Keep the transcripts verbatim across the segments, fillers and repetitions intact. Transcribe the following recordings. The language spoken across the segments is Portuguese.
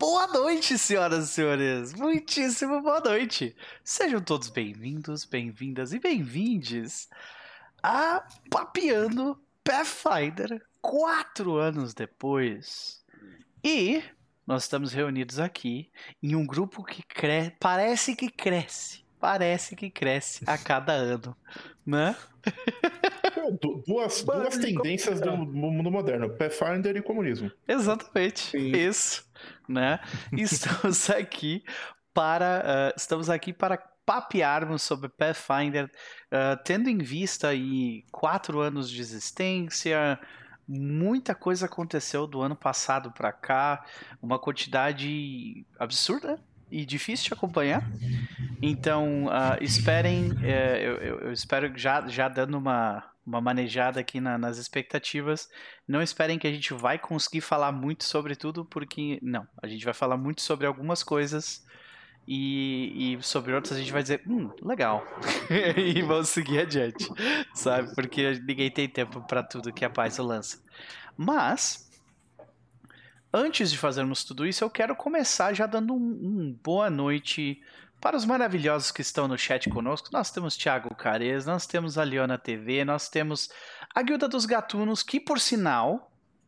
Boa noite, senhoras e senhores. Muitíssimo boa noite. Sejam todos bem-vindos, bem-vindas e bem-vindes a Papeando Pathfinder quatro anos depois. E nós estamos reunidos aqui em um grupo que cre... parece que cresce. Parece que cresce a cada ano, né? Duas, duas tendências do mundo moderno, Pathfinder e comunismo. Exatamente, Sim. isso, né? Estamos aqui para uh, estamos aqui para papearmos sobre Pathfinder, uh, tendo em vista aí quatro anos de existência. Muita coisa aconteceu do ano passado para cá, uma quantidade absurda e difícil de acompanhar. Então, uh, esperem, uh, eu, eu, eu espero já, já dando uma, uma manejada aqui na, nas expectativas, não esperem que a gente vai conseguir falar muito sobre tudo, porque não, a gente vai falar muito sobre algumas coisas e, e sobre outras a gente vai dizer, hum, legal, e vamos seguir adiante, sabe? Porque ninguém tem tempo para tudo que a paz lança. Mas, antes de fazermos tudo isso, eu quero começar já dando um, um boa noite para os maravilhosos que estão no chat conosco. Nós temos Thiago Cares, nós temos a Leona T V, nós temos a Guilda dos Gatunos, que por sinal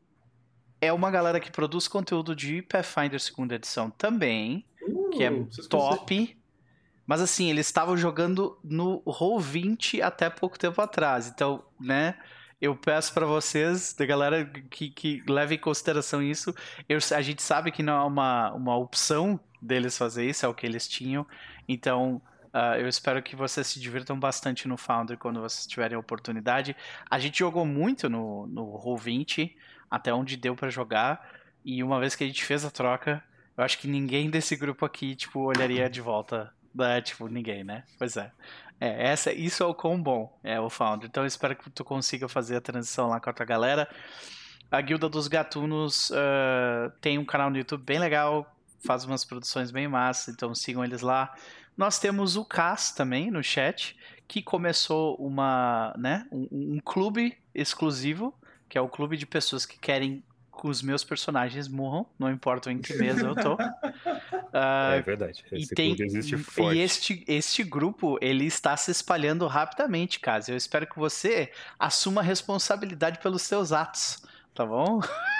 é uma galera que produz conteúdo de Pathfinder segunda edição também, Uh, que é vocês top. Mas assim, eles estavam jogando no roll vinte até pouco tempo atrás. Então, né, eu peço pra vocês, da galera que, que leve em consideração isso. Eu, a gente sabe que não é uma, uma opção deles fazer isso, é o que eles tinham. Então, uh, eu espero que vocês se divirtam bastante no Foundry quando vocês tiverem a oportunidade. A gente jogou muito no, no roll vinte, até onde deu pra jogar. E uma vez que a gente fez a troca, eu acho que ninguém desse grupo aqui, tipo, olharia de volta. É, tipo, ninguém, né? Pois é. É, essa, isso é o quão bom é o Foundry. Então eu espero que tu consiga fazer a transição lá com a tua galera. A Guilda dos Gatunos uh, tem um canal no YouTube bem legal, faz umas produções bem massas, então sigam eles lá. Nós temos o Cas também no chat, que começou uma, né, um, um clube exclusivo, que é o clube de pessoas que querem que os meus personagens morram, não importa em que mesa eu tô. Uh, é verdade, esse e tem, clube existe forte. E este, este grupo, ele está se espalhando rapidamente, Caso. Eu espero que você assuma a responsabilidade pelos seus atos, tá bom?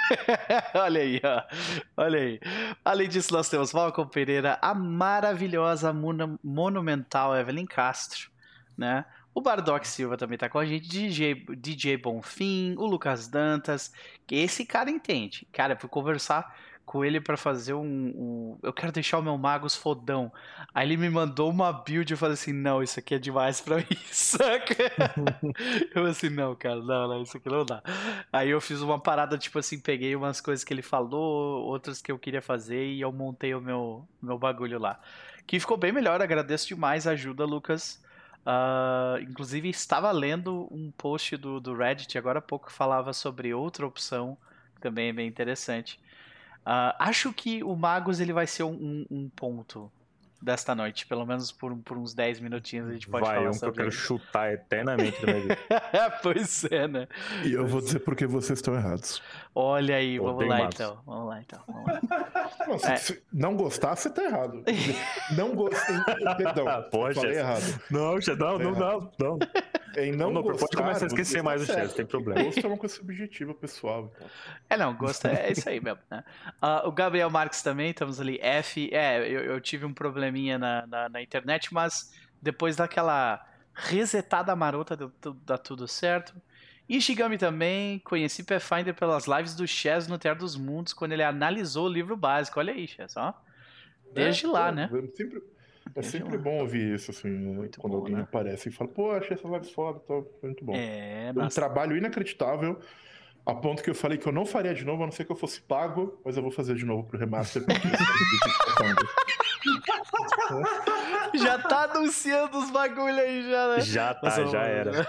Olha aí, ó. Olha aí. Além disso, nós temos Falcon Pereira, a maravilhosa, monumental Evelyn Castro, né? O Bardock Silva também tá com a gente, D J, D J Bonfim, o Lucas Dantas, que esse cara entende. Cara, eu fui conversar com ele pra fazer um, um... Eu quero deixar o meu Magus fodão. Aí ele me mandou uma build e eu falei assim, não, isso aqui é demais pra mim, saca? Eu falei assim, não, cara, não, não, isso aqui não dá. Aí eu fiz uma parada, tipo assim, peguei umas coisas que ele falou, outras que eu queria fazer e eu montei o meu, meu bagulho lá. Que ficou bem melhor, agradeço demais a ajuda, Lucas. Uh, inclusive estava lendo um post do, do Reddit agora há pouco que falava sobre outra opção, que também é bem interessante. Uh, acho que o Magus ele vai ser um, um, um ponto desta noite, pelo menos por, por uns dez minutinhos a gente pode vai, falar um sobre que eu quero ele. chutar eternamente da minha vida. Pois é, né? E eu vou dizer porque vocês estão errados. Olha aí, Eu vamos odeio lá Magus. então. Vamos lá então. Vamos lá. Não, se, É. se não gostar, você tá errado. Não gostei. Perdão, Poxa, falei errado. Não, já não, não, não, não. Em não, Não, não, gostar, pode começar a esquecer você mais o tá Chess, certo. tem problema. Gosto é uma coisa subjetiva, pessoal. Então. É, não, gosto é isso aí mesmo, né? Uh, o Gabriel Marques também, estamos ali. F, é, eu, eu tive um probleminha na, na, na internet, mas depois daquela resetada marota deu, dá tudo certo. Ishigami também, conheci Pathfinder pelas lives do Chess no Terra dos Mundos, quando ele analisou o livro básico. Olha aí, Chess, ó. Desde é, lá, pô, né? É sempre, é Desde sempre lá. bom ouvir isso, assim, Muito quando bom, alguém né? aparece e fala, pô, achei essa live foda, tá muito bom. É, Um nossa. trabalho inacreditável, a ponto que eu falei que eu não faria de novo, a não ser que eu fosse pago, mas eu vou fazer de novo pro remaster. Porque Já tá anunciando os bagulho aí, já, né? Já tá, Nossa, já mano. era.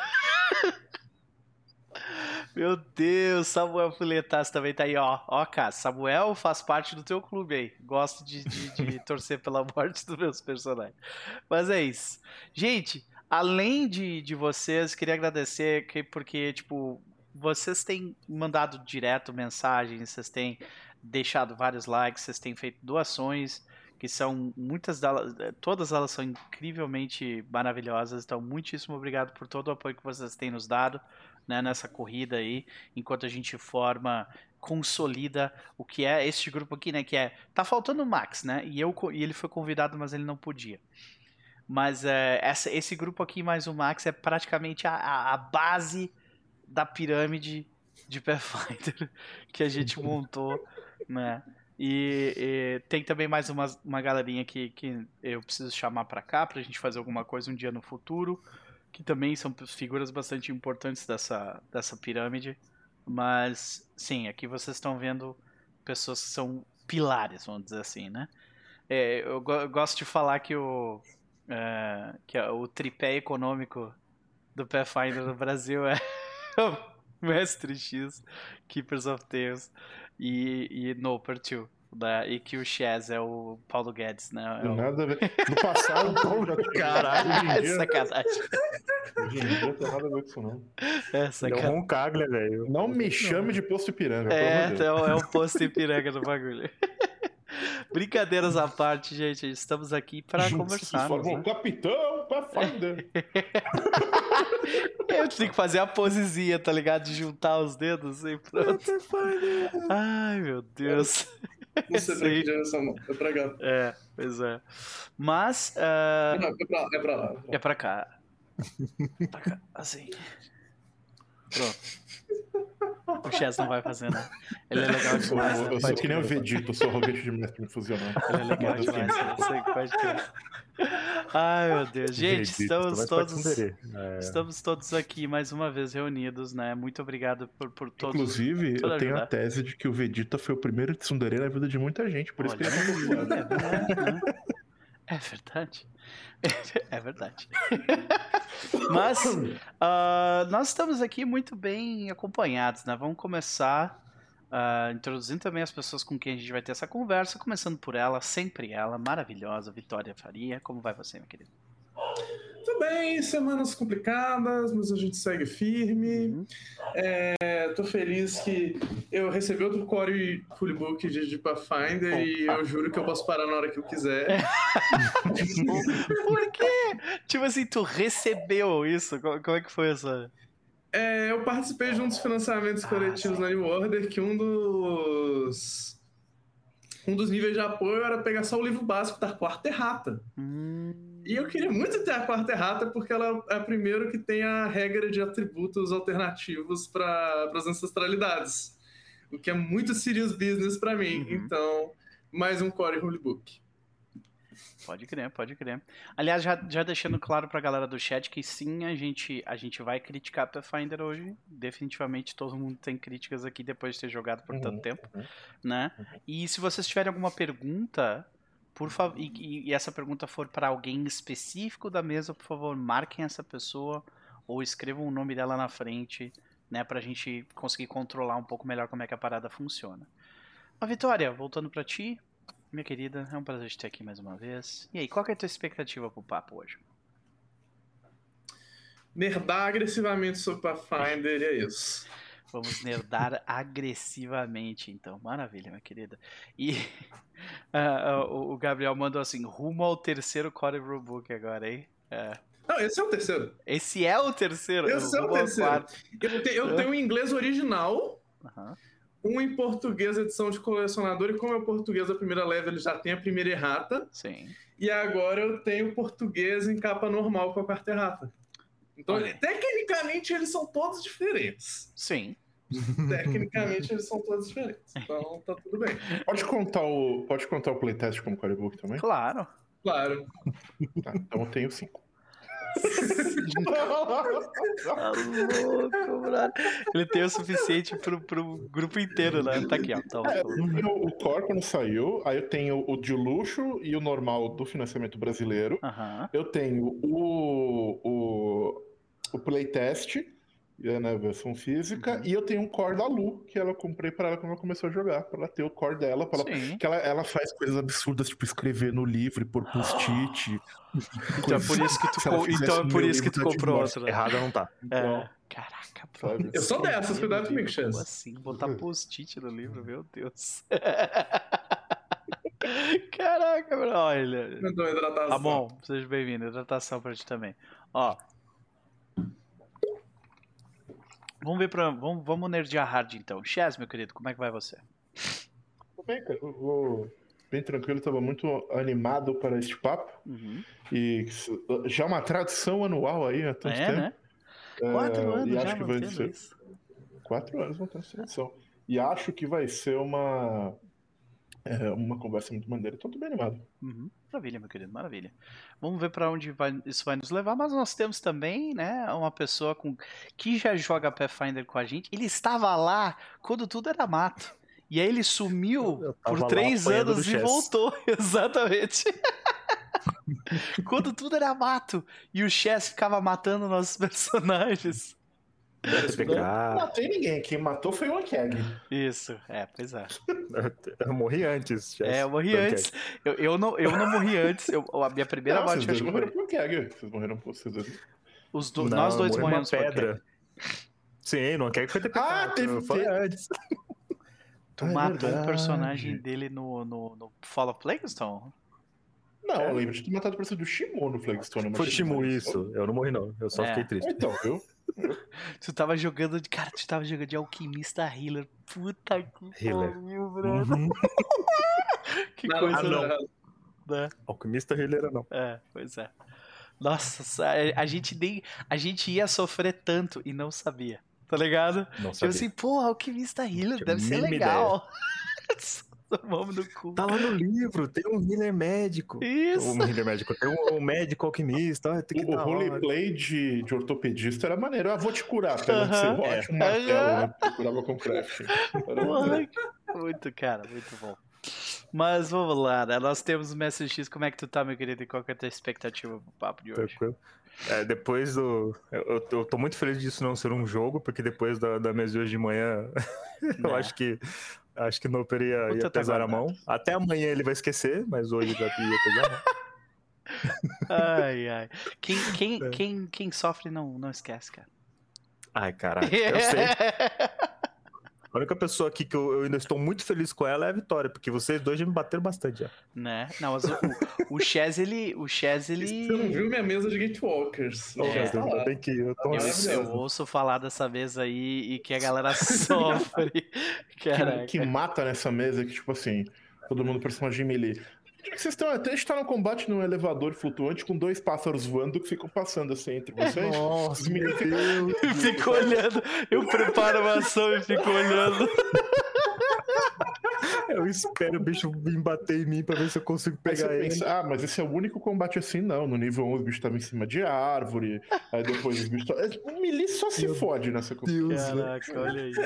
Meu Deus, Samuel Fuletas também tá aí, ó. Ó, cara, Samuel faz parte do teu clube aí. Gosto de, de, de torcer pela morte dos meus personagens. Mas é isso. Gente, além de, de vocês, queria agradecer que, porque, tipo, vocês têm mandado direto mensagens, vocês têm deixado vários likes, vocês têm feito doações, que são muitas delas, todas elas são incrivelmente maravilhosas. Então, muitíssimo obrigado por todo o apoio que vocês têm nos dado, né, nessa corrida aí, enquanto a gente forma, consolida o que é este grupo aqui, né, que é, tá faltando o Max, né, e, eu, e ele foi convidado, mas ele não podia. Mas é, essa, esse grupo aqui mais o Max é praticamente a, a, a base da pirâmide de Pathfinder que a gente montou, né? E, e tem também mais uma, uma galerinha que, que eu preciso chamar pra cá pra gente fazer alguma coisa um dia no futuro, que também são figuras bastante importantes dessa, dessa pirâmide. Mas, sim, aqui vocês estão vendo pessoas que são pilares, vamos dizer assim, né? É, eu, go- eu gosto de falar que o, é, que o tripé econômico do Pathfinder no Brasil é o Mestre X, Keepers of Tales e, e Noper dois, né? E que o Chaz é o Paulo Guedes, né? É o... Nada a ver. No passado, já... Caralho, hoje em É dia, sacanagem. hoje em dia não tem nada a ver com isso, não. É Ele é sacanagem. um Caglia, velho. Não me chame de Posto Ipiranga, pelo É, amor de Deus. então é o posto Ipiranga do bagulho. Brincadeiras à parte, gente, estamos aqui para conversar. Formou Né? o Capitão Pathfinder. Eu tenho que fazer a posezinha, tá ligado? De juntar os dedos e pronto. Ai, meu Deus. Não sei pra Sei. que direção, não. É pra cá. É, pois é. Mas. ah, Não, é pra, é pra lá. é pra cá. Pra cá, assim. Pronto. O Chess não vai fazer, né? Ele é legal demais. Eu, Né? eu sou Pode que nem o crer. Vegeta, eu sou arrogante de mestre me fusionando. Ele é legal Mas, assim, demais. Né? Eu sei que pode crer. Ai, meu Deus. Gente, Vegeta, estamos mas pode todos. tsundere. É. Estamos todos aqui mais uma vez reunidos, né? Muito obrigado por, por todos. Inclusive, toda eu tenho ajuda. a tese de que o Vegeta foi o primeiro tsundere na vida de muita gente, por isso que Olha ele é aí, popular. é verdade, né? É verdade. É verdade. Mas ah, nós estamos aqui muito bem acompanhados, né? Vamos começar ah, introduzindo também as pessoas com quem a gente vai ter essa conversa, começando por ela, sempre ela, maravilhosa, Vitória Faria. Como vai você, minha querida? Tudo bem, semanas complicadas, mas a gente segue firme. Uhum. É, tô feliz que eu recebi outro core fullbook de, de Pathfinder e eu juro que eu posso parar na hora que eu quiser. Por quê? Tipo assim, tu recebeu isso? Co- Como é que foi essa? É, eu participei de um dos financiamentos Ah, coletivos sim. na New Order, que um dos um dos níveis de apoio era pegar só o livro básico da Quarta Errata. Hum, E eu queria muito ter a Quarta Errata porque ela é a primeira que tem a regra de atributos alternativos para as ancestralidades, o que é muito serious business para mim. Uhum. Então, mais um core rulebook. Pode crer, pode crer. Aliás, já, já deixando claro pra galera do chat que sim, a gente, a gente vai criticar Pathfinder hoje. Definitivamente todo mundo tem críticas aqui depois de ter jogado por tanto Uhum, tempo, uhum. né? E se vocês tiverem alguma pergunta, por favor, e, e- e essa pergunta for para alguém específico da mesa, por favor, marquem essa pessoa ou escrevam o nome dela na frente, né, pra gente conseguir controlar um pouco melhor como é que a parada funciona. A Vitória, voltando pra ti, minha querida, é um prazer te ter aqui mais uma vez. E aí, qual que é a tua expectativa pro papo hoje? Nerdar agressivamente sobre Pathfinder, e é isso. Vamos nerdar agressivamente, então. Maravilha, minha querida. E ah, ah, o o Gabriel mandou assim, rumo ao terceiro Core Rulebook agora, hein? É. Não, esse é o terceiro. Esse é o terceiro? Esse é o rumo ao terceiro. quarto. Eu, te- eu tenho um inglês original, Aham. um em português, edição de colecionador, e como é o português da primeira leve, ele já tem a primeira errata. Sim. E agora eu tenho português em capa normal com a quarta errata. Então, Olha. tecnicamente, eles são todos diferentes. Sim. Tecnicamente, eles são todos diferentes. Então, tá tudo bem. Pode contar o, pode contar o playtest como corebook também? Claro. Claro. Tá, então eu tenho cinco. Tá louco, brother. Ele tem o suficiente pro, pro grupo inteiro, né? Tá aqui, ó. Então, É, eu tenho o core quando saiu, aí eu tenho o de luxo e o normal do financiamento brasileiro. Aham. Eu tenho o, o, o playtest, na versão física, Uhum. e eu tenho um core da Lu, que ela comprei pra ela quando ela começou a jogar, pra ela ter o core dela, pra ela, Sim. que ela, ela faz coisas absurdas, tipo escrever no livro, por post-it. Então é por isso que tu, Se ela co- fizesse então é no por meu isso que livro, tu tá de comprou boa. outro. né? Errada não tá. É. Caraca, bro. Sabe? Eu sou dessas, Escrever cuidado no comigo, livro, como Chess. assim? Botar post-it no livro, meu Deus. Caraca, bro. Olha. Mandou hidratação. Tá bom, seja bem-vindo. Hidratação pra ti também. Ó. Vamos ver pra. Vamos, vamos nerdear hard então. Chess, meu querido, como é que vai você? Tudo bem, cara. Eu vou bem tranquilo, tava muito animado para este papo. Uhum. E já uma tradição anual aí há tanto É, tempo. né? Quatro É, anos e já acho que vai mantendo ser. isso. Quatro anos mantendo essa tradição. E acho que vai ser uma. É, uma conversa muito maneira. Então, tô bem animado. Uhum. Maravilha, meu querido, maravilha. Vamos ver pra onde vai- isso vai nos levar, mas nós temos também, né, uma pessoa com que já joga Pathfinder com a gente. Ele estava lá quando tudo era mato. E aí ele sumiu Eu tava por lá três apanhando anos do e Chess. voltou. Exatamente. Quando tudo era mato. E o Chess ficava matando nossos personagens. P Não K. matei ninguém. Quem matou foi o Ankeg. Isso, é, pois é. Eu morri antes. Chess. É, eu morri Então, antes. Eu, eu, não, eu não morri antes. Eu, a minha primeira Não, vocês morte dois acho que morreram foi. pro Ankeg. Vocês morreram por vocês dois. Os do- Não, nós dois morri numa morremos por pedra. Sim, não quer que foi T P K. Ah, teve- Foi teve- antes. Tu Ah, é matou um verdade. personagem dele no, no, no Fall of Plaguestone? Não, eu lembro de ter matado o personagem do Shimon no Flagstone. mas Foi tudo Shimu bem. isso. Eu não morri, não. Eu só É. fiquei triste. Então, viu? Tu tava jogando de. Cara, tu tava jogando de alquimista healer. Puta que Healer. pariu, brother. Uhum. Que Não, coisa. Ah, não. Né? Alquimista healer não. É, pois é. Nossa, a, a gente nem. A gente ia sofrer tanto e não sabia. Tá ligado? Não Tipo sabia. assim, pô, alquimista healer Tinha deve ser mínima legal. Vamos no cu. Tá lá no livro, tem um healer médico. Isso. Um healer médico. Tem um, um médico alquimista. Ah, tem que O, o dar hora. roleplay de, de ortopedista era maneiro. Ah, vou te curar, pegando Aham. serrote, um É. martelo, Aham. né? Eu curava com crafting. Era Porra, maneiro. muito, cara, muito bom. Mas vamos lá, né? Nós temos o Mestre X. Como é que tu tá, meu querido? E qual que é a tua expectativa pro papo de hoje? Tranquilo. É, depois do. Eu, eu, eu tô muito feliz disso não ser um jogo, porque depois da, da mesa de hoje de manhã, eu Né. acho que. Acho que o Noper ia, Puta, ia tá pesar a guardado. mão. Até amanhã ele vai esquecer, mas hoje já ia pesar a mão. Ai, ai. Quem, quem, É. quem, quem sofre não, não esquece, cara. Ai, caralho. Eu sei. A única pessoa aqui que eu, eu ainda estou muito feliz com ela é a Vitória, porque vocês dois já me bateram bastante já. Né? Não, mas o, o, o Chaz, ele. O Chaz, ele. Você não viu minha mesa de Gatewalkers? É. Já tá lá. Bem que eu tô Eu, Maravilhoso. eu ouço falar dessa vez aí e que a galera sofre. Que, Caraca. que mata nessa mesa que, tipo assim, todo mundo personagem melee. Onde é que vocês estão? A gente tá no combate num elevador flutuante com dois pássaros voando que ficam passando assim entre vocês. Nossa, Os meninos meu Deus. Eu fico olhando, eu preparo uma ação e fico olhando. Eu espero o bicho vir bater em mim pra ver se eu consigo Aí você pegar ele. pensa, ah, mas esse é o único combate assim, não. No nível um os bichos estavam em cima de árvore, aí depois os bichos... tavam- O melee só se Meu fode nessa coisa. Deus, Caraca, olha aí.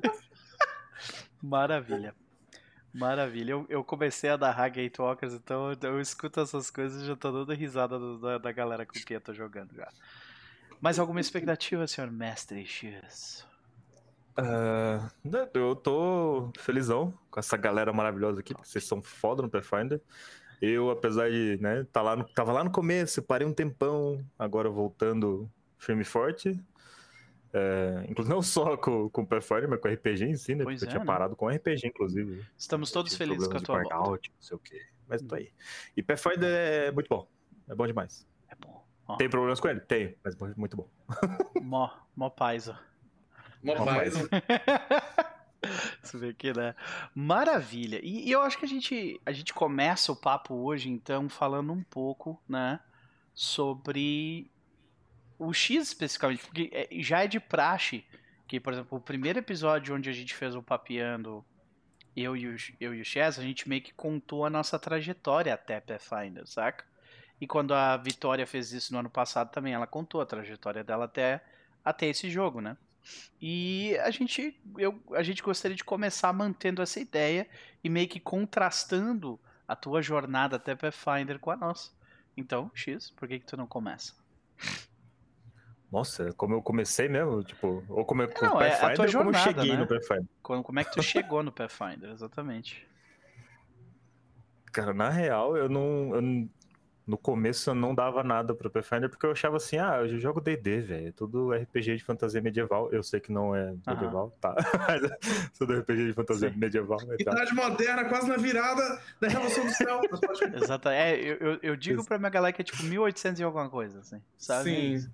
Maravilha. Maravilha. Eu, eu comecei a narrar Gatewalkers, então eu, eu escuto essas coisas e já tô dando risada do- da, da galera com quem eu tô jogando já. Mais alguma expectativa, senhor Mestre X? Ah, né, eu tô felizão com essa galera maravilhosa aqui, porque vocês são foda no Pathfinder. Eu, apesar de, né, tá lá no, tava lá no começo, parei um tempão, agora voltando firme e forte. É, inclusive não só com, com o Pathfinder, mas com o R P G em si, né? Pois Porque eu é, tinha né? parado com o R P G, inclusive. Estamos todos Tive felizes com a problemas tua de volta. burnout, não sei o quê. Mas tô aí. E Pathfinder é muito bom. É bom demais. É bom. Ó, Tem problemas com ele? Tem, mas muito bom. mó, mó paz, ó. Mó Mó paz. Você vê aqui, né? Maravilha. E, e eu acho que a gente, a gente começa o papo hoje, então, falando um pouco, né, sobre o X especificamente, porque é- já é de praxe que, por exemplo, o primeiro episódio onde a gente fez o Papeando, eu e o, eu e o Chess, a gente meio que contou a nossa trajetória até Pathfinder, saca? E quando a Vitória fez isso no ano passado também, ela contou a trajetória dela até, até esse jogo, né? E a gente, eu, a gente gostaria de começar mantendo essa ideia e meio que contrastando a tua jornada até Pathfinder com a nossa. Então, X, por que que tu não começa? Nossa, como eu comecei mesmo, tipo, ou como eu com Não, o é a Pathfinder, tua ou como eu jornada, cheguei né? no Pathfinder. Como, como é que tu chegou no Pathfinder, exatamente? Cara, na real, eu não, eu não, no começo eu não dava nada pro Pathfinder, porque eu achava assim, ah, eu jogo D e D, velho, é tudo R P G de fantasia medieval. Eu sei que não é medieval, uh-huh. tá? Sou do R P G de fantasia Sim. medieval. Idade moderna, quase na virada da Revolução do Céu. Exato, é, eu, eu, eu digo pra minha galera que é tipo mil e oitocentos e alguma coisa, assim, sabe? Sim.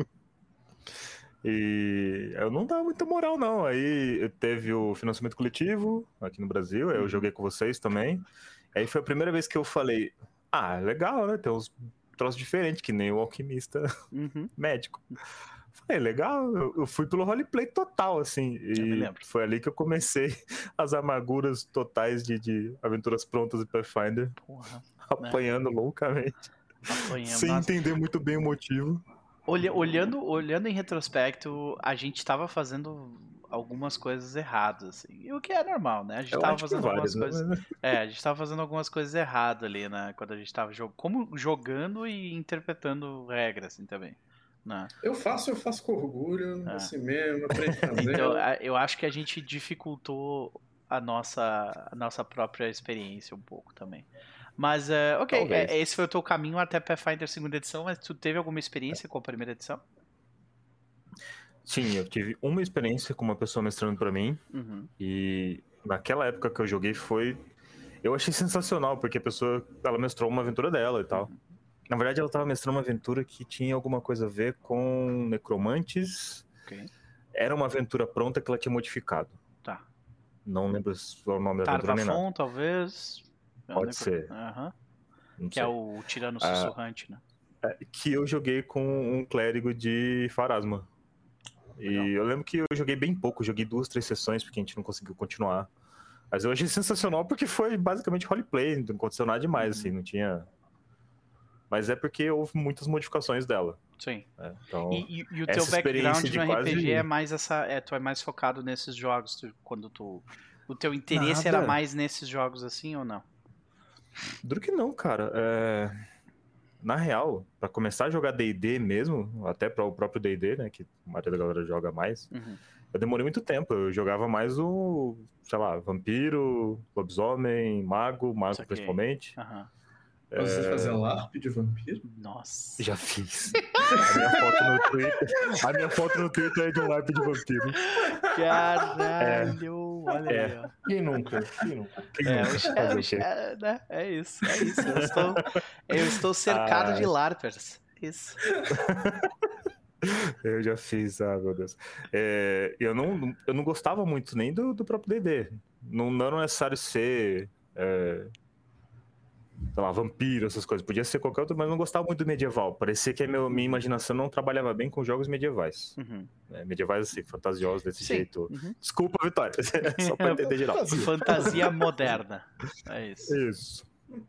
E eu não dava muita moral, não. Aí teve o financiamento coletivo aqui no Brasil, aí eu joguei com vocês também. Aí foi a primeira vez que eu falei, ah, legal, né? Tem uns troços diferentes, que nem o alquimista uhum. médico. Falei, legal, eu fui pelo roleplay total, assim. E foi ali que eu comecei as amarguras totais de, de aventuras prontas e Pathfinder. Porra, apanhando né? loucamente. Apanhando, sem nossa. entender muito bem o motivo. Olha, olhando, olhando em retrospecto, a gente tava fazendo algumas coisas erradas, assim. O que é normal, né? A gente eu tava fazendo várias, algumas né? coisas. É, a gente tava fazendo algumas coisas erradas ali, né? Quando a gente tava jogando. Como jogando e interpretando regras, assim, também. Né? Eu faço, eu faço com orgulho, é. assim mesmo, aprendi a fazer. Então, eu acho que a gente dificultou a nossa, a nossa própria experiência um pouco também. Mas, uh, ok, é, esse foi o teu caminho até Pathfinder segunda edição, mas tu teve alguma experiência é. com a primeira edição? Sim, eu tive uma experiência com uma pessoa mestrando pra mim, uhum. e naquela época que eu joguei foi... Eu achei sensacional, porque a pessoa, ela mestrou uma aventura dela e tal. Uhum. Na verdade, ela tava mestrando uma aventura que tinha alguma coisa a ver com necromantes. Okay. Era uma aventura pronta que ela tinha modificado. Tá. Não lembro o nome da aventura nem nada. Tarvafon, talvez... Pode necro... ser. Uhum. Que sei. É o Tirano Sussurrante, ah, né? É, que eu joguei com um clérigo de Pharasma. Legal. E eu lembro que eu joguei bem pouco, joguei duas, três sessões, porque a gente não conseguiu continuar. Mas eu achei sensacional porque foi basicamente roleplay, não aconteceu nada demais, uhum. assim, não tinha... Mas é porque houve muitas modificações dela. Sim. É, então, e, e, e o teu background no R P G quase... é mais essa... É, tu é mais focado nesses jogos, tu, quando tu... O teu interesse nada. era mais nesses jogos assim ou não? Duro que não, cara. É... Na real, pra começar a jogar D e D mesmo, até para o próprio D e D, né, que a maioria da galera joga mais, uhum. eu demorei muito tempo. Eu jogava mais o, sei lá, vampiro, lobisomem, mago, mago Isso principalmente. Uhum. É... Você fazia LARP de vampiro? Nossa. Já fiz. A minha foto no Twitter, a minha foto no Twitter é de um LARP de vampiro. Caralho, é. olha é. aí, ó. Quem nunca? Quem nunca? Quem é, nunca? É, é, né? é isso, é isso. Eu estou, eu estou cercado ah. de LARPers. Isso. Eu já fiz, ah, meu Deus. É, eu, não, eu não gostava muito nem do, do próprio D e D. Não, não era necessário ser... É... sei lá, vampiro, essas coisas. Podia ser qualquer outro, mas eu não gostava muito do medieval. Parecia que a meu, minha imaginação não trabalhava bem com jogos medievais. Uhum. É, medievais, assim, fantasiosos desse Sim. jeito. Uhum. Desculpa, Vitória. Só pra entender geral. Fantasia moderna. É isso. Isso.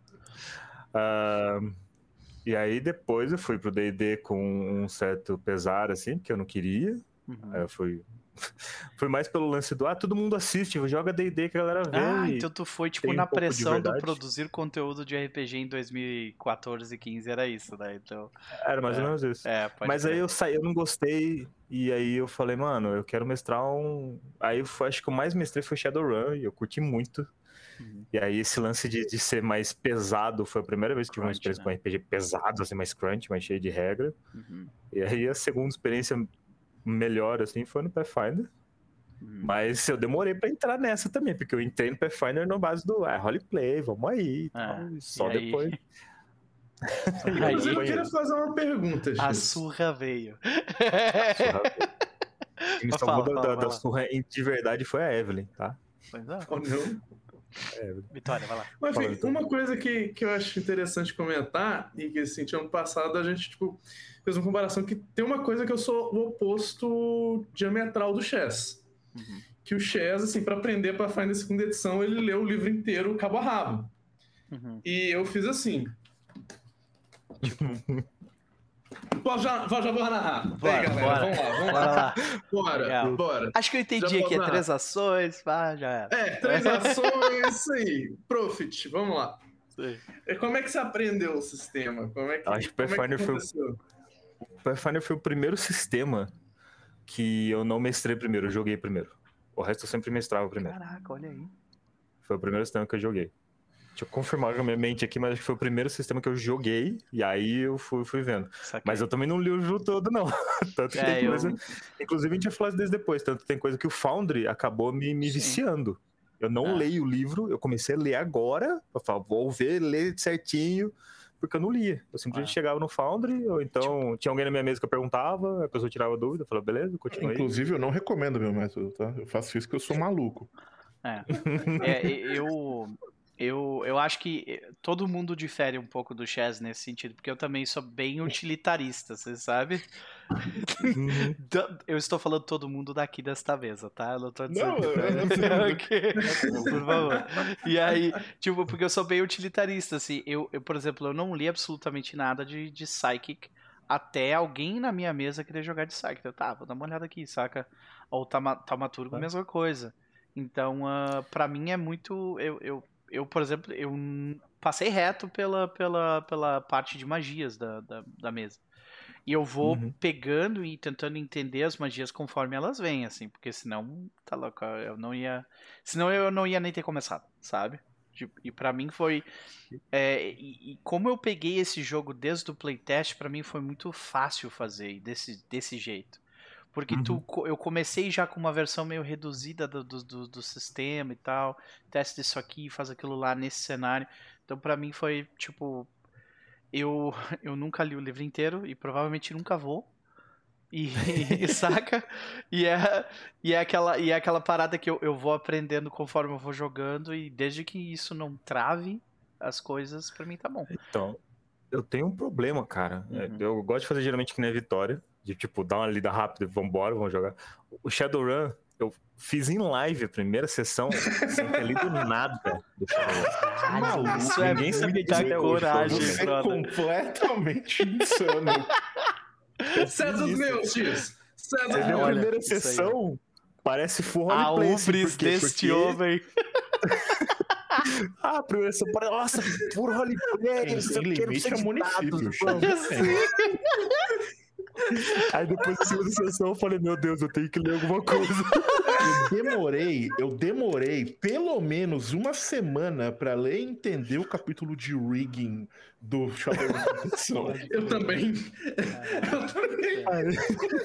Uh, e aí, depois eu fui pro D e D com um certo pesar, assim, que eu não queria. Uhum. Aí eu fui... Foi mais pelo lance do, ah, todo mundo assiste, joga D e D que a galera vê. Ah, então tu foi tipo um na pressão do produzir conteúdo de R P G em dois mil e quatorze, quinze, era isso, né? Então, era mais é, ou menos isso. É, Mas crer. aí eu saí, eu não gostei, e aí eu falei, mano, eu quero mestrar um... Aí foi, acho que o mais mestrei foi Shadowrun, e eu curti muito. Uhum. E aí esse lance de, de ser mais pesado, foi a primeira vez que tive uma experiência né? com R P G pesado, assim, mais crunch, mais cheio de regra. Uhum. E aí a segunda experiência melhor, assim, foi no Pathfinder. Mas eu demorei pra entrar nessa também, porque eu entrei no Pathfinder no base do ah, roleplay, vamos aí e tal, ah, só e depois. Aí... aí eu queria fazer uma pergunta, X. A surra veio. A surra veio. Quem me salvou da, da, da surra de verdade foi a Evelyn, tá? Pois é. Oh, não. É, Vitória, vai lá. Mas, enfim, Fala, uma coisa que, que eu acho interessante comentar, e que assim, ano passado a gente tipo, fez uma comparação que tem uma coisa que eu sou o oposto diametral do Chess. Uhum. Que o Chess, assim, para aprender para Pathfinder segunda edição, ele leu o livro inteiro cabo a rabo. Uhum. E eu fiz assim. Tipo. já, já vou narrar. Bora, aí, galera, bora. vamos lá, vamos bora lá. lá. Bora, Legal. bora. Acho que eu entendi já aqui, é três ações, pá, já era. É, três ações, isso aí. Profit, vamos lá. Sim. Como é que você aprendeu o sistema? Como é que, Acho que o Pathfinder, é que foi, o Pathfinder foi o primeiro sistema que eu não mestrei primeiro, eu joguei primeiro. O resto eu sempre mestrava primeiro. Caraca, olha aí. Foi o primeiro sistema que eu joguei. Deixa eu confirmar com a minha mente aqui, mas acho que foi o primeiro sistema que eu joguei, e aí eu fui, fui vendo. Saquei. Mas eu também não li o jogo todo, não. Tanto que É, tem eu- coisa... Inclusive, a gente vai falar isso desde depois. Tanto que tem coisa que o Foundry acabou me, me Sim. viciando. Eu não Ah. leio o livro, eu comecei a ler agora. Eu falo, vou ver, ler certinho, porque eu não lia. Eu simplesmente Ah. chegava no Foundry, ou então tinha alguém na minha mesa que eu perguntava, a pessoa tirava dúvida, eu falava, beleza, continua aí. Inclusive, eu não recomendo meu método, tá? Eu faço isso porque eu sou maluco. É, É, eu, eu, eu acho que todo mundo difere um pouco do Chess nesse sentido, porque eu também sou bem utilitarista, você sabe? Uhum. Da- Eu estou falando todo mundo daqui desta mesa, tá? Eu não tô dizendo. Não, eu- eu- Ok. Por favor. E aí, tipo, porque eu sou bem utilitarista, assim. Eu, eu por exemplo, eu não li absolutamente nada de, de Psychic até alguém na minha mesa querer jogar de Psychic. Eu, tá, vou dar uma olhada aqui, saca? Ou Tama- Taumaturgo, Ah. mesma coisa. Então, ah, pra mim é muito. Eu, eu, eu, por exemplo, eu n- passei reto pela, pela, pela parte de magias da, da, da mesa. E eu vou Uhum. pegando e tentando entender as magias conforme elas vêm, assim, porque senão, tá louco, eu não ia. Senão eu não ia nem ter começado, sabe? Tipo, e pra mim foi. é, e, e como eu peguei esse jogo desde o playtest, pra mim foi muito fácil fazer desse, desse jeito. Porque tu, Uhum. co- eu comecei já com uma versão meio reduzida do, do, do, do sistema e tal. Testa isso aqui, faz aquilo lá nesse cenário. Então pra mim foi tipo. Eu, eu nunca li o livro inteiro e provavelmente nunca vou. E, e saca? E é, e, é aquela, e é aquela parada que eu, eu vou aprendendo conforme eu vou jogando. E desde que isso não trave as coisas, pra mim tá bom. Então, eu tenho um problema, cara. É, Uhum. Eu gosto de fazer geralmente que nem a Vitória, de tipo, dar uma lida rápida e vambora, vamos jogar. O Shadowrun, eu fiz em live a primeira sessão sem ter lido nada do Shadowrun. Caralho, isso é Ninguém sabia disso muita até hoje, coragem, Você é brother. completamente insano. César dos meus, X. César Você dos viu a olha, meus. primeira isso aí, sessão? Parece full A roleplay. assim, ubris por quê? deste Porque- homem. Ah, a primeira sessão parece, nossa, puro roleplay, Quem não sei tem o que, não limite precisa é de município. dados, Chama vamos. bem. Aí depois da segunda sessão eu falei, meu Deus, eu tenho que ler alguma coisa. Eu demorei, eu demorei pelo menos uma semana pra ler e entender o capítulo de rigging do Chapéu de Proteção. Eu também. Eu também. Aí,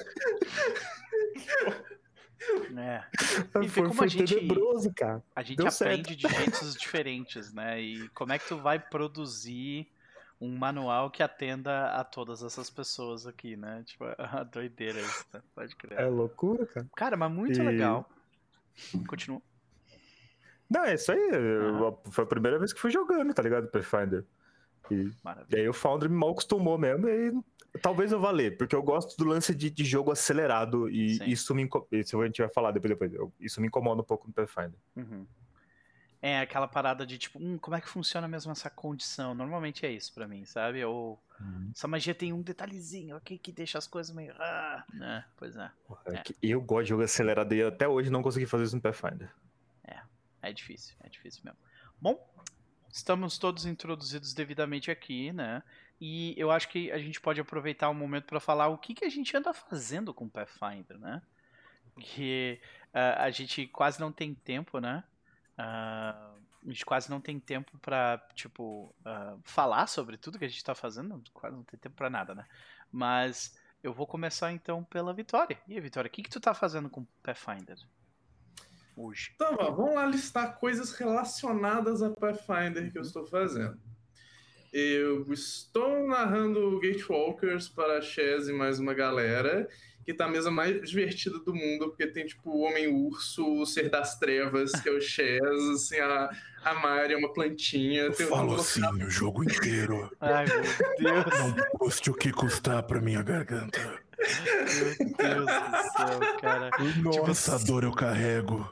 É. E vê foi como foi a gente, tenebroso, cara. a gente Deu aprende de jeitos diferentes, né? E como é que tu vai produzir um manual que atenda a todas essas pessoas aqui, né? Tipo, a doideira isso, né? Pode crer. É loucura, cara. Cara, mas muito E- legal. Continua. Não, é isso aí. eu- Foi a primeira vez que fui jogando, tá ligado? Pathfinder. E, e Maravilha. aí o Foundry me mal acostumou mesmo. E aí, talvez eu vá ler, porque eu gosto do lance de, de jogo acelerado. E Sim. isso me incomoda. Isso a gente vai falar depois. depois. Eu- isso me incomoda um pouco no Pathfinder. Uhum. É aquela parada de tipo, hum, como é que funciona mesmo essa condição? Normalmente é isso pra mim, sabe? Ou essa magia tem um detalhezinho aqui que deixa as coisas meio. Ah, né? Pois é. É É. que Eu gosto de jogo acelerado e até hoje não consegui fazer isso no Pathfinder. É difícil, é difícil mesmo. Bom, estamos todos introduzidos devidamente aqui, né? E eu acho que a gente pode aproveitar o momento para falar o que, que a gente anda fazendo com o Pathfinder, né? Que ah, a gente quase não tem tempo, né? Ah, a gente quase não tem tempo para, tipo, ah, falar sobre tudo que a gente tá fazendo. Quase não tem tempo para nada, né? Mas eu vou começar então pela Vitória. E aí, Vitória, o que, que tu tá fazendo com o Pathfinder hoje? Então, ó, vamos lá listar coisas relacionadas a Pathfinder que eu estou fazendo. Eu estou narrando Gatewalkers para a Chess e mais uma galera, que tá a mesa mais divertida do mundo, porque tem tipo o Homem-Urso, o Ser das Trevas, que é o Chess, assim, a, a Mari é uma plantinha. Eu tem um- falo assim o jogo inteiro. Ai, meu Deus. Não custe o que custar pra minha garganta. Meu Deus do céu, cara. Nossa, a dor eu carrego.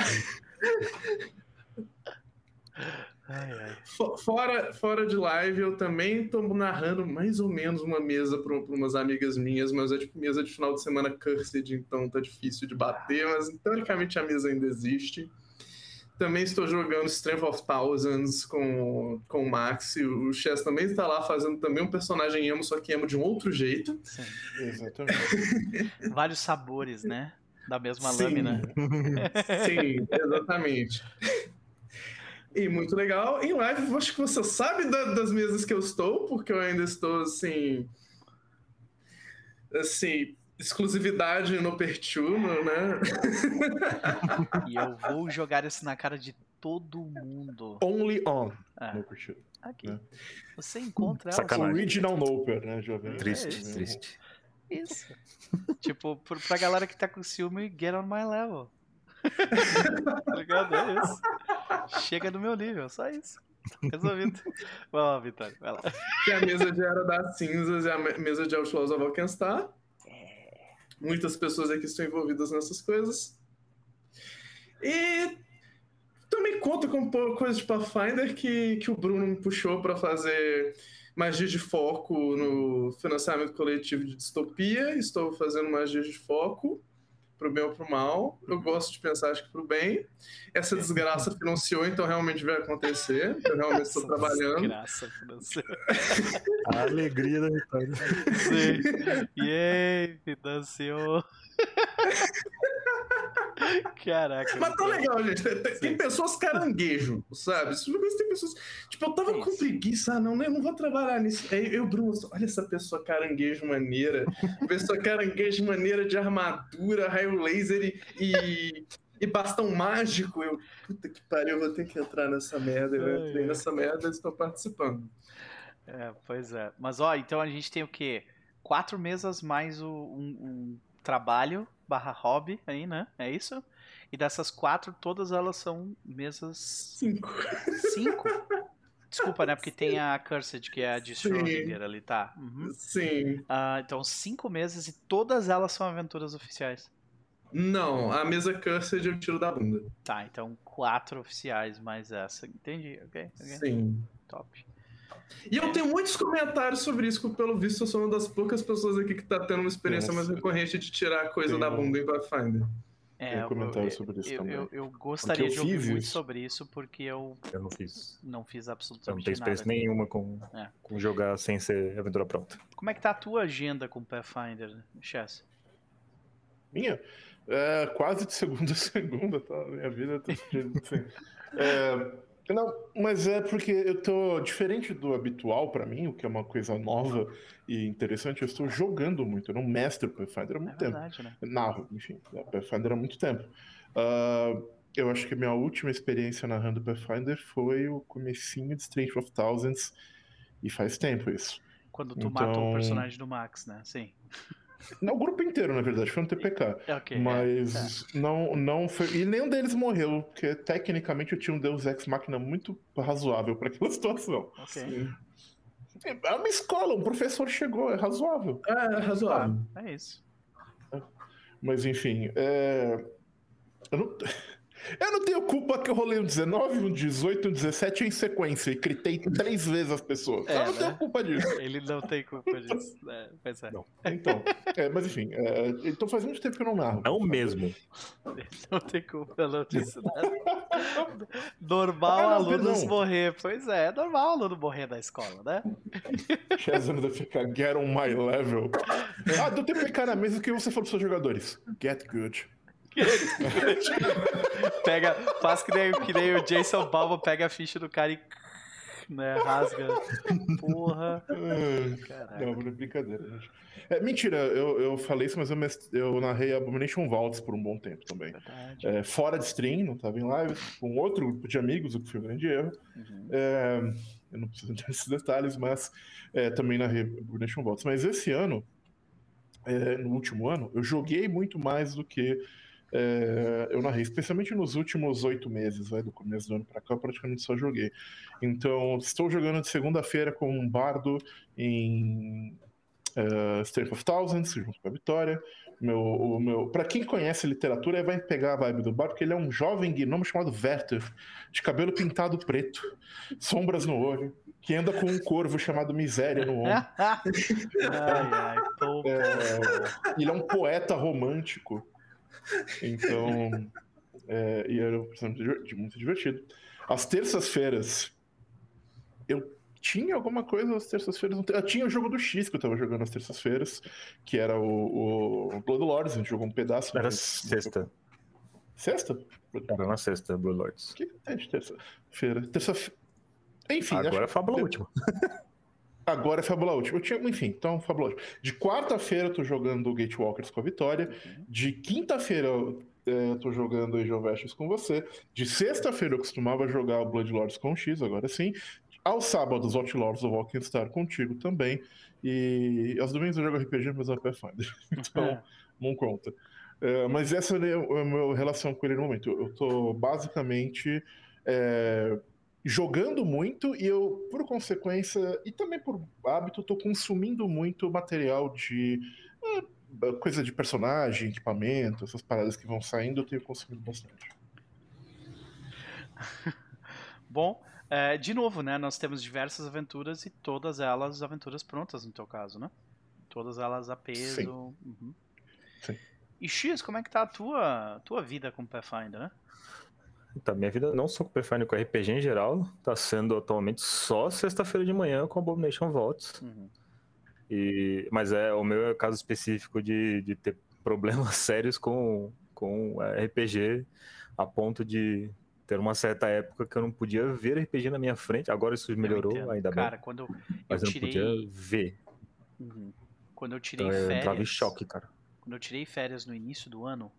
Ai, ai. Fo- Fora, fora de live, eu também tô narrando mais ou menos uma mesa para umas amigas minhas, mas é tipo mesa de final de semana cursed, então tá difícil de bater, mas teoricamente a mesa ainda existe. Também estou jogando Strength of Thousands com, com o Max. O Chess também está lá fazendo também um personagem emo, só que emo de um outro jeito. Sim. Exatamente. Vários sabores, né? Da mesma Sim. lâmina. Sim, exatamente. E muito legal. Em live, eu acho que você sabe da- das mesas que eu estou, porque eu ainda estou, assim... Assim, exclusividade no Pertuno, né? E eu vou jogar isso na cara de todo mundo. Only on. É. No Pertuno. Aqui. É. Você encontra ela. Sacanagem. Original Noper, né, jovem? Triste, isso. triste. Isso. Tipo, por- pra galera que tá com ciúme, get on my level. Tá ligado? É isso. Chega no meu nível, só isso. Resolvido. Vamos lá, Vitória, vai lá. Que é a mesa de Era das Cinzas e a me- mesa de Outlaws of Alkenstar. Muitas pessoas aqui estão envolvidas nessas coisas. E também conta com um pouco coisa de Pathfinder que, que o Bruno me puxou para fazer magia de foco no financiamento coletivo de distopia. Estou fazendo magia de foco pro bem ou pro mal. Eu gosto de pensar, acho que pro bem. Essa desgraça financiou, então realmente vai acontecer. Eu realmente estou Essa trabalhando. desgraça financeira. A alegria da vitória. Sim. Yay, financiou. Caraca. Mas tá Vitória. legal, gente. Tem, tem- tem Sim. pessoas caranguejo, sabe? Isso não tem pessoas. Tipo, eu tava É com isso. preguiça, ah, não, né? Eu não vou trabalhar nisso. Aí eu, Bruno, olha essa pessoa caranguejo maneira. Pessoa caranguejo maneira de armadura, raio laser e, e, e bastão mágico. Eu, puta que pariu, eu vou ter que entrar nessa merda. Eu Ai, entrei ai. nessa merda e estou participando. É, pois é. Mas ó, então a gente tem o quê? Quatro mesas mais o- um, um trabalho barra hobby aí, né? É isso? E dessas quatro, todas elas são mesas. Cinco. Cinco? Desculpa, né? Porque tem a Cursed, que é a de Sim. Schrödinger ali, tá? Uhum. Sim. Ah, então, cinco mesas e todas elas são aventuras oficiais. Não, a mesa Cursed eu tiro da bunda. Tá, então quatro oficiais mais essa. Entendi, ok, ok. Sim. Top. E eu tenho muitos comentários sobre isso, porque pelo visto eu sou uma das poucas pessoas aqui que tá tendo uma experiência mais Nossa. recorrente de tirar coisa Tem da um- bunda em Pathfinder. É, Tem eu- comentário eu, sobre isso eu, também. eu, eu gostaria Porque de eu ouvir fiz muito isso. sobre isso, porque eu Eu não fiz. não fiz Eu não absolutamente tenho experiência nada. nenhuma com, É. com jogar sem ser aventura pronta. Como é que tá a tua agenda com Pathfinder, Chess? Minha? É, quase de segunda a segunda, tá? Minha vida tá assim. É, não, mas é porque eu tô diferente do habitual pra mim, o que é uma coisa nova e interessante. Eu estou jogando muito, eu não mestro Pathfinder há É muito tempo. verdade, né? Narro, enfim, né, Pathfinder há muito tempo. Ah, eu acho que a minha última experiência narrando Pathfinder foi o comecinho de Strange of Thousands, e faz tempo isso. Quando tu matou o Então- personagem do Max, né? Sim. Não, o grupo inteiro, na verdade, foi um T P K. É ok. Mas não, não foi. E nenhum deles morreu, porque tecnicamente eu tinha um Deus Ex Machina muito razoável para aquela situação. É, ok. Sim. É uma escola, um professor chegou, é razoável. É, Tá, razoável. é isso. Mas enfim, é... eu, não... eu não tenho culpa que eu rolei um dezenove, um dezoito, um dezessete em sequência e critei três vezes as pessoas. É, eu não né? tenho culpa disso. Ele não tem culpa disso. É, pois é. Não. Então, é, mas enfim, é, então faz muito tempo que eu não narro. Não mesmo. Ele não tem culpa, eu não disse nada. Normal Ah, não, alunos perdão. morrer. Pois é, é normal aluno morrer na escola, né? Chazando ainda fica get on my level. Ah, do T P K na mesa, o que você falou pros seus jogadores? Get good. Pega, faz que nem, que nem o Jason Balma pega a ficha do cara e né, rasga. Porra. Ah, Caraca. Não, é brincadeira, gente. É, mentira, eu, eu falei isso, mas eu, mest- eu narrei Abomination Vaults por um bom tempo também. Verdade. É, fora de stream, não estava em live, com outro grupo de amigos, o que foi um grande erro. Uhum. É, eu não preciso entrar nesses detalhes, mas é, também narrei Abomination Vaults. Mas esse ano, é, no último ano, eu joguei muito mais do que é, eu narrei, especialmente nos últimos oito meses, vai, do começo do ano pra cá, eu praticamente só joguei. Então, estou jogando de segunda-feira com um bardo em uh, Strange of Thousands, junto com a Vitória. Meu, o meu, pra quem conhece literatura, vai pegar a vibe do bardo, porque ele é um jovem gnomo chamado Werther, de cabelo pintado preto, sombras no olho, que anda com um corvo chamado Miséria no ombro. Ai, ai, pô. É, ele é um poeta romântico. Então, é, e era muito muito divertido. Às terças-feiras, eu tinha alguma coisa às terças-feiras. não te- Eu tinha o jogo do X que eu tava jogando às terças-feiras, que era o, o Blood Lords, a gente jogou um pedaço. Era mas- sexta. Sexta? Era na sexta, Blue Lords. O que tem de terça-feira? Terça-feira. Enfim, Agora é acho... Fábula Última. Agora é Fábula Última. Eu tinha... Enfim, então Fábula Última. De quarta-feira eu tô jogando Gatewalkers com a Vitória. Uhum. De quinta-feira eu é, tô jogando Age of Ashes com você. De sexta-feira eu costumava jogar o Blood Lords com o X, agora sim. Aos sábados, Outlaws of Walking Star contigo também. E aos domingos eu jogo R P G, mas é Pathfinder. Então, não conta. É, mas essa é a minha relação com ele no momento. Eu tô basicamente é, jogando muito e eu, por consequência, e também por hábito, tô consumindo muito material de é, coisa de personagem, equipamento, essas paradas que vão saindo, eu tenho consumido bastante. Bom, é, de novo, né? Nós temos diversas aventuras e todas elas aventuras prontas no teu caso, né? Todas elas a peso. Sim. Uhum. Sim. E X, como é que tá a tua, tua vida com Pathfinder, né? Então, minha vida não só com Pathfinder, com R P G em geral, tá sendo atualmente só sexta-feira de manhã com Abomination Vaults. Uhum. E, mas é o meu é caso específico de, de ter problemas sérios com, com R P G, a ponto de ter uma certa época que eu não podia ver R P G na minha frente. Agora isso melhorou, ainda Cara, bem. quando eu, Mas eu eu tirei... não podia ver. Uhum. Quando eu tirei Então eu férias... entrava em choque, cara. Quando eu tirei férias no início do ano,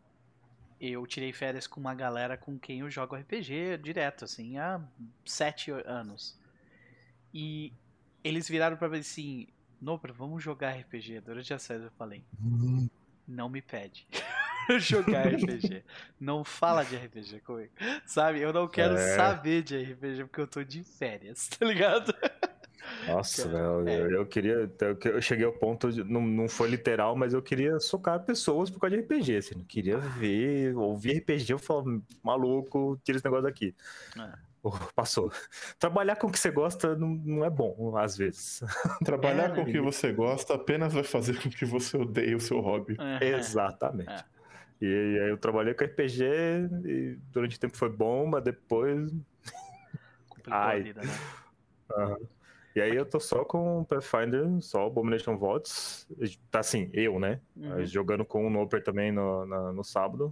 eu tirei férias com uma galera com quem eu jogo R P G direto, assim, há sete anos. E eles viraram pra mim assim, Noper, vamos jogar R P G. Durante a série eu falei, não me pede jogar R P G. Não fala de R P G comigo. Sabe, eu não quero É. saber de R P G porque eu tô de férias, tá ligado? Nossa, Cara, velho, é. eu, eu queria. Eu, eu cheguei ao ponto, de, não, não foi literal, mas eu queria socar pessoas por causa de R P G. Assim, não queria ver, ouvir R P G, eu falo, maluco, tira esse negócio daqui. É. Oh, passou. Trabalhar com o que você gosta não, não é bom, às vezes. Trabalhar É, com né? o que você gosta apenas vai fazer com que você odeie o seu hobby. É. Exatamente. É. E, e aí eu trabalhei com R P G e durante o tempo foi bom, mas depois. Complicou Ai. a vida, né? Uhum. E aí eu tô só com Pathfinder, só Abomination Vaults. Tá assim, eu, né? Uhum. Jogando com o Noper também no, na, no sábado.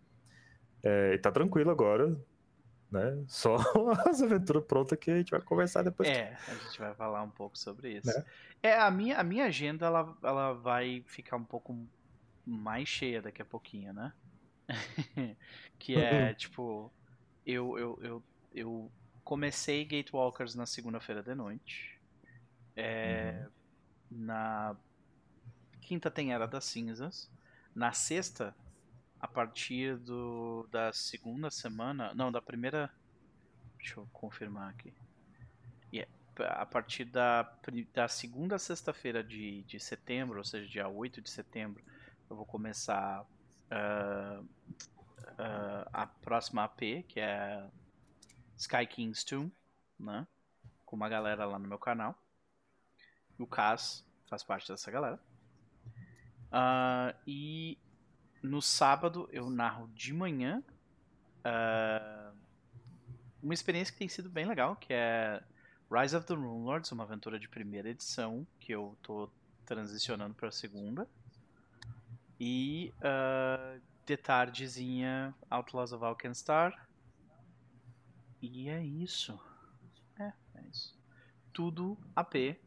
É, e tá tranquilo agora, né? Só as aventuras prontas que a gente vai conversar depois. É, a gente vai falar um pouco sobre isso. Né? É, a minha, a minha agenda, ela, ela vai ficar um pouco mais cheia daqui a pouquinho, né? Que é, tipo, eu, eu, eu, eu comecei Gatewalkers na segunda-feira de noite. É, Uhum. Na quinta tem Era das Cinzas. Na sexta, a partir do, da segunda semana... Não, da primeira... Deixa eu confirmar aqui. Yeah. A partir da, da segunda sexta-feira de, de setembro, ou seja, dia oito de setembro, eu vou começar uh, uh, a próxima A P, que é Sky King's Tomb, né? Com uma galera lá no meu canal. O Kaz faz parte dessa galera. Uh, e no sábado eu narro de manhã uh, uma experiência que tem sido bem legal, que é Rise of the Runelords, uma aventura de primeira edição, que eu tô transicionando para a segunda. E uh, de tardezinha, Outlaws of Alkenstar. E é isso. É, é isso. Tudo A P.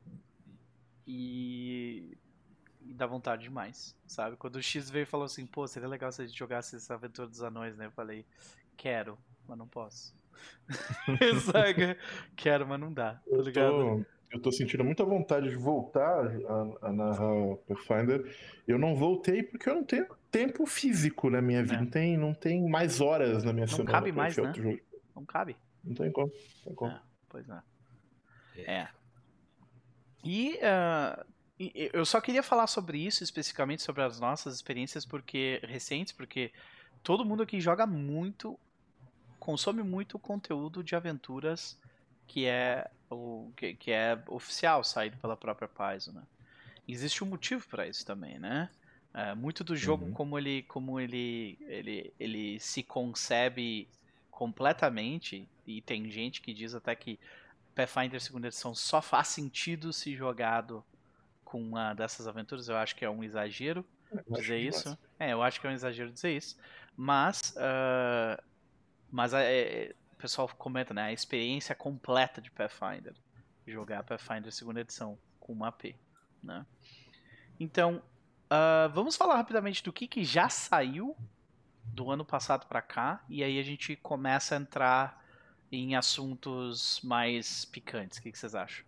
E... e dá vontade demais, sabe? Quando o X veio e falou assim, pô, seria legal se a gente jogasse essa Aventura dos Anões, né? Eu falei, quero, mas não posso. Saca? Quero, mas não dá, tá Eu ligado? tô, eu tô sentindo muita vontade de voltar a, a narrar Pathfinder. Eu não voltei porque eu não tenho tempo físico na minha vida. É. Não, tem, não tem mais horas na minha Não semana cabe pra mais, enfiar né? outro jogo. Não cabe. Não tem como. Não tem como. É, pois é. É. E, uh, e eu só queria falar sobre isso, especificamente sobre as nossas experiências porque recentes, porque todo mundo aqui joga muito, consome muito conteúdo de aventuras que é o que, que é oficial, saído pela própria Paizo, né? Existe um motivo para isso também, né? É, muito do jogo, Uhum. como ele, como ele, ele, ele se concebe completamente, e tem gente que diz até que Pathfinder segunda edição só faz sentido se jogado com uma dessas aventuras. Eu acho que é um exagero Eu acho dizer demais. isso. É, eu acho que é um exagero dizer isso. Mas, uh, mas é, o pessoal comenta, né? A experiência completa de Pathfinder. Jogar Pathfinder segunda edição com uma A P, né? Então, uh, vamos falar rapidamente do que, que já saiu do ano passado para cá, e aí a gente começa a entrar em assuntos mais picantes. O que, que vocês acham?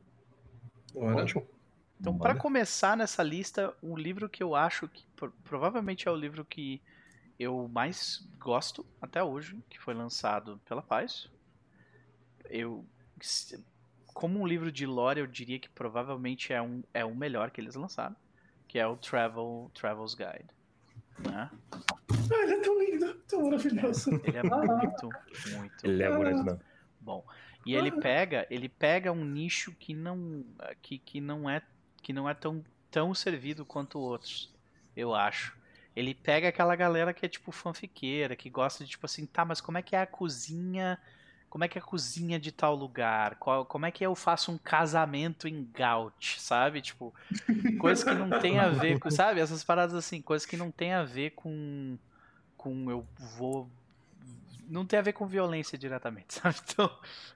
Ótimo. Então, para começar nessa lista, um livro que eu acho que provavelmente é o livro que eu mais gosto até hoje, que foi lançado pela Paizo. Eu, como um livro de lore, eu diria que provavelmente é um é o melhor que eles lançaram, que é o Travel Travel's Guide, né? Ah, ele é tão lindo, tão maravilhoso. Ele é muito, muito. Ele é bonito, não. Bom. E ele pega, ele pega um nicho que não que, que não é que não é tão tão servido quanto outros, eu acho. Ele pega aquela galera que é tipo fanfiqueira, que gosta de tipo assim, tá, mas como é que é a cozinha? Como é que é a cozinha de tal lugar? Qual, como é que eu faço um casamento em Gaut, sabe? Tipo, coisas que não tem a ver com, sabe? Essas paradas assim, coisas que não tem a ver com com eu vou não tem a ver com violência diretamente, sabe? Então,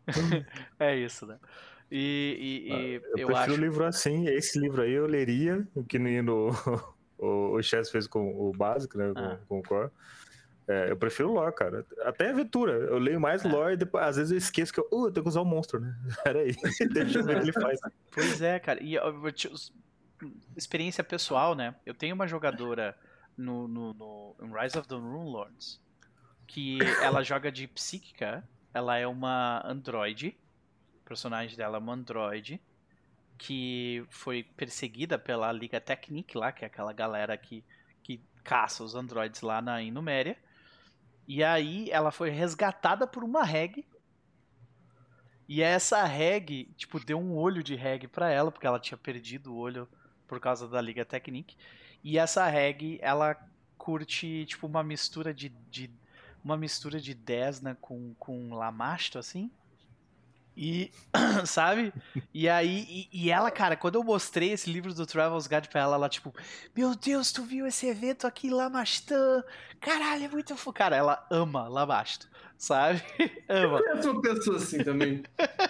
é isso, né? E, e, e eu, eu prefiro acho... o livro assim, esse livro aí eu leria, que nem no, o, o Chess fez com o básico, né? Com, Ah. com o Core. É, eu prefiro o lore, cara. Até aventura. Eu leio mais É. lore e depois, às vezes eu esqueço que eu, uh, eu tenho que usar o monstro, né? Peraí, deixa eu ver o que ele faz. Pois é, cara. E eu, eu, eu, experiência pessoal, né? Eu tenho uma jogadora no, no, no Rise of the Runelords que ela joga de psíquica. Ela é uma androide. O personagem dela é uma androide que foi perseguida pela Liga Technique lá, que é aquela galera que, que caça os androides lá na Inuméria. E aí ela foi resgatada por uma reg. E essa reg, tipo, deu um olho de reg pra ela, porque ela tinha perdido o olho por causa da Liga Technique. E essa reg, ela curte, tipo, uma mistura de, de uma mistura de Desna com, com Lamasto, assim. E, sabe? E aí, e, e ela, cara, quando eu mostrei esse livro do Travel's Guide pra ela, ela tipo, meu Deus, tu viu esse evento aqui em Lamastan? Caralho, é muito fo... Cara, ela ama Lamasto, sabe? Ama. Eu conheço uma pessoa assim também.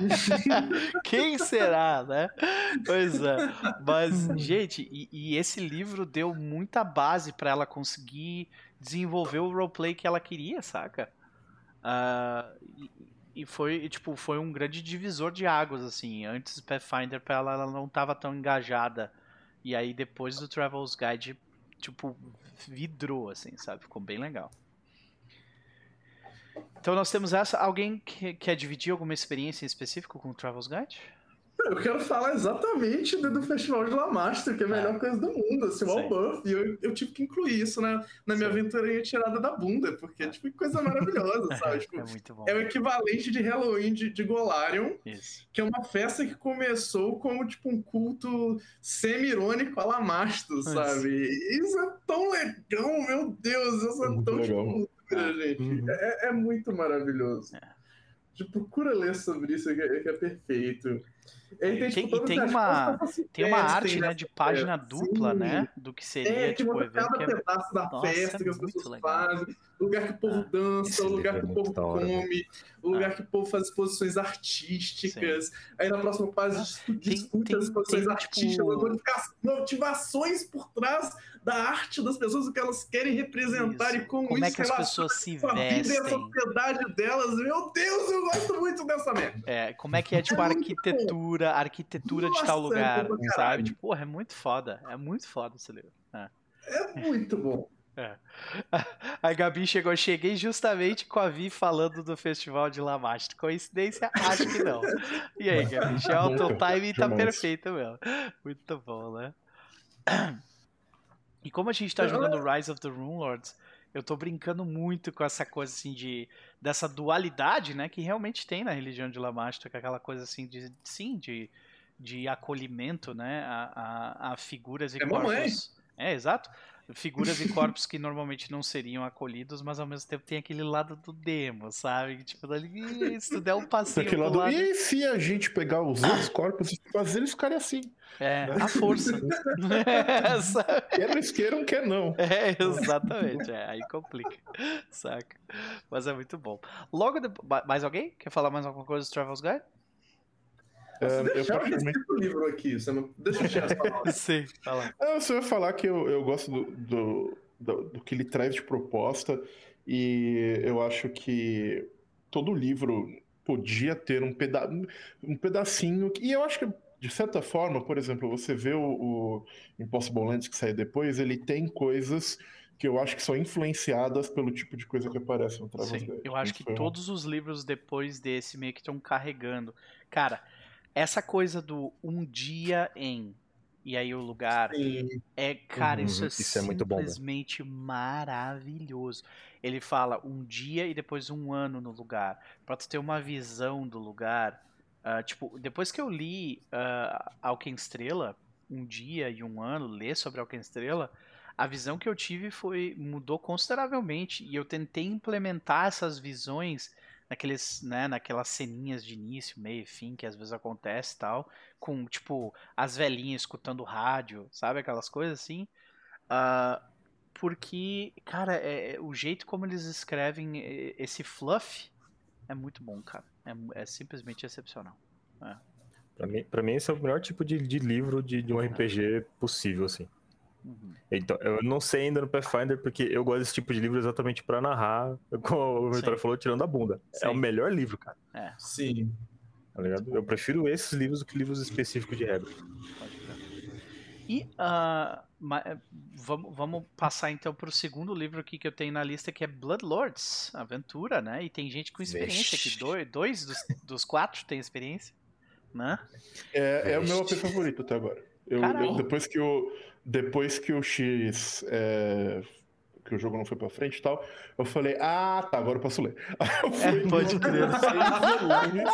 Quem será, né? Pois é. Mas, gente, e, e esse livro deu muita base pra ela conseguir desenvolver o roleplay que ela queria, saca? Ah... Uh, E foi, tipo, foi um grande divisor de águas, assim. Antes do Pathfinder, pra ela, ela não estava tão engajada. E aí, depois do Travel's Guide, tipo, vidrou, assim, sabe? Ficou bem legal. Então, nós temos essa. Alguém que quer dividir alguma experiência em específico com o Travel's Guide? Eu quero falar exatamente do, do Festival de Lamaster, que é a melhor é. coisa do mundo, assim, o buff. E eu, eu tive que incluir isso na, na minha Sim. aventurinha tirada da bunda, porque é tipo coisa maravilhosa, sabe? Tipo, é muito bom. É o equivalente de Halloween de, de Golarion, isso. que é uma festa que começou como tipo um culto semi-irônico a Lamasto, sabe? Isso. isso é tão legal, meu Deus, isso é, é tão tipo, cultura, gente. Uhum. É, é muito maravilhoso. É. Tipo, procura ler sobre isso, que é, que é perfeito. E tem, tem, e tem uma, tem uma arte, né, de página festa. dupla, Sim. né, do que seria, é, tipo, o evento cada que é... pedaço da Nossa, festa é que as pessoas legal. fazem, o lugar que o povo ah, dança, o lugar que o povo hora, come, né? o lugar ah. que o povo faz exposições artísticas. Sim. Aí na próxima página ah, discute tem, as exposições tem, artísticas, tipo... as motivações por trás da arte das pessoas, o que elas querem representar isso. e como, como isso é que as pessoas se vestem. A vida e a sociedade delas. Meu Deus, eu gosto muito dessa merda. É, como é que é, tipo, a arquitetura, a arquitetura Nossa, de tal lugar, é sabe? Tipo, porra, é muito foda. É muito foda esse livro. É, é muito bom. É. A Gabi chegou, cheguei justamente com a Vi falando do festival de Lamasto. Coincidência? Acho que não. E aí, Gabi? Já o teu timing tá perfeito, meu. Muito bom, né? E como a gente tá jogando Rise of the Runelords, eu tô brincando muito com essa coisa assim de dessa dualidade, né, que realmente tem na religião de Lamasto, que é aquela coisa assim de sim, de, de acolhimento, né, a, a, a figuras e é corpos. Mamãe. É, exato. figuras e corpos que normalmente não seriam acolhidos, mas ao mesmo tempo tem aquele lado do demo, sabe? Tipo, dali, se tu der um passinho Daquele pro lado, lado... e se a gente pegar os outros corpos e fazer eles ficarem assim? É, a força. É, sabe? Quer eles queiram, quer não. É, exatamente. É, aí complica. Saca? Mas é muito bom. Logo depois... Mais alguém? Quer falar mais alguma coisa do Travel's Guide? É, eu Deixa eu particularmente... o livro aqui. Você não... Deixa eu tirar essa palavra. Sim, fala. Ah, você vai falar que eu, eu gosto do, do, do, do que ele traz de proposta e eu acho que todo livro podia ter um, peda um pedacinho. E eu acho que, de certa forma, por exemplo, você vê o, o Impossible Lands que saiu depois, ele tem coisas que eu acho que são influenciadas pelo tipo de coisa que aparece no Travel's Guide. Eu acho que Então, todos os livros depois desse meio que estão carregando. Cara, essa coisa do um dia em e aí o lugar Sim. é, cara, Uhum, isso é isso é muito bom, velho. simplesmente maravilhoso. Ele fala um dia e depois um ano no lugar, pra tu ter uma visão do lugar. Ah, tipo, depois que eu li uh, Alquenstrela, um dia e um ano, ler sobre Alquenstrela, a visão que eu tive foi mudou consideravelmente e eu tentei implementar essas visões naqueles, né, naquelas ceninhas de início, meio e fim que às vezes acontece e tal, com tipo as velhinhas escutando rádio, sabe, aquelas coisas assim. Ah, porque, cara, é, é- o jeito como eles escrevem é, esse fluff é muito bom, cara. É, é simplesmente excepcional. É. Pra mim, pra mim, esse é o melhor tipo de, de livro de, de um R P G possível, assim. Uhum. Então, eu não sei ainda no Pathfinder, porque eu gosto desse tipo de livro exatamente pra narrar, como o Vitor Sim. falou, tirando a bunda. Sim. É o melhor livro, cara. É, Sim. Tá ligado? Eu prefiro esses livros do que livros específicos de regra. pode crer. E ah, ma- eh, vamos, vamos passar então pro segundo livro aqui que eu tenho na lista, que é Bloodlords, Aventura, né? E tem gente com experiência aqui. Vixe. Dois, dois dos, dos quatro tem experiência, né? É, é o meu A P Vixe. favorito até agora. Eu, eu- Caralho. depois, que o, depois que o X. é, que o jogo não foi pra frente e tal, eu falei, ah, tá, agora eu posso ler. Aí eu fui É, ler pode crer. os seis volumes,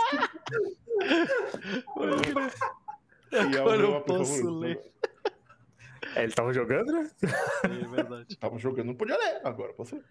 e é o Agora meu eu A P posso favorito ler. agora. É, ele tava jogando, né? É verdade. Tava jogando, não podia ler, agora eu posso ler.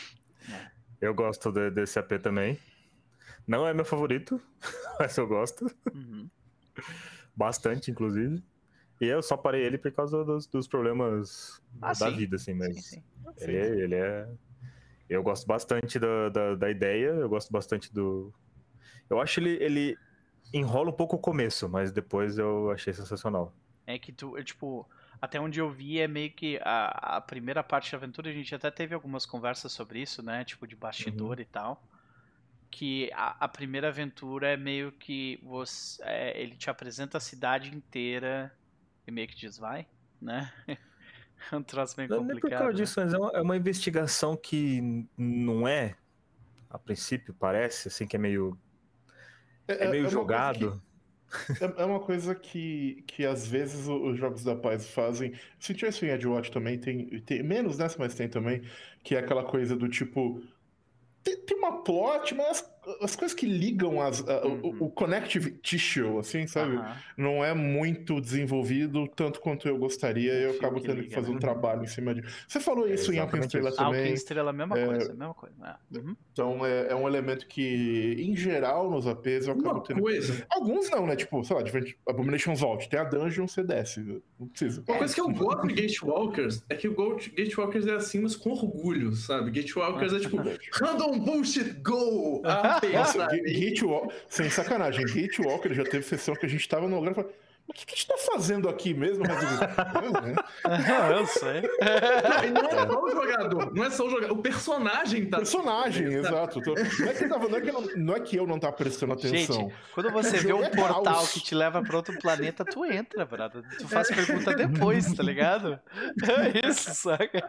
Eu gosto de- desse A P também. Não é meu favorito, mas eu gosto. Uhum. Bastante, inclusive. E eu só parei ele por causa dos, dos problemas Ah, da sim. vida, assim, mas Sim, sim. Ele, é, ele é... Eu gosto bastante da, da, da ideia, eu gosto bastante do... Eu acho ele, ele enrola um pouco o começo, mas depois eu achei sensacional. É que tu, é, tipo, até onde eu vi é meio que a, a primeira parte da aventura, a gente até teve algumas conversas sobre isso, né? Tipo, de bastidor Uhum. e tal. Que a, a primeira aventura é meio que você, é, ele te apresenta a cidade inteira e meio que diz, vai, né? É um troço meio Não, nem por complicado, causa né? disso, mas é uma, é uma investigação que não é, a princípio, parece, assim, que é meio, é meio uma jogado. coisa que- é, é uma coisa que, que às vezes o- os jogos da paz fazem. Senti isso em Edgewatch também, tem, tem menos nessa, mas tem também, que é aquela coisa do tipo. Tem, tem uma plot, mas as, as coisas que ligam as, a- o- Uhum. o, connective tissue, assim, sabe? Aham. Não é muito desenvolvido tanto quanto eu gostaria O e eu fio acabo que tendo que liga, fazer né? um trabalho em cima de. Você falou É isso em Alken exatamente Estrela isso. Ah, o King também. Estrela é a mesma é, coisa, é a mesma coisa. É. Uhum. Então é, é um elemento que, em geral, nos A Ps eu acabo Uma tendo. coisa, Alguns não, né? Tipo, sei lá, Advent- Abomination's Vault. Tem a dungeon, você desce. Não precisa. uma coisa que eu gosto de Gatewalkers é que o Goat- Gatewalkers é assim, mas com orgulho, sabe? Gatewalkers é tipo, random bullshit, go! A P, Nossa, sabe? Ga- Gatewalker, sem sacanagem, Gatewalker já teve sessão que a gente tava no lugar e falou, mas o que, que a gente tá fazendo aqui mesmo? Mas eu, "Ah, né?" Eu sei. Não, e não é só o jogador, não é só o jogador, o personagem tá. Personagem, exato. Tô- Não é, que tava- não, é que eu, não é que eu não tava prestando atenção. Gente, quando você vê um É portal caos. que te leva pra outro planeta, tu entra, brother. Tu faz pergunta depois, tá ligado? É isso, saca?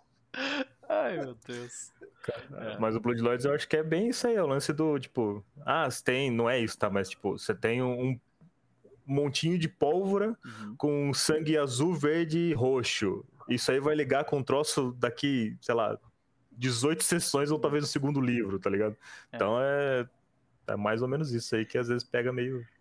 Ai, meu Deus. É. Mas o Bloodlords eu acho que é bem isso aí, é o lance do, tipo... Ah, você tem... Não é isso, tá? Mas, tipo, você tem um montinho de pólvora Uhum. com sangue azul, verde e roxo. Isso aí vai ligar com um troço daqui, sei lá, dezoito sessões ou talvez o segundo livro, tá ligado? É. Então é, é mais ou menos isso aí que às vezes pega meio...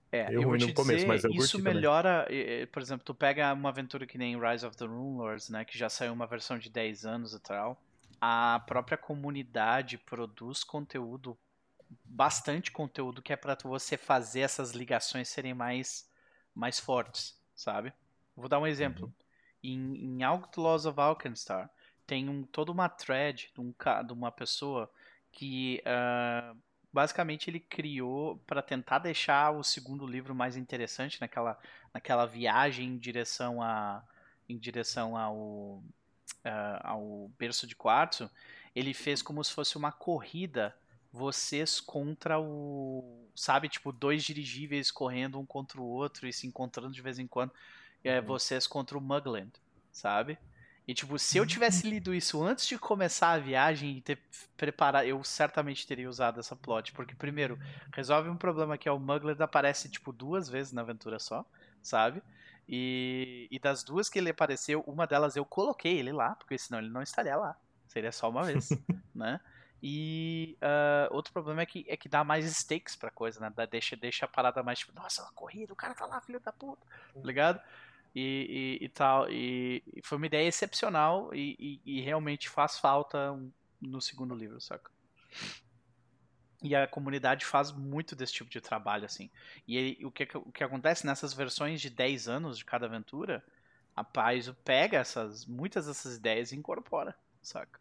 É, Eu eu vou ruim te no começo, dizer, mas eu isso curti também. melhora, eh, eh, por exemplo, tu pega uma aventura que nem Rise of the Runelords, né, que já saiu uma versão de dez anos e tal, a própria comunidade produz conteúdo, bastante conteúdo que é pra tu- você fazer essas ligações serem mais, mais fortes, sabe? Vou dar um exemplo. Em, em Outlaws of Alkenstar, tem um, toda uma thread de, um, ca- de uma pessoa que ah, basicamente ele criou para tentar deixar o segundo livro mais interessante naquela, naquela viagem em direção a em direção ao ah, ao berço de quartzo. Ele fez como se fosse uma corrida, vocês contra o, sabe, tipo dois dirigíveis correndo um contra o outro e se encontrando de vez em quando, é, vocês contra o Mugland, sabe? E tipo, se eu tivesse lido isso antes de começar a viagem e ter preparado, eu certamente teria usado essa plot, porque primeiro, resolve um problema que é o Mugland aparece tipo duas vezes na aventura só, sabe? E, e das duas que ele apareceu, uma delas eu coloquei ele lá, porque senão ele não estaria lá. Seria só uma vez, né? E ah, outro problema é que, é que dá mais stakes pra coisa, né? Dá- Deixa, deixa a parada mais tipo, nossa, uma corrida, o cara tá lá, filho da puta, tá ligado? E, e, e tal. E, e foi uma ideia excepcional e, e- e realmente faz falta um- no segundo livro, saca? E a comunidade faz muito desse tipo de trabalho, assim. E aí, o, que, o que acontece nessas versões de dez anos de cada aventura, a Paizo pega essas, muitas dessas ideias e incorpora, saca?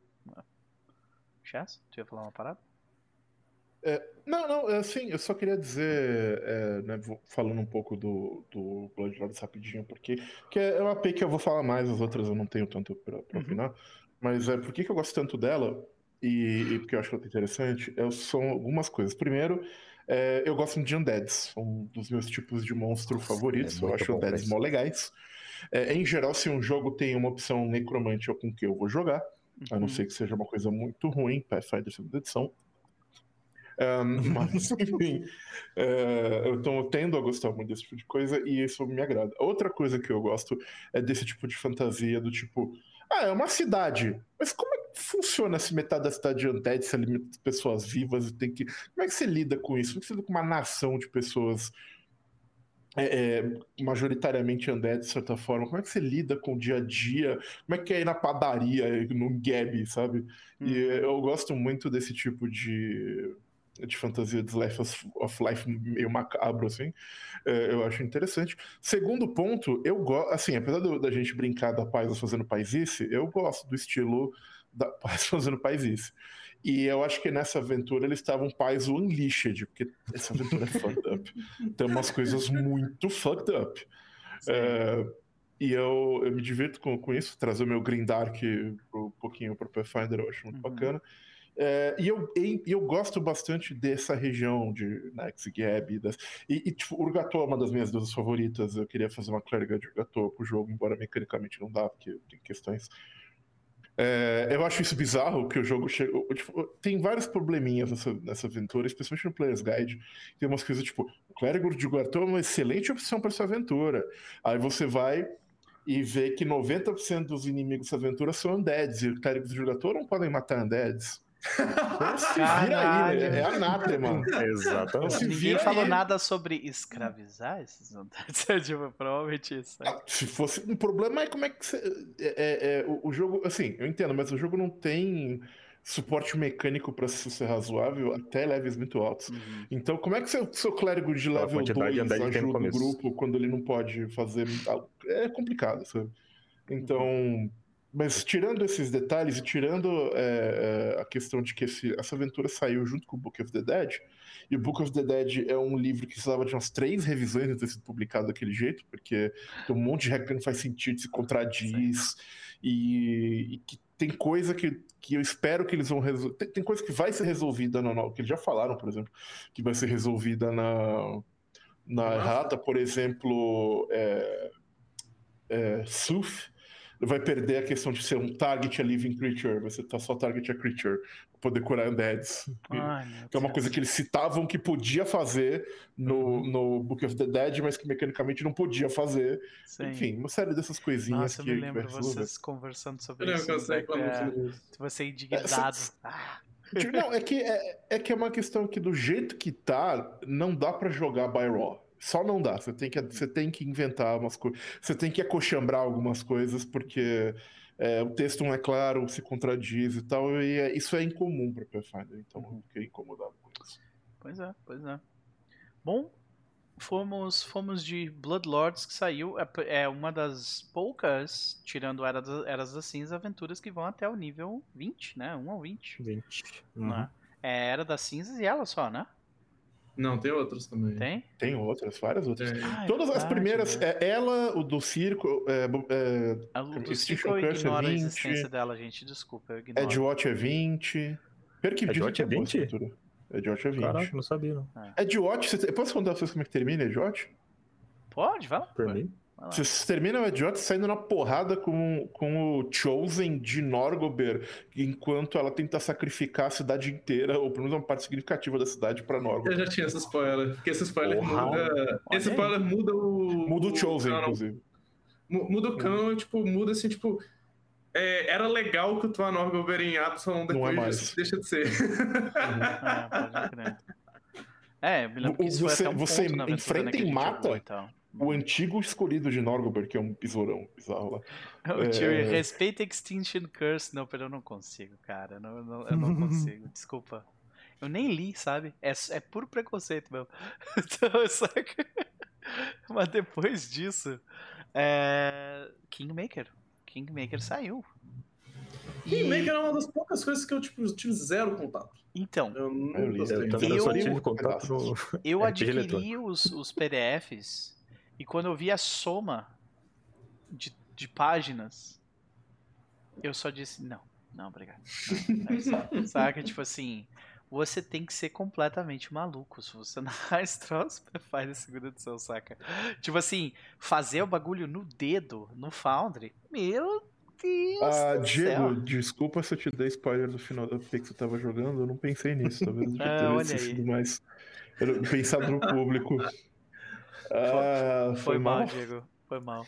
Chess, tu ia falar uma parada? É, não, não, é assim, eu só queria dizer, é, né, vou- falando um pouco do, do Bloodlords rapidinho, porque que é uma P que eu vou falar mais, as outras eu não tenho tanto pra, pra Uhum. opinar, mas é, por que que eu gosto tanto dela e, e porque eu acho ela interessante, é, são algumas coisas. Primeiro, é, eu gosto de Undeads, um dos meus tipos de monstro favoritos, é eu muito acho bom Undeads mesmo. mó legais. É, em geral, se um jogo tem uma opção necromante, é com que eu vou jogar, a não Uhum. ser que seja uma coisa muito ruim, Pathfinder segunda edição. Um, mas, enfim, é, eu tô tendo a gostar muito desse tipo de coisa e isso me agrada. Outra coisa que eu gosto é desse tipo de fantasia, do tipo, ah, é uma cidade, mas como é que funciona se metade da cidade é undead, se alimenta de pessoas vivas e tem que. Como é que você lida com isso? Como é que você lida com uma nação de pessoas é, é, majoritariamente undead, de certa forma? Como é que você lida com o dia a dia? Como é que é ir na padaria, no Gab, sabe? E Uhum. eu gosto muito desse tipo de de fantasia de Life of Life meio macabro, assim, é, eu acho interessante. Segundo ponto, eu gosto, assim, apesar do, da gente brincar da Paz fazendo paisice, eu gosto do estilo da Paz fazendo paisice. E eu acho que nessa aventura eles estavam Paz Unleashed, porque essa aventura é fucked up. Tem umas coisas muito fucked up. É, e eu, eu me divirto com, com isso, trazer o meu Green Dark um pouquinho para o Pathfinder, eu acho muito Uhum. bacana. É, e, eu, e eu gosto bastante dessa região de Naxigab. E, e, e tipo, Urgató é uma das minhas deusas favoritas. Eu queria fazer uma clériga de Urgató pro jogo, embora mecanicamente não dá, porque tem questões. É, eu acho isso bizarro, que o jogo chega. Tipo, tem vários probleminhas nessa, nessa aventura, especialmente no Player's Guide. Tem umas coisas tipo: o clérigo de Urgató é uma excelente opção para essa aventura. Aí você vai e vê que noventa por cento dos inimigos dessa aventura são undeads, e os clérigos de Urgató não podem matar undeads. Então se vira aí, né? É anátema. Exatamente. Se Ninguém vira falou aí. nada sobre escravizar esses undeads. tipo, provavelmente isso. Né? Ah, se fosse. O problema é como é que você. É, é, é, o, o jogo. Assim, eu entendo, mas o jogo não tem suporte mecânico para ser razoável até levels muito altos. Uhum. Então, como é que seu, seu clérigo de Pela level quantidade de dois undead que tem no ajuda o começo. grupo quando ele não pode fazer. algo? É complicado, sabe? Então. Uhum. Mas tirando esses detalhes e tirando é, é, a questão de que esse, essa aventura saiu junto com o Book of the Dead, e o Book of the Dead é um livro que precisava de umas três revisões antes de ter sido publicado daquele jeito, porque tem um monte de regra que não faz sentido, se contradiz, e, e que tem coisa que, que eu espero que eles vão resolver. Tem, tem coisa que vai ser resolvida, no, no, que eles já falaram, por exemplo, que vai ser resolvida na, na errata, por exemplo, é, é, Sooth vai perder a questão de ser um target a living creature, vai ser só target a creature, pra poder curar undeads. Ai, meu que é uma Deus. coisa que eles citavam que podia fazer no, Uhum. no Book of the Dead, mas que mecanicamente não podia fazer. Sim. Enfim, uma série dessas coisinhas Nossa, eu que, me que vai lembro resolver. vocês conversando Eu sobre lembro isso. que eu sei Zach, quando é, eu fiz isso. você É, indignado. cê- Ah, Não, é que é, é que é uma questão que do jeito que tá, não dá pra jogar by raw. Só não dá. Você tem que, você tem que inventar umas coisas. Você tem que acochambrar algumas coisas, porque é, o texto não é claro, se contradiz e tal. E é, isso é incomum pra Pathfinder. Então eu fiquei incomodado com isso. Pois é, pois é. Bom, fomos, fomos de Bloodlords, que saiu. É, é uma das poucas, tirando Era das, Eras das Cinzas, aventuras que vão até o nível vinte, né? um ao vinte. vinte. Não Uhum. é? É Era das Cinzas e ela só, né? Não, tem outros também. Tem? Tem outras, várias outras. Tem. Ah, é Todas as verdade, primeiras, né? é, ela, o do circo, é, é, A do Extinction Circo eu Curse é ignoro a vinte, existência dela, gente. Desculpa, eu ignoro. Edgewatch é vinte. Pior que dizem Edgewatch que é é boa vinte? essa aventura. Edgewatch é vinte. Caraca, não sabia, não. Edgewatch, você- eu posso contar pra vocês como é que termina Edgewatch? Pode, vai lá. Por vai. mim. Vai lá. Vocês terminam o Edgewatch saindo na porrada com, com o Chosen de Norgober, enquanto ela tenta sacrificar a cidade inteira, ou pelo menos uma parte significativa da cidade, pra Eu Norgober. já tinha esse spoiler. Porque esse spoiler Porra. muda. Esse Olha aí. spoiler muda o. Muda o Chosen, canon. inclusive. Mu- Muda o canon, tipo, muda assim, tipo. é, era legal que o Tuan Norgober em Absalom, Não é depois mais. disso deixa de ser. É, pode crer. É, eu me lembro que isso Você- foi até um você ponto na aventura, enfrenta né, que a e gente mata jogou e tal. O antigo escolhido de Norgober, que é um besourão bizarro lá. O tio, É. respeita Extinction Curse. Não, pera, eu não consigo, cara. Eu não, não- eu não consigo, desculpa. Eu nem li, sabe? É, é puro preconceito, meu. Então, saca? Mas depois disso, é... Kingmaker. Kingmaker saiu. E- Kingmaker é uma das poucas coisas que eu tipo, tive zero contato. Então, Eu não Eu li. gostei. Eu também Eu- só tive contato no. eu R P G adquiri os, os P D Fs e quando eu vi a soma de, de páginas, eu só disse, não, não, obrigado. Não, é isso. Saca? Tipo assim, você tem que ser completamente maluco se você narrar esse troço Pathfinder segunda edição, saca? Tipo assim, fazer o bagulho no dedo, no Foundry, meu Deus Ah, do Diego, céu. desculpa se eu te dei spoiler do final da P que você tava jogando, eu não pensei nisso, talvez eu Ah, tivesse olha aí. sido mais eu- pensado no público. Ah, Foi mal, Diego. Foi mal.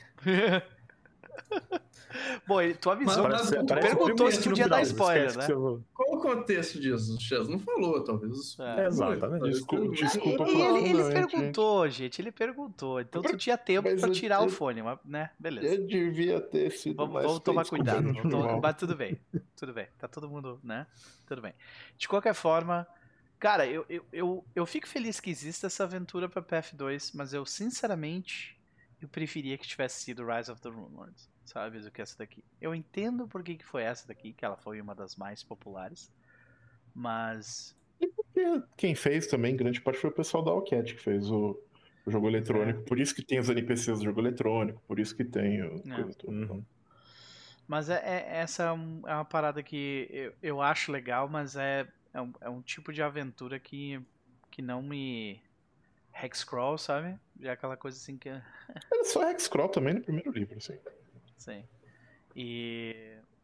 Bom, ele- tu avisou, Mas- tu, mas- tu parece perguntou um se no podia final, dar spoiler, esquece né? que eu- Qual o contexto disso? O Chaz não falou, talvez. É. Exatamente. Desculpa, desculpa E ele, ele profundamente, perguntou, gente, ele perguntou. Então tu tinha tempo Mas pra eu- tirar o eu- fone, mas, né? Beleza. Eu devia ter sido Vamos, mais vamos tomar desculpa, cuidado. não vamos foi tomar- mal. Mas tudo bem. Tudo bem. Tá todo mundo, né? Tudo bem. De qualquer forma, cara, eu, eu, eu, eu fico feliz que exista essa aventura pra P F dois, mas eu, sinceramente, eu preferia que tivesse sido Rise of the Runelords, sabe? Do que essa daqui. Eu entendo por que que foi essa daqui, que ela foi uma das mais populares, mas... E quem fez também, grande parte, foi o pessoal da Allcat que fez o, o jogo eletrônico. Por isso que tem os N P Cs do jogo eletrônico, por isso que tem o É. coisa toda. Uhum. Mas é, é- essa é um- é uma parada que eu, eu acho legal, mas é, é, um, é um tipo de aventura que, que não me hexcrawl, sabe? É aquela coisa assim que... Era só Hexcrawl também no primeiro livro, assim. Sim. E...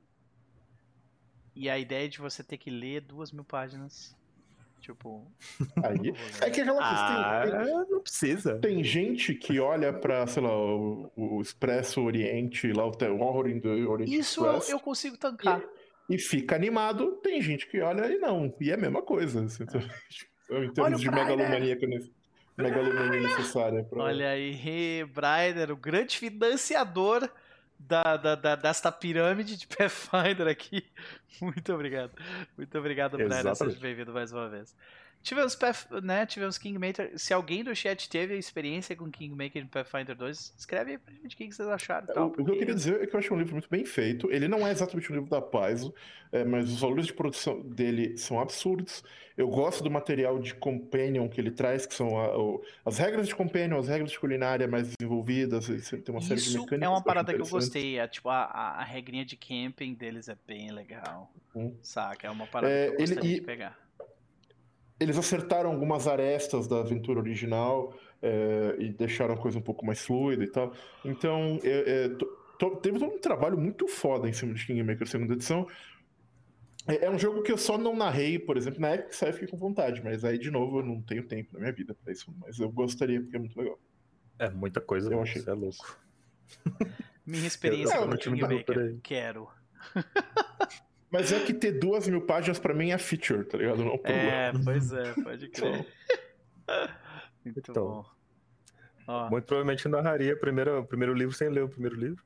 E a ideia de você ter que ler duas mil páginas, tipo... Aí, é que aquela Ah, questão. Tem, não precisa. tem gente que olha pra, sei lá, o, o Expresso Oriente, lá o, te- o Horror in the Orient Isso eu, Express, eu consigo tancar. e fica animado. Tem gente que olha e não. E é a mesma coisa. Assim, em termos Olha o de Brian. megalomania, que ne- megalomania necessária. Pra... Olha aí, Brider, o grande financiador da, da, da- desta pirâmide de Pathfinder aqui. Muito obrigado. Muito obrigado, Brider. Seja Exatamente. bem-vindo mais uma vez. Tivemos, Path, né, tivemos Kingmaker. Se alguém do chat teve a experiência com Kingmaker em Pathfinder dois, escreve aí pra gente o que que vocês acharam. e tal, O, o que eu porque- queria dizer é que eu achei um livro muito bem feito. Ele não é exatamente um livro da Paizo, é, mas os valores de produção dele são absurdos. Eu gosto do material de companion que ele traz, que são a- o- as regras de companion, as regras de culinária mais desenvolvidas. Ele tem uma série de Isso mecânicas. é uma acho parada que eu interessantes. gostei. É, tipo, a, a, a regrinha de camping deles é bem legal. Hum. Saca? É uma parada É, que eu ele- gostaria e- de pegar. Eles acertaram algumas arestas da aventura original é, e deixaram a coisa um pouco mais fluida e tal. Então, é, é, to- to- teve todo um trabalho muito foda em cima de Kingmaker segunda edição. É, é um jogo que eu só não narrei, por exemplo, na época que saiu eu fiquei com vontade, mas aí, de novo, eu não tenho tempo na minha vida pra isso. Mas eu gostaria, porque é muito legal. É muita coisa, Eu mano, achei. Você é louco. Minha experiência Eu- com eu- eu- Kingmaker. peraí. Quero. Mas é que ter duas mil páginas pra mim é feature, tá ligado? Não é um problema. É, pois é, pode crer. Muito Então. bom. Ó. Muito provavelmente eu narraria primeiro, o primeiro livro sem ler o primeiro livro.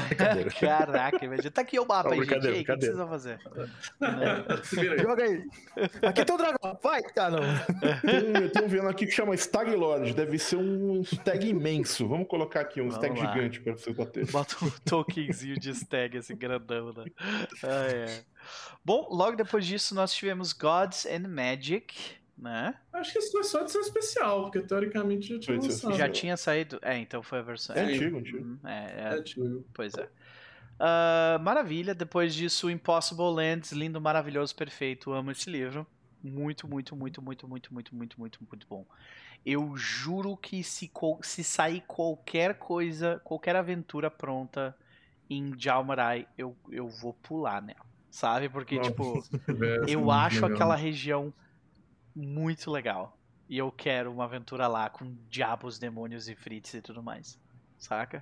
Caraca, imagina. Tá aqui o mapa Não, aí, gente. brincadeira, E aí, o que, que vocês brincadeira. vão fazer? Se vira aí. Joga aí! Aqui tem o dragão! Vai! Ah, não. Tem um, eu tenho um vilão aqui que chama Stag Lord. Deve ser um stag imenso. Vamos colocar aqui um Vamos stag lá. gigante pra vocês baterem. Bota um tokenzinho de stag, assim, grandão, né? Ah, é. Bom, logo depois disso nós tivemos Gods and Magic, né? Acho que isso foi só edição especial, porque teoricamente já tinha Foi edição lançado. Já Não. tinha saído. É, então foi a versão. É Sim. antigo, antigo. Uhum, é, É, é, tio. pois é. Ah, maravilha. Depois disso, Impossible Lands, lindo, maravilhoso, perfeito. Amo esse livro. Muito, muito, muito, muito, muito, muito, muito, muito, muito bom. Eu juro que se, co- se sair qualquer coisa, qualquer aventura pronta em Jalmarai, eu, eu vou pular nela. Sabe? Porque, Nossa, tipo, tivesse eu muito acho legal. aquela região muito legal. E eu quero uma aventura lá com diabos, demônios e frites e tudo mais. Saca?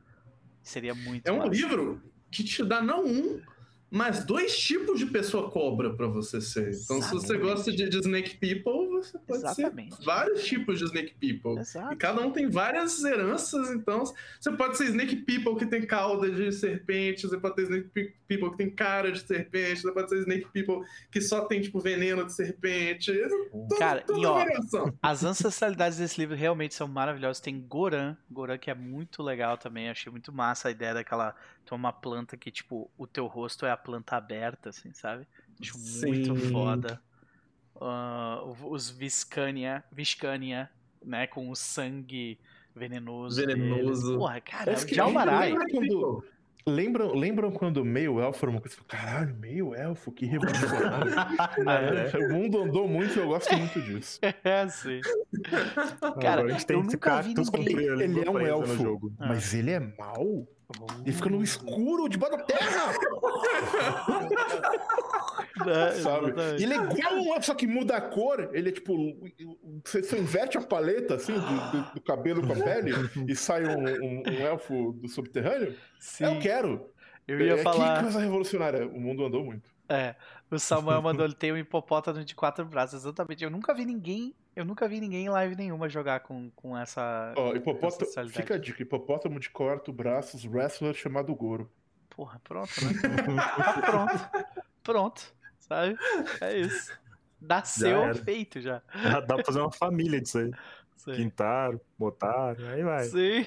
Seria muito É um massa. livro que te dá não um, mas dois tipos de pessoa cobra pra você ser. Então, se você Exatamente. gosta de, de Snake People, você pode Exatamente. ser vários tipos de Snake People. Exato. E cada um tem várias heranças, então você pode ser Snake People que tem cauda de serpente, você pode ter Snake Pe- People que tem cara de serpente, você pode ser Snake People que só tem, tipo, veneno de serpente. Toda, Cara, toda e ó, variação. as ancestralidades desse livro realmente são maravilhosas. Tem Goran, Goran que é muito legal também. Achei muito massa a ideia daquela. Tem uma planta que, tipo, o teu rosto é a planta aberta, assim, sabe? Acho muito Sim. foda. Ah, os Viscania, Viscania, né? Com o sangue venenoso. Venenoso. Deles. Porra, cara, Parece o que Jalmarai. lembra quando, lembram, lembram quando meio elfo era uma coisa? Caralho, meio elfo, que revolucionário. É. O mundo andou muito e eu gosto muito disso. É, sim. Cara, Agora a gente tem eu esse nunca vi Cactus com ninguém- a língua Ele é um presa no elfo, jogo. Ah. mas ele é mau. Ele fica no escuro, debaixo da terra, É, sabe? exatamente. Ele é igual um elfo, só que muda a cor. Ele é tipo... Você, você inverte a paleta, assim, do, do- do cabelo com a pele e sai um, um- um elfo do subterrâneo. Sim, Eu quero. eu ia É, falar. Que coisa revolucionária. O mundo andou muito. É, o Samuel mandou ele tem um hipopótamo de quatro braços, exatamente. Eu nunca vi ninguém, eu nunca vi ninguém em live nenhuma jogar com, com essa Ó, hipopótamo, ancestralidade. fica a dica, hipopótamo de quatro braços, wrestler chamado Goro. Porra, pronto, né? pronto, pronto, sabe? É isso. Nasceu era. feito já. Dá dá pra fazer uma família disso aí. Sim. Quintaro, Motaro, aí vai. Sim.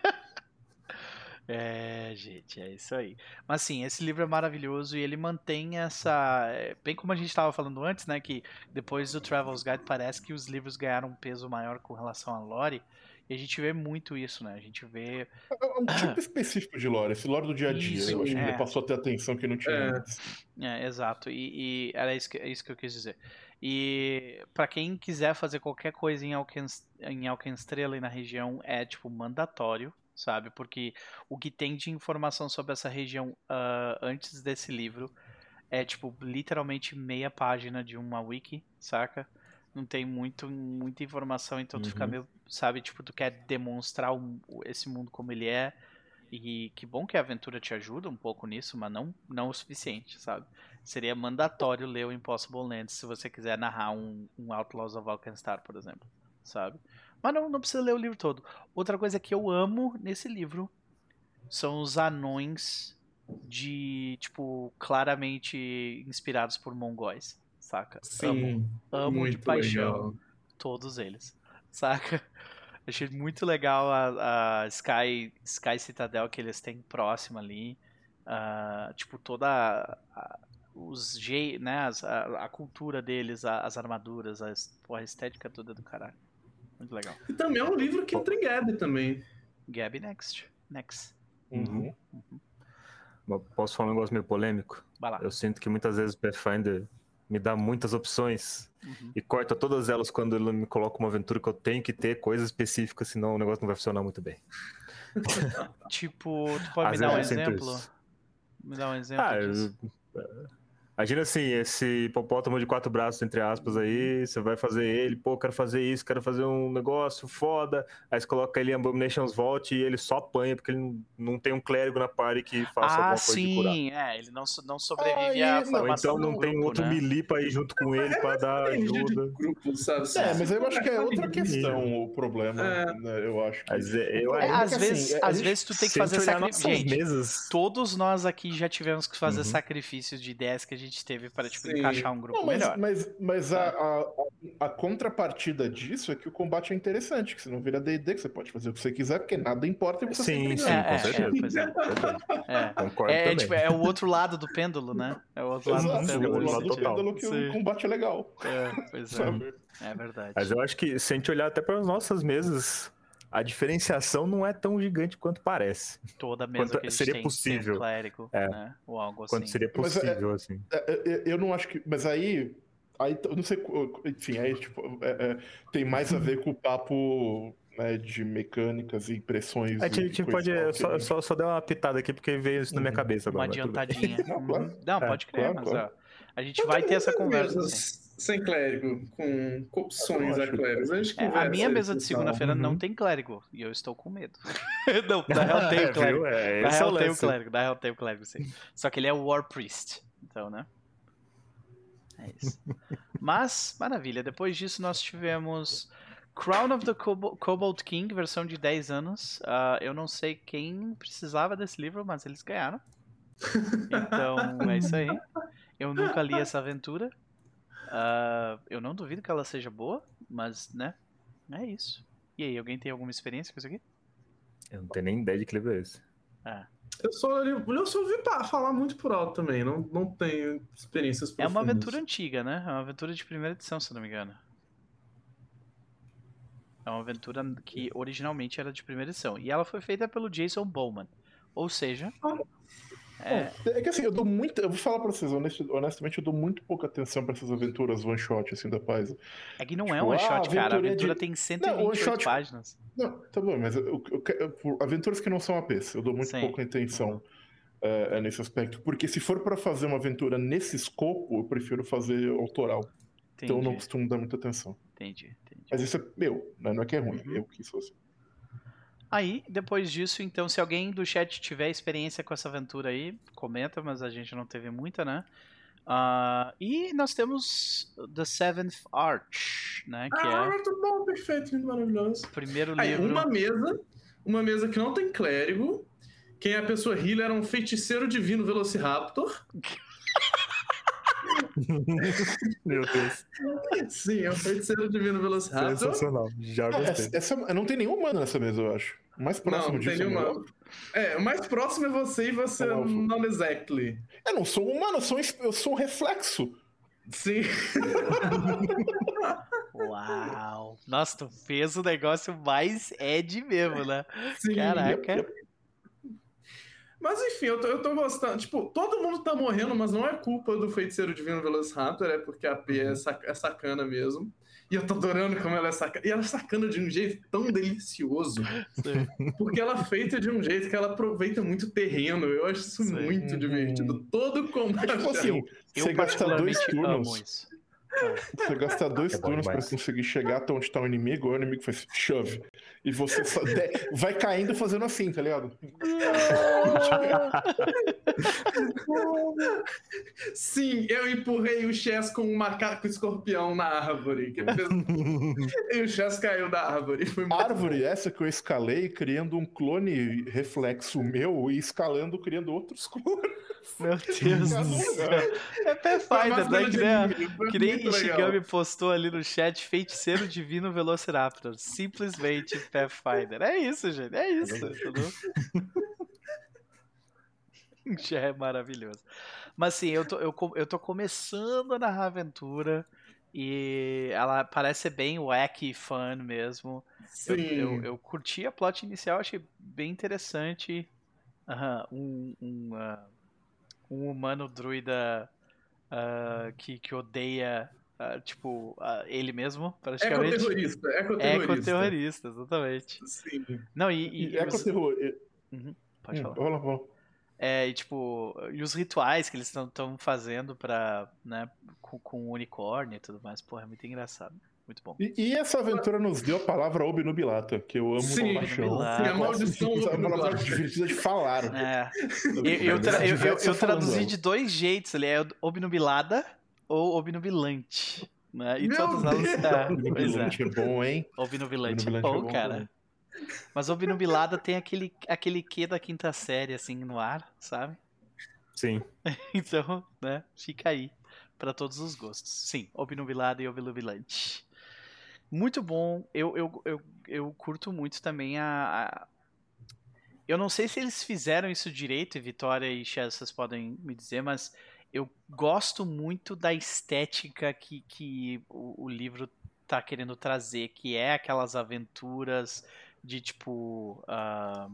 É, gente, é isso aí. Mas sim, esse livro é maravilhoso e ele mantém essa. é, Bem como a gente estava falando antes, né? Que depois do Travel's Guide parece que os livros ganharam um peso maior com relação à lore. E a gente vê muito isso, né? A gente vê. É um tipo específico de lore, esse lore do dia a dia. Isso, eu acho que é. ele passou a ter atenção que não tinha É. antes. É, exato. E, e era isso que, é isso que eu quis dizer. E pra quem quiser fazer qualquer coisa em Alken, em Alkenstrela e na região, é tipo mandatório, sabe? Porque o que tem de informação sobre essa região ah, antes desse livro é tipo literalmente meia página de uma wiki, saca? Não tem muito, muita informação, então tu fica Uhum. meio, sabe? Tipo, tu quer demonstrar um- esse mundo como ele é. E que bom que a aventura te ajuda um pouco nisso, mas não, não o suficiente, sabe? Seria mandatório ler o Impossible Lands se você quiser narrar um, um Outlaws of Alkenstar, por exemplo, sabe? Mas não, não precisa ler o livro todo. Outra coisa que eu amo nesse livro são os anões de, tipo, claramente inspirados por mongóis, saca? Amo, Sim, amo de muito paixão legal. todos eles, saca? Achei muito legal a, a Sky, Sky Citadel que eles têm próximo ali. ah, tipo, toda a, a- os je, né, as- a, a cultura deles, a- as armaduras, as, porra, a estética toda do caralho. Muito legal. E também é um livro que entra em Gab também. Gabi Next. Next. Uhum. Mas posso falar um negócio meio polêmico? Vai lá. Eu sinto que muitas vezes o Pathfinder me dá muitas opções Uhum. e corta todas elas quando ele me coloca uma aventura que eu tenho que ter coisas específicas, senão o negócio não vai funcionar muito bem. Tipo, tu pode Às me dar um vezes eu sinto exemplo? isso. Me dá um exemplo Ah, disso. eu- Imagina assim, esse hipopótamo de quatro braços, entre aspas, aí, você vai fazer ele, pô, quero fazer isso, quero fazer um negócio foda, aí você coloca ele em Abomination's Vault e ele só apanha, porque ele não tem um clérigo na party que faça Ah, alguma coisa de curar. sim, é, ele não, so- não sobrevive Ah, à e- não, Ou formação então do não tem um grupo, outro né? melee pra ir junto com ele pra dar Depende ajuda. de grupo, sabe? É, mas eu acho que é outra Ninguém. questão o problema, É. né? Eu acho que... Mas é, eu O É, problema é às que, assim, vezes, a às gente- vezes tu tem que se a fazer gente olhar sacrifício. nossas Gente, mesas... todos nós aqui já tivemos que fazer Uhum. sacrifícios de ideias que a gente teve para tipo, Sim. encaixar um grupo Não, mas, melhor. mas, mas a, a, a contrapartida disso é que o combate é interessante, que você não vira D e D, que você pode fazer o que você quiser, porque nada importa e você Sim, sempre sim, ganha. É, com é, certeza. é, pois é. Verdade. É, Concordo é, é, também. tipo, é o outro lado do pêndulo, né? É o outro lado Exato, do é pêndulo. o nesse lado do total. pêndulo que Sim. o combate é legal. É, pois é. Sabe? É verdade. Mas eu acho que se a gente olhar até para as nossas mesas, a diferenciação não é tão gigante quanto parece. Toda mesa quanto que a gente seria tem possível. tem um clérigo, É. né? Ou algo Quanto assim. seria Mas é- possível, assim. É, é, Eu não acho que. Mas aí. Aí eu não sei. Enfim, aí tipo, é, é, tem mais a ver com o papo, né, de mecânicas e impressões. A gente, a e gente coisa pode. e tal, Eu que só, a eu gente- só, só dei uma pitada aqui porque veio isso na minha Uhum. cabeça Uma agora. mas tudo bem. adiantadinha. Não, claro. Uhum. Não, É, pode crer, claro, mas claro. ó, a gente vai ter essa conversa mesas assim. sem clérigo, com opções Eu a acho- clérigos. A, gente É, a conversa minha mesa de isso e tal. segunda-feira não Uhum. tem clérigo. E eu estou com medo. Não, na real tem É, o viu? clérigo. É, Na esse é o real tem o lance. clérigo. Na real tem o clérigo, sim. Só que ele é o War Priest. Então, né? É isso. Mas, maravilha. Depois disso nós tivemos Crown of the Cobo- Cobalt King, versão de dez anos. Ah, eu não sei quem precisava desse livro, mas eles ganharam. Então, é isso aí. Eu nunca li essa aventura. Ah, eu não duvido que ela seja boa, mas, né? É isso. E aí, alguém tem alguma experiência com isso aqui? Eu não tenho nem ideia de que livro é esse. Ah, Eu só, eu só ouvi pa- falar muito por alto também, não, não tenho experiências é uma profundas. aventura antiga, né? É uma aventura de primeira edição, se eu não me engano. É uma aventura que originalmente era de primeira edição. E ela foi feita pelo Jason Bowman. Ou seja, é, Bom, é que assim, eu dou muito. Eu vou falar pra vocês, honest- honestamente, eu dou muito pouca atenção pra essas aventuras one shot, assim, da paz. é que não Tipo, é um one shot, ah, cara. A aventura aventura de- tem cento Não, e vinte e one oito shot- páginas. Não, tá bom, mas eu, eu, eu- por aventuras que não são A Ps, eu dou muito Sim. pouca atenção é, é, nesse aspecto. Porque se for pra fazer uma aventura nesse escopo, eu prefiro fazer autoral. Entendi, Então eu não costumo dar muita atenção. entendi, entendi. Mas isso é meu, né? Não é que é ruim, Uhum. eu que sou assim. Aí, depois disso, então, se alguém do chat tiver experiência com essa aventura aí, comenta, mas a gente não teve muita, né? Ah, e nós temos The Seventh Arch, né? Que Ah, é muito bom, perfeito, lindo, maravilhoso. o primeiro Aí, livro. uma mesa, uma mesa que não tem clérigo, quem é a pessoa healer era um feiticeiro divino Velociraptor. Meu Deus. Sim, é um feiticeiro divino Velociraptor. Sensacional. Já Ah, gostei. essa, essa- não tem nenhum humano nessa mesa, eu acho. O mais próximo Não, não tem disso é o nenhuma. meu. É, o mais próximo é você e você É o elfo. não exactly. Eu não sou um humano, eu sou um, es- eu sou um reflexo. Sim. Uau! Nossa, tu fez o negócio mais Ed mesmo, né? Sim. Caraca. Mas enfim, eu tô, eu tô gostando. Tipo, todo mundo tá morrendo, mas não é culpa do feiticeiro divino Velociraptor, é porque a P é, sac- é sacana mesmo. E eu tô adorando como ela é sacana. E ela é sacana de um jeito tão delicioso. Sim. Porque ela é feita de um jeito que ela aproveita muito terreno. Eu acho isso Sim. muito Uhum. divertido. Todo combate. É tipo assim, Eu você gastar dois particularmente amo turnos. isso. Você gastar dois É bom turnos pra demais. conseguir chegar até onde tá o inimigo, o inimigo faz shove. E você só de- vai caindo fazendo assim, tá ligado? Sim, eu empurrei o Chess com um macaco escorpião na árvore. Que ele fez... e o Chess caiu da árvore. Foi muito Árvore essa que eu escalei criando um clone reflexo meu e escalando criando outros clones. Meu Deus do céu. É Pathfinder, né? Que nem, Foi que nem muito legal. Ishigami postou ali no chat, feiticeiro divino Velociraptor. Simplesmente Pathfinder. É isso, gente. É isso. Entendeu? Já é maravilhoso. Mas sim, eu tô, eu, co- eu tô começando a narrar a aventura e ela parece ser bem wacky e fun mesmo. Eu, Sim. eu, eu curti a plot inicial, achei bem interessante. Aham, um, um, ah, um humano druida ah, que, que odeia, ah, tipo, ah, ele mesmo, praticamente. Ecoterrorista. Ecoterrorista. Ecoterrorista, exatamente. Sim. Não, e, e, E e os- ecoterror. e- Uhum, pode Hum, falar. rola, rola. É, e, tipo, e os rituais que eles estão fazendo pra, né, com, com o unicórnio e tudo mais. Porra, é muito engraçado. Muito bom. E, e essa aventura nos deu a palavra obnubilata, que eu amo Sim, de paixão. Obnubilata. sim, a maldição É uma palavra obnubilata. divertida de falar. É. Eu, eu, tra- eu, eu- eu traduzi de dois jeitos, ele é obnubilada ou obnubilante. Né? E Meu todas elas. É, pois é. Obnubilante é bom, hein? Obnubilante é Obnubilante bom, é bom cara. também. Mas obnubilada tem aquele, aquele quê da quinta série, assim, no ar, sabe? Sim. Então, né, fica aí pra todos os gostos. Sim, obnubilada e obnubilante. Muito bom. Eu, eu, eu, eu curto muito também a, a- Eu não sei se eles fizeram isso direito, e Vitória e Chaz, vocês podem me dizer, mas eu gosto muito da estética que, que o, o livro tá querendo trazer, que é aquelas aventuras de tipo. ah,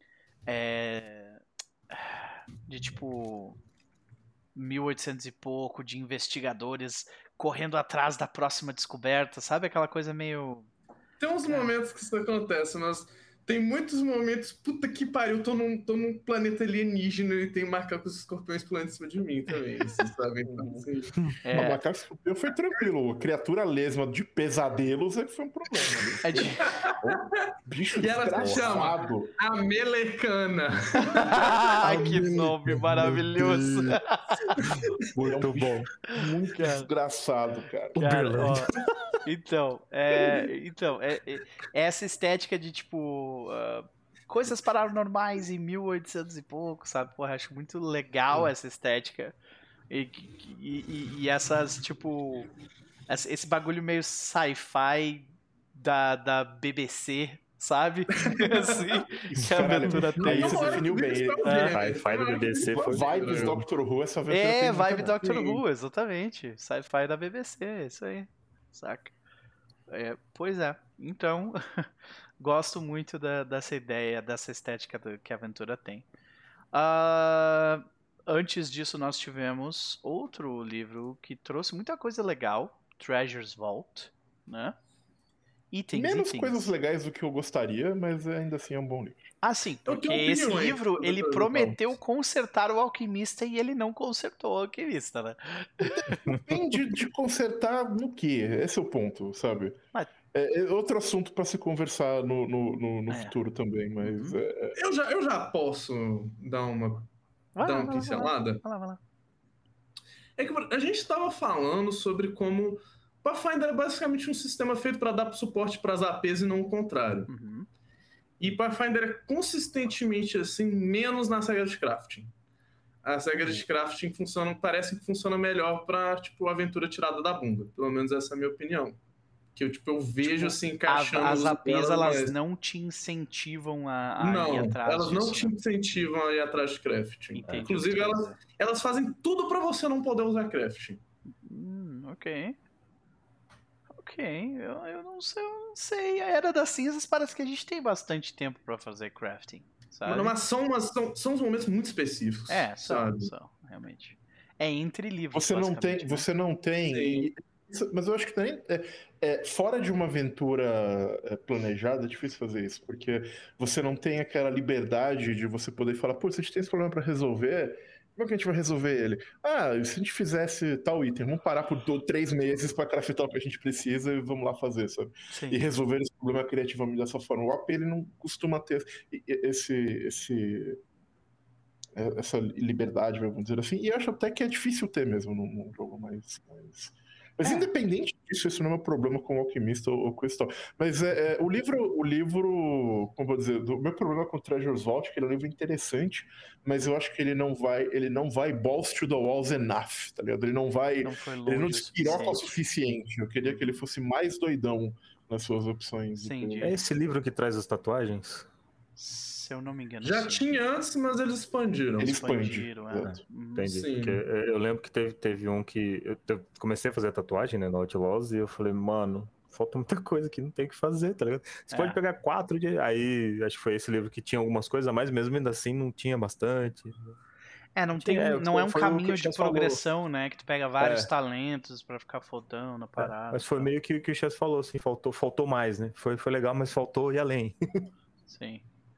é, de tipo. mil e oitocentos e pouco, de investigadores correndo atrás da próxima descoberta, sabe? Aquela coisa meio. Tem uns momentos que isso acontece, mas tem muitos momentos, puta que pariu, tô num, tô num planeta alienígena e tem macacos e escorpiões pulando em cima de mim também, assim, sabe? Então, assim, O É, macaco escorpião foi tranquilo. A criatura lesma de pesadelos é que foi um problema. né? é de... Bicho E ela se desgraçado. a Melecana. Ai, que nome maravilhoso. Muito É um bicho bom. Muito Cara. desgraçado, cara. Cara, Uberlândia. ó, então, é, então é, é- essa estética de tipo ah, coisas paranormais em mil e oitocentos e pouco, sabe? Porra, acho muito legal essa estética e, e, e- e essas tipo esse esse bagulho meio sci-fi da, da B B C, sabe? Assim, Isso, que a caralho. aventura É, tem. isso definiu bem. Sci-fi do B B C foi- Vibes Doctor Who, essa aventura É, tem muita vibe mesmo. Doctor Sim. Who, exatamente. Sci-fi da B B C, isso aí. Saca? É, pois é. Então, gosto muito da- dessa ideia, dessa estética do- que a aventura tem. Ah, antes disso, nós tivemos outro livro que trouxe muita coisa legal, Treasures Vault, né? Itens, Menos itens. coisas legais do que eu gostaria, mas ainda assim é um bom livro. Ah, sim, Eu porque tenho esse opiniões livro, sobre ele Treasures prometeu Vault. consertar o alquimista e ele não consertou o alquimista, né? Depende de consertar no quê? Esse é o ponto, sabe? Mas- É, é outro assunto para se conversar no, no, no, no É. futuro também, mas Uhum. é, Eu já, eu já posso dar uma, Vai dar lá, uma vai lá, vai lá. pincelada? Vai lá, vai lá. É que a gente estava falando sobre como Pathfinder é basicamente um sistema feito para dar suporte para as A Ps e não o contrário. Uhum. E Pathfinder é consistentemente assim, menos nas regras de crafting. As regras de crafting funcionam, parecem que funcionam melhor para tipo aventura tirada da bunda. Pelo menos essa é a minha opinião. Que eu tipo eu vejo Tipo, assim A- encaixando as os A Ps, delas, elas mas- não te incentivam a, a não, ir atrás elas não disso, te né? incentivam a ir atrás de crafting. Entendi o que Inclusive tu quer elas, dizer. elas fazem tudo para você não poder usar crafting. Hum, ok. Ok, eu, eu não sei, eu não sei. A Era das Cinzas parece que a gente tem bastante tempo pra fazer crafting, sabe? Mano, mas são, umas- são, são uns momentos muito específicos. É, são, sabe? são, realmente. É entre livros, você não tem, basicamente, né? você não tem. Sim. e- isso- mas eu acho que também é, é, fora de uma aventura é, planejada é difícil fazer isso, porque você não tem aquela liberdade de você poder falar, pô, se a gente tem esse problema pra resolver, como é que a gente vai resolver ele? Ah, e se a gente fizesse tal item, vamos parar por do, três meses pra craftar o que a gente precisa e vamos lá fazer, sabe? Sim. E resolver esse problema criativamente dessa forma. O A P ele não costuma ter esse, esse, essa liberdade, vamos dizer assim, e eu acho até que é difícil ter mesmo num, num jogo mais. mais... Mas É. independente disso, isso não é um problema com o Alquimista ou, ou com isso. tal. Mas é, é, o livro, o livro, como vou dizer, o meu problema com o Treasures Vault é que ele é um livro interessante, mas eu acho que ele não vai, ele não vai balls to the walls enough, tá ligado? Ele não vai, Não foi longe ele não o despiroca o suficiente. suficiente. Eu queria que ele fosse mais doidão nas suas opções. Entendi. É esse livro que traz as tatuagens? Se eu não me engano, Já sim. tinha antes, mas eles expandiram. Ele expande. Expandiram, é. Exato. Uhum. Entendi. Sim. Porque é, eu lembro que teve, teve um que. Eu te- comecei a fazer tatuagem, né, no Outlaws, e eu falei, mano, falta muita coisa aqui, não tem o que fazer, tá ligado? Você É. pode pegar quatro de. Aí acho que foi esse livro que tinha algumas coisas a mais, mesmo ainda assim não tinha bastante. É, não, tem, É, não é um foi o que o caminho de Chess falou. progressão, né? Que tu pega vários É. talentos pra ficar fodão na parada. Mas foi e tal. meio que o que o Chess falou, assim, faltou, faltou mais, né? Foi, foi legal, mas faltou ir além. Sim.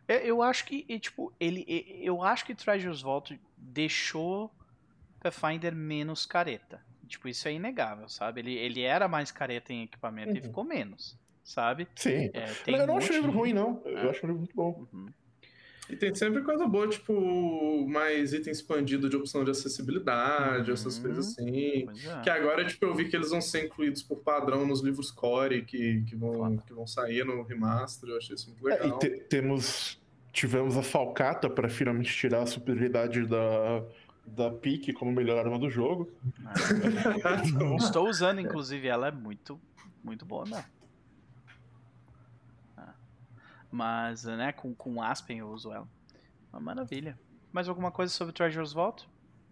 Eu, eu acho que, e, tipo, ele, e- eu acho que Treasure's Vault deixou Pathfinder menos careta. Tipo, isso é inegável, sabe? Ele, ele era mais careta em equipamento e Uhum. ficou menos, sabe? Sim. É, Eu, tem eu um não acho o monte livro de... ruim, não. Eu É. acho o livro muito bom. Uhum. E tem sempre coisa boa, tipo, mais item expandido de opção de acessibilidade, Uhum. essas coisas assim. Pois é. Que agora, tipo, eu vi que eles vão ser incluídos por padrão nos livros core que, que, vão, que vão sair no remaster. Eu achei isso muito É, e legal. te- temos. Tivemos a Falcata para finalmente tirar a superioridade da, da Pique como melhor arma do jogo. É. Estou usando, inclusive, ela é muito, muito boa, né? É. Mas, né, com, com Aspen eu uso ela. Uma maravilha. Mais alguma coisa sobre Treasure's Vault?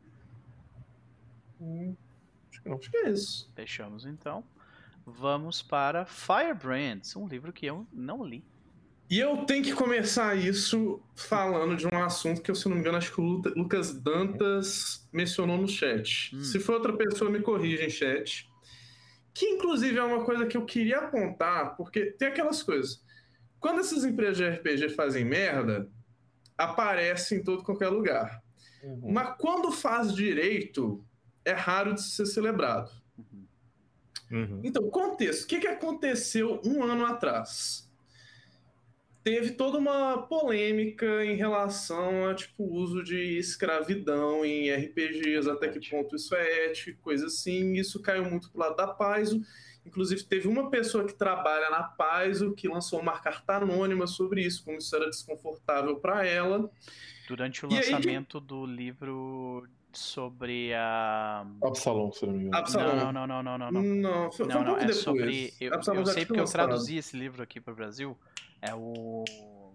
Hum, Acho que não. acho que é isso. Fechamos então. Vamos para Firebrands, um livro que eu não li. E eu tenho que começar isso falando de um assunto que, eu, se não me engano, acho que o Lu- Lucas Dantas mencionou no chat. Hum. Se for outra pessoa, me corrija em chat. Que, inclusive, é uma coisa que eu queria apontar, porque tem aquelas coisas. Quando essas empresas de R P G fazem merda, aparece em todo qualquer lugar. Uhum. Mas quando faz direito, é raro de ser celebrado. Uhum. Uhum. Então, contexto. O que, que aconteceu um ano atrás? Teve toda uma polêmica em relação a tipo uso de escravidão em R P Gs, até que ponto isso é ético, coisa assim. Isso caiu muito pro lado da Paizo. Inclusive, teve uma pessoa que trabalha na Paizo que lançou uma carta anônima sobre isso, como isso era desconfortável para ela. Durante o E aí que- lançamento do livro sobre a... Absalom, se não me engano. Absalom. Não, não, não, não, não, não. Não, foi, foi Não, um não, pouco é depois. sobre... Eu, Absalom eu já sei tinha porque eu lançado. traduzi esse livro aqui para o Brasil. É o...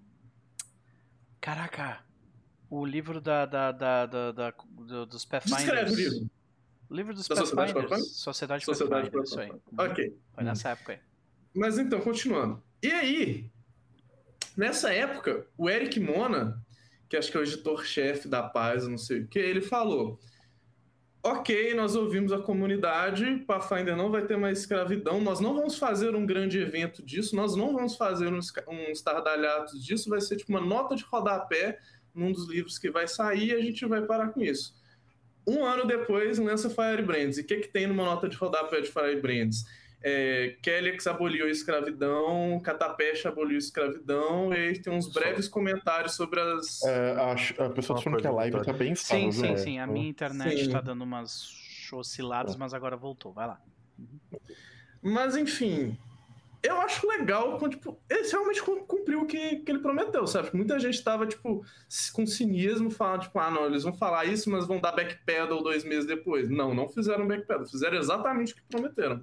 Caraca! O livro da, da, da, da, da- do- dos Pathfinders. Descreve o livro. O livro dos Da Sociedade Pathfinders. Pathfinder? Sociedade, Sociedade Pathfinder, isso aí. Pathfinder. Ok. Foi nessa época aí. Mas então, continuando. E aí, nessa época, o Eric Mona, que acho que é o editor-chefe da Paz, não sei o que, ele falou: ok, nós ouvimos a comunidade, Pathfinder não vai ter mais escravidão, nós não vamos fazer um grande evento disso, nós não vamos fazer um, um estardalhaço disso, vai ser tipo uma nota de rodapé num dos livros que vai sair e a gente vai parar com isso. Um ano depois, lança Firebrands. E o que, que tem numa nota de rodapé de Firebrands? É, Kellex aboliu a escravidão, Catapeste aboliu a escravidão, e aí tem uns breves comentários sobre as... É, a, a pessoa tá falando que a live tá bem estável, Sim, viu, sim, né? sim. A minha internet Sim. tá dando umas osciladas, mas agora voltou. Vai lá. Mas, enfim, eu acho legal quando, tipo, esse realmente cumpriu o que, que ele prometeu, sabe? Muita gente tava, tipo, com cinismo, falando, tipo, ah, não, eles vão falar isso, mas vão dar backpedal dois meses depois. Não, não fizeram backpedal, fizeram exatamente o que prometeram.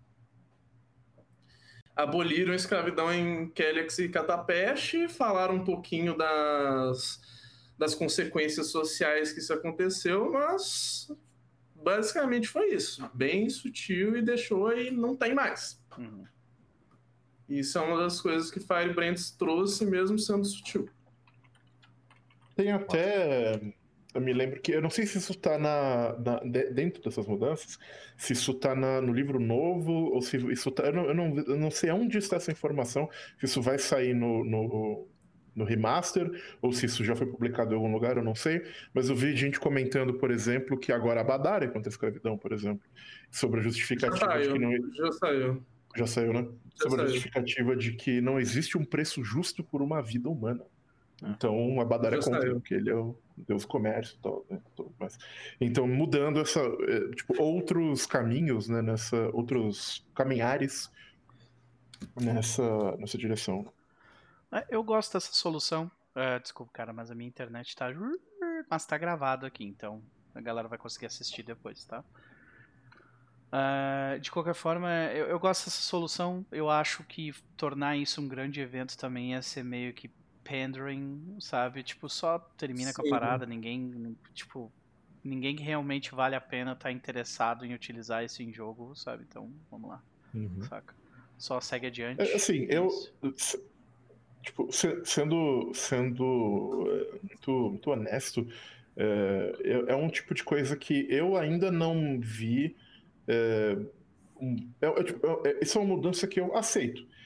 Aboliram a escravidão em Kellex e Catapeste, falaram um pouquinho das, das consequências sociais que isso aconteceu, mas basicamente foi isso. Bem sutil e deixou e não tem mais. Uhum. Isso é uma das coisas que Firebrands trouxe, mesmo sendo sutil. Tem até. Eu me lembro que. Eu não sei se isso tá na, na- de- dentro dessas mudanças, se isso tá na- no livro novo, ou se isso tá. Eu não, eu não, eu não sei onde está essa informação, se isso vai sair no, no, no remaster, ou se isso já foi publicado em algum lugar, eu não sei. Mas eu vi gente comentando, por exemplo, que agora a Badara é contra a escravidão, por exemplo. Sobre a Já justificativa de que saiu, não. já saiu. Já saiu, né? Já Sobre a saiu. justificativa de que não existe um preço justo por uma vida humana. Então a Badara é Já contra, saiu. porque ele é o deus do comércio e tal, né? Tudo mais. Então, mudando essa. eh, Tipo, outros caminhos, né? Nessa, outros caminhares nessa, nessa direção. É, eu gosto dessa solução. É, desculpa, cara, mas a minha internet tá. Mas tá gravado aqui, então a galera vai conseguir assistir depois, tá? É, de qualquer forma, eu, eu gosto dessa solução. Eu acho que tornar isso um grande evento também ia ser meio que pandering, sabe? Tipo, só termina com a Sim. parada, ninguém, tipo, ninguém que realmente vale a pena tá interessado em utilizar isso em jogo, sabe? Então, vamos lá, Uhum. saca? Só segue adiante. É, assim, eu. Isso. se- Tipo, se- sendo, sendo eh, muito, muito honesto, é, é- é um tipo de coisa que eu ainda não vi. É, um- é- é tipo, é- é- isso é uma mudança que eu aceito.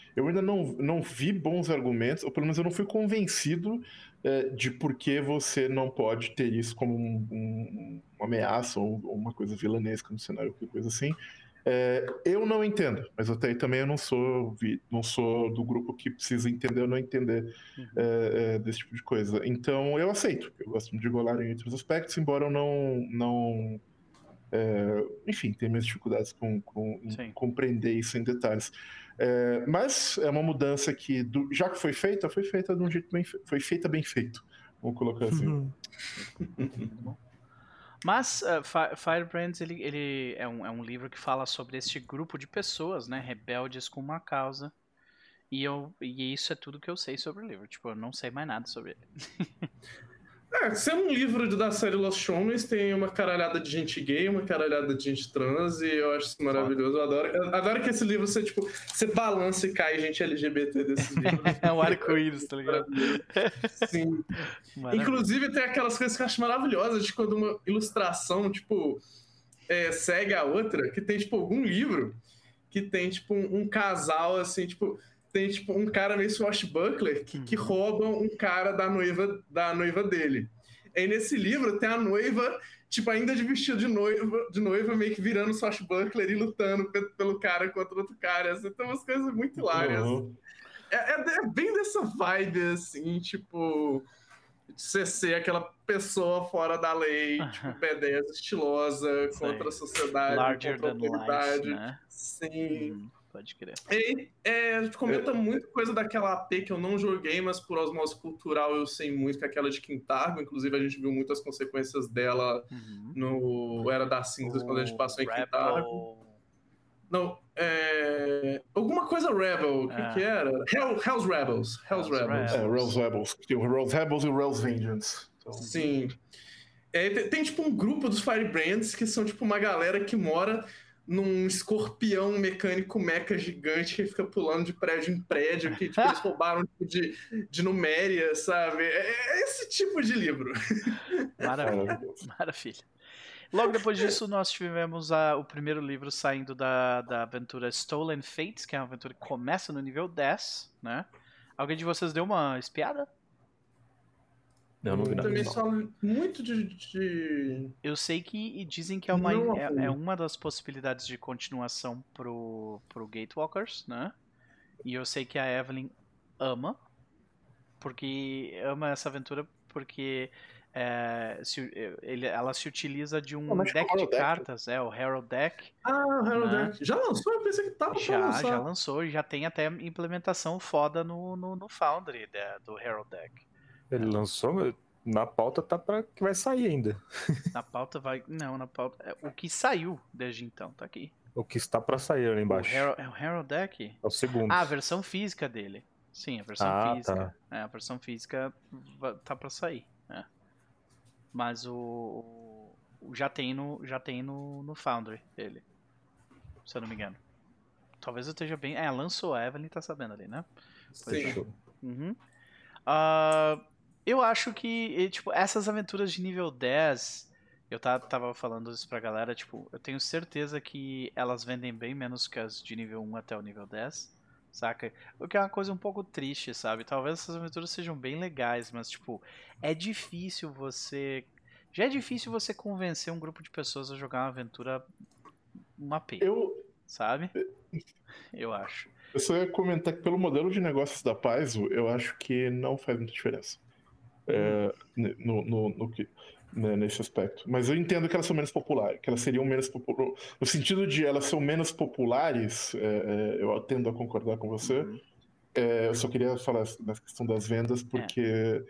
eu ainda não, não vi bons argumentos, ou pelo menos eu não fui convencido é, de por que você não pode ter isso como um, um, uma ameaça ou uma coisa vilanesca no cenário, qualquer coisa assim. É, eu não entendo, mas até aí também eu não sou, não sou do grupo que precisa entender ou não entender uhum. é, é, desse tipo de coisa. Então eu aceito, eu gosto de Golarion em outros aspectos, embora eu não... não é, enfim, tenha minhas dificuldades com, com em compreender isso em detalhes. É, mas é uma mudança que, do, já que foi feita, foi feita de um jeito bem feito. Foi feita bem feito, vamos colocar assim. Mas uh, Firebrands ele, ele é, um, é um livro que fala sobre este grupo de pessoas, né, rebeldes com uma causa. E, eu, e isso é tudo que eu sei sobre o livro. Tipo, eu não sei mais nada sobre ele. É, sendo um livro da série Lost Homens, tem uma caralhada de gente gay, uma caralhada de gente trans, e eu acho isso maravilhoso. Eu adoro, eu adoro que esse livro você, tipo, você balança e cai gente L G B T desses livros. É um arco-íris, tá ligado? Sim. Maravilha. Inclusive, tem aquelas coisas que eu acho maravilhosas, de quando uma ilustração, tipo, é, segue a outra, que tem, tipo, algum livro que tem, tipo, um, um casal, assim, tipo... Tem, tipo, um cara meio swashbuckler que, que rouba um cara da noiva, da noiva dele. Aí, nesse livro, tem a noiva, tipo, ainda de vestido de noiva, de noiva meio que virando swashbuckler e lutando pelo cara contra outro cara. Assim, tem umas coisas muito hilárias. Uhum. É, é, é bem dessa vibe, assim, tipo... De você ser aquela pessoa fora da lei, tipo, B dez, estilosa, Sei. contra a sociedade, Larger contra a autoridade. Life, né? Sim... Uhum. Pode crer. E, é, a gente comenta é. muita coisa daquela A P que eu não joguei, mas por osmose cultural eu sei muito, que é aquela de Quintargo. Inclusive, a gente viu muitas consequências dela uhum. no Era das Cinzas, quando a gente passou em Quintargo. Não, é... Alguma coisa Rebel, o é. que, que era? Hell, Hell's Rebels. Hell's, Hell's Rebels. É, Hell's Rebels. Tem o Hell's Rebels e o Hell's Vengeance. Então... Sim. É, tem, tem, tipo, um grupo dos Firebrands que são, tipo, uma galera que mora... num escorpião mecânico meca gigante que fica pulando de prédio em prédio, que tipo, eles roubaram tipo, de, de Numéria, sabe? É esse tipo de livro. Maravilha. Maravilha. Logo depois disso, nós tivemos a, o primeiro livro saindo da, da aventura Stolen Fates, que é uma aventura que começa no nível dez, né? Alguém de vocês deu uma espiada? Eu não vi nada. Também só muito de, de... Eu sei que dizem que é uma, é, é uma das possibilidades de continuação pro, pro Gatewalkers, né? E eu sei que a Evelyn ama, porque ama essa aventura porque é, se, ele, ela se utiliza de um deck de cartas, é o Herald Deck. Ah, o Herald né? Deck. Já lançou? Eu pensei que tava já, pra lançar. Já lançou e já tem até implementação foda no, no, no Foundry da, do Herald Deck. Ele é. lançou, na pauta tá pra que vai sair ainda. Na pauta vai, não, na pauta, o que saiu desde então, tá aqui. O que está pra sair ali embaixo. O Herald, é o Herald Deck? É o segundo. Ah, a versão física dele. Sim, a versão ah, física. Tá. É, a versão física tá pra sair. É. Mas o, o já tem no já tem no, no Foundry dele, se eu não me engano. Talvez eu esteja bem. É, lançou a Evelyn, tá sabendo ali, né? Sim. Uhum. Uh, eu acho que, tipo, essas aventuras de nível dez, eu tava falando isso pra galera, tipo, eu tenho certeza que elas vendem bem menos que as de nível um até o nível dez, saca? O que é uma coisa um pouco triste, sabe? Talvez essas aventuras sejam bem legais, mas, tipo, é difícil você... Já é difícil você convencer um grupo de pessoas a jogar uma aventura uma P, eu... sabe? Eu acho. Eu só ia comentar que pelo modelo de negócios da Paizo, eu acho que não faz muita diferença. É, no, no, no que, né, nesse aspecto. Mas eu entendo que elas são menos populares, que elas seriam menos populares. No sentido de elas são menos populares, é, é, eu tendo a concordar com você. Uhum. É, eu só queria falar na questão das vendas, porque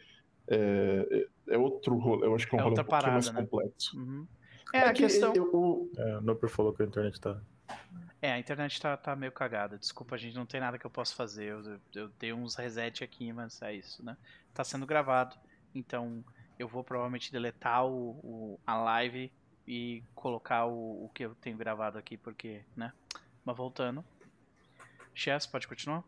é, é, é outro rolê. Eu acho que é um é rolê um pouquinho parada, mais né? complexo. Uhum. É, é a que questão. Eu, eu, é, o Noper falou que a internet tá. É, a internet tá, tá meio cagada. Desculpa, gente, não tem nada que eu possa fazer. Eu, eu, eu dei uns reset aqui, mas é isso, né? Tá sendo gravado. Então, eu vou provavelmente deletar o, o, a live e colocar o, o que eu tenho gravado aqui, porque, né? Mas voltando. Chess, pode continuar?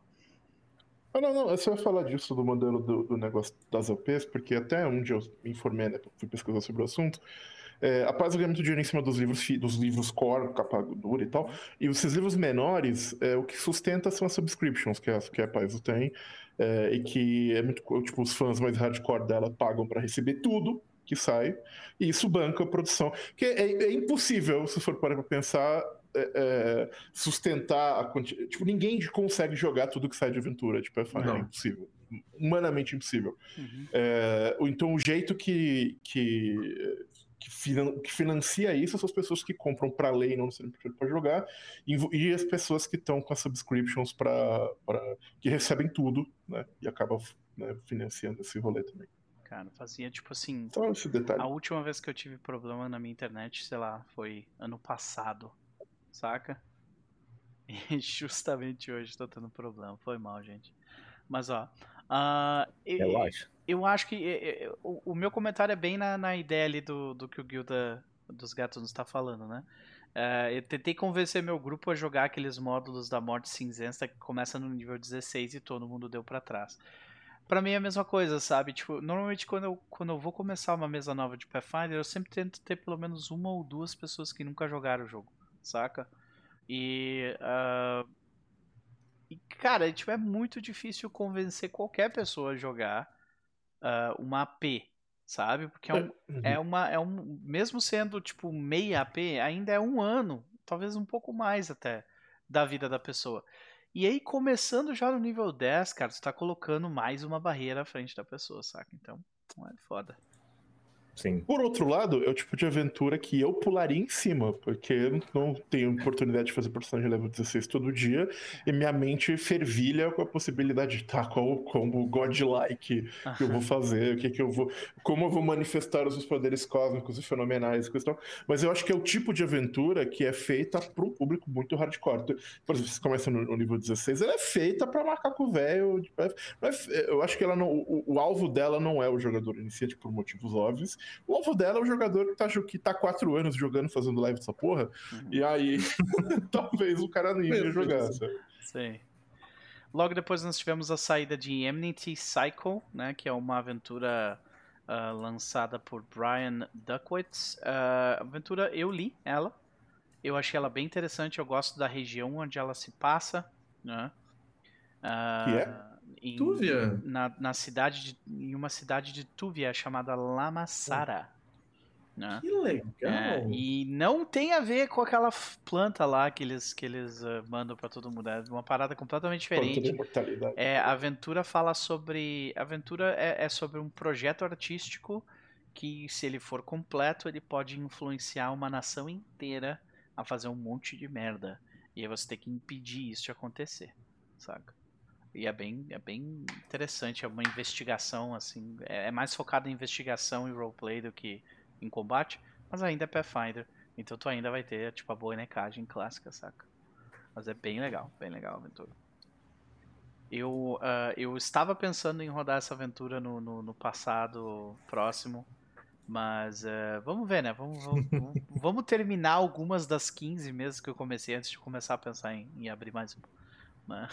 Ah, não, não. Eu só ia falar disso, do modelo do, do negócio das L Ps, porque até onde eu me informei, né? Fui pesquisar sobre o assunto. É, a Paizo ganha muito dinheiro em cima dos livros, dos livros core, capa dura e tal. E esses livros menores, é, o que sustenta são as subscriptions que a, que a Paizo tem. É, e que é muito. Tipo, os fãs mais hardcore dela pagam para receber tudo que sai. E isso banca a produção. Que é, é impossível, se for parar pra pensar. É, é, sustentar a quantidade. Tipo, ninguém consegue jogar tudo que sai de aventura. Tipo, é, é impossível. Humanamente impossível. Uhum. É, então, o jeito que, que, que, finan, que financia isso são as pessoas que compram para ler e não necessariamente para jogar, e, e as pessoas que estão com as subscriptions para que recebem tudo, né? E acabam, né, financiando esse rolê também. Cara, fazia tipo assim. Só esse detalhe. A última vez que eu tive problema na minha internet, sei lá, foi ano passado. Saca? E justamente hoje tô tendo problema. Foi mal, gente. Mas ó. Uh, eu, eu acho. Eu acho que eu, o, o meu comentário é bem na, na ideia ali do, do que o Guilda dos Gatos está falando, né? Uh, eu tentei convencer meu grupo a jogar aqueles módulos da Morte Cinzenta que começa no nível dezesseis e todo mundo deu pra trás. Pra mim é a mesma coisa, sabe? Tipo, normalmente quando eu, quando eu vou começar uma mesa nova de Pathfinder, eu sempre tento ter pelo menos uma ou duas pessoas que nunca jogaram o jogo. Saca? E, uh, e cara, tipo, é muito difícil convencer qualquer pessoa a jogar uh, uma A P, sabe? Porque é, um, uhum. é uma, é um, mesmo sendo tipo meia A P, ainda é um ano, talvez um pouco mais até, da vida da pessoa. E aí, começando já no nível dez, cara, você tá colocando mais uma barreira à frente da pessoa, saca? Então, é foda. Sim. Por outro lado, é o tipo de aventura que eu pularia em cima, porque eu não tenho oportunidade de fazer personagem level dezesseis todo dia, e minha mente fervilha com a possibilidade de tá, qual combo godlike que eu vou fazer, o que que eu vou, como eu vou manifestar os meus poderes cósmicos e fenomenais, e coisa e tal. Mas eu acho que é o tipo de aventura que é feita para um público muito hardcore. Por exemplo, você começa no, no nível dezesseis, ela é feita para macaco velho. Eu acho que ela não, o, o alvo dela não é o jogador iniciante por motivos óbvios. O alvo dela é o jogador que tá, que tá quatro anos jogando, fazendo live dessa porra, uhum. E aí talvez o cara não ia jogar, sabe? Sim. Logo depois nós tivemos a saída de Enmity Cycle, né, que é uma aventura uh, lançada por Brian Duckwitz. Uh, a aventura, eu li ela, eu achei ela bem interessante, eu gosto da região onde ela se passa, né? Uh, que é? Em, Túvia? Na, na cidade de, em uma cidade de Túvia chamada Lamaçara. Né? Que legal! É, e não tem a ver com aquela planta lá que eles, que eles uh, mandam pra todo mundo. É uma parada completamente diferente. É, a aventura fala sobre. A aventura é, é sobre um projeto artístico que, se ele for completo, ele pode influenciar uma nação inteira a fazer um monte de merda. E aí você tem que impedir isso de acontecer, saca? E é bem, é bem interessante, é uma investigação, assim, é, é mais focado em investigação e roleplay do que em combate, mas ainda é Pathfinder, então tu ainda vai ter, tipo, a bonecagem clássica, saca? Mas é bem legal, bem legal a aventura. Eu, uh, eu estava pensando em rodar essa aventura no, no, no passado próximo, mas uh, vamos ver, né? Vamos, vamos, vamos terminar algumas das quinze mesas que eu comecei antes de começar a pensar em, em abrir mais uma.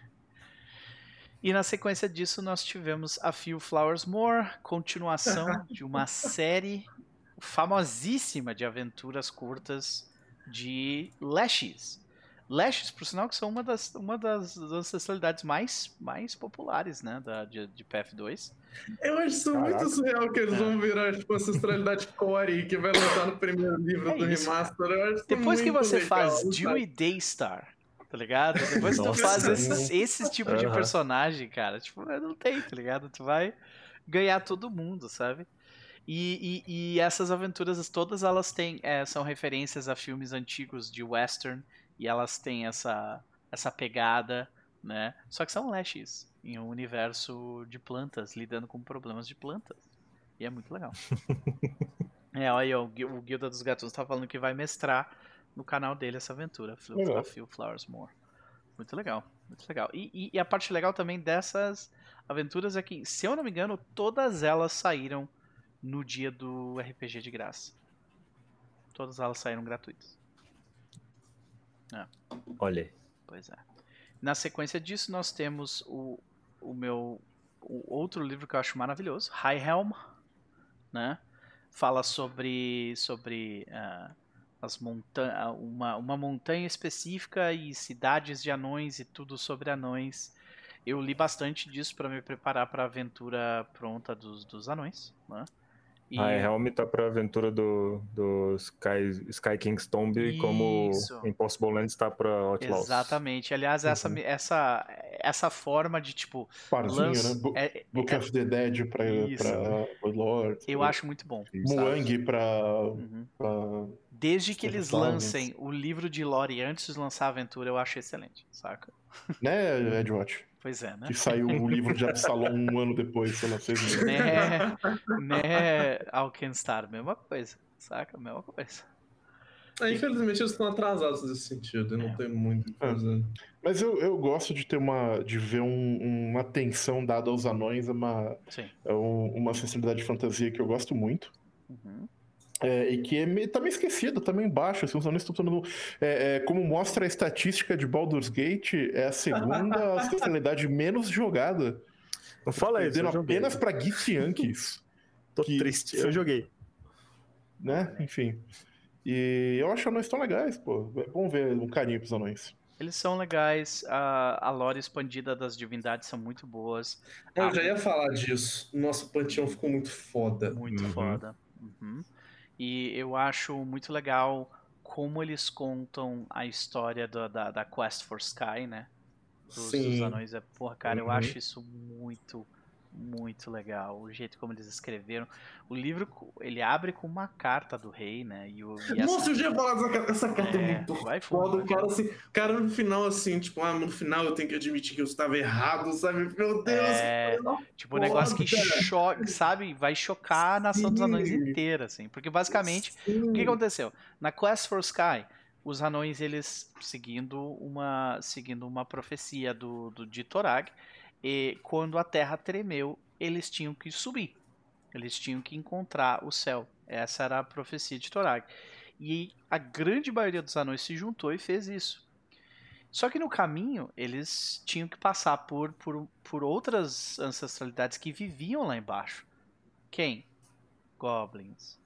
E na sequência disso nós tivemos A Few Flowers More, continuação de uma série famosíssima de aventuras curtas de Lashes. Lashes, por sinal, que são uma das, uma das, das ancestralidades mais, mais populares, né, da, de, de P F dois. Eu acho isso Caraca. muito surreal que eles é. vão virar tipo ancestralidade core que vai lançar no primeiro livro é do isso, remaster. Eu acho Depois que você legal, faz Dewey Daystar, tá ligado? Depois que tu faz esses, esses tipos uhum. de personagem, cara, tipo, não tem, tá ligado? Tu vai ganhar todo mundo, sabe? E, e, e essas aventuras, todas elas têm, é, são referências a filmes antigos de western, e elas têm essa, essa pegada, né? Só que são Lashes, em um universo de plantas, lidando com problemas de plantas. E é muito legal. É, olha, o, o Guilda dos Gatunos tá falando que vai mestrar no canal dele essa aventura, A Few Flowers More. Muito legal, muito legal. E, e, e a parte legal também dessas aventuras é que, se eu não me engano, todas elas saíram no dia do R P G de graça. Todas elas saíram gratuitas. É. Olha. Pois é. Na sequência disso, nós temos o, o meu o outro livro que eu acho maravilhoso, High Helm, né? fala sobre, sobre uh, as monta uma, uma montanha específica e cidades de anões e tudo sobre anões. Eu li bastante disso para me preparar para a aventura pronta dos, dos anões, né? E... A Helm tá pra aventura do, do Sky, Sky King's Tomb, como Isso. Impossible Lands tá pra Outlaws. Exatamente. Aliás, essa, Uhum. essa, essa forma de, tipo... Parzinho, lança- né? Bo é- Book é- of the Dead pra, Isso. pra Lord. eu acho muito bom. sabe? Muang pra, Uhum. pra... Desde que Stranger eles Things. lancem o livro de lore antes de lançar a aventura, eu acho excelente, saca? Né, Edward? Pois é, né? Que saiu o livro de Absalom um ano depois, sei lá, seis meses. Né, né, Alkenstar, mesma coisa, saca? Mesma coisa. É, infelizmente eles estão atrasados nesse sentido, e não É. tem muito o que É. fazer. Mas eu, eu gosto de ter uma. de ver um- uma atenção dada aos anões, é uma, Sim. é um- uma sensibilidade de fantasia que eu gosto muito. Uhum. É, e que é meio, tá meio esquecida, tá meio embaixo. Assim, os anões estão tornando. É, é, como mostra a estatística de Baldur's Gate, é a segunda sensibilidade menos jogada. Não fala isso, Perdendo eu joguei. apenas pra Githyanks. Tô que triste, são- eu joguei. Né? Enfim. E eu acho anões tão legais, pô. É bom ver um carinho pros anões. Eles são legais, a, a lore expandida das divindades são muito boas. Eu Ah, já ia falar disso. Nosso panteão ficou muito foda. Muito Uhum. foda. Uhum. E eu acho muito legal como eles contam a história da, da, da Quest for Sky, né? Dos, dos Sim. anões. É, porra, cara, eu Uhum. acho isso muito, muito legal. O jeito como eles escreveram. O livro, ele abre com uma carta do rei, né? E, o, e Nossa, essa... eu já ia falar dessa carta. Essa carta é, É, muito vai fundo, foda. vai O cara, fundo. assim, o cara no final, assim, tipo, ah, no final eu tenho que admitir que eu estava errado, sabe? Meu Deus. É, coisa tipo, um negócio que foda. choca, sabe? Vai chocar a nação dos anões Sim. inteira, assim. Porque basicamente, o que Sim. aconteceu? Na Quest for Sky, os anões, eles seguindo uma, seguindo uma profecia do, do de Torag, e quando a terra tremeu, eles tinham que subir. Eles tinham que encontrar o céu. Essa era a profecia de Torag. E a grande maioria dos anões se juntou e fez isso. Só que no caminho, eles tinham que passar por, por, por outras ancestralidades que viviam lá embaixo. Quem? Goblins,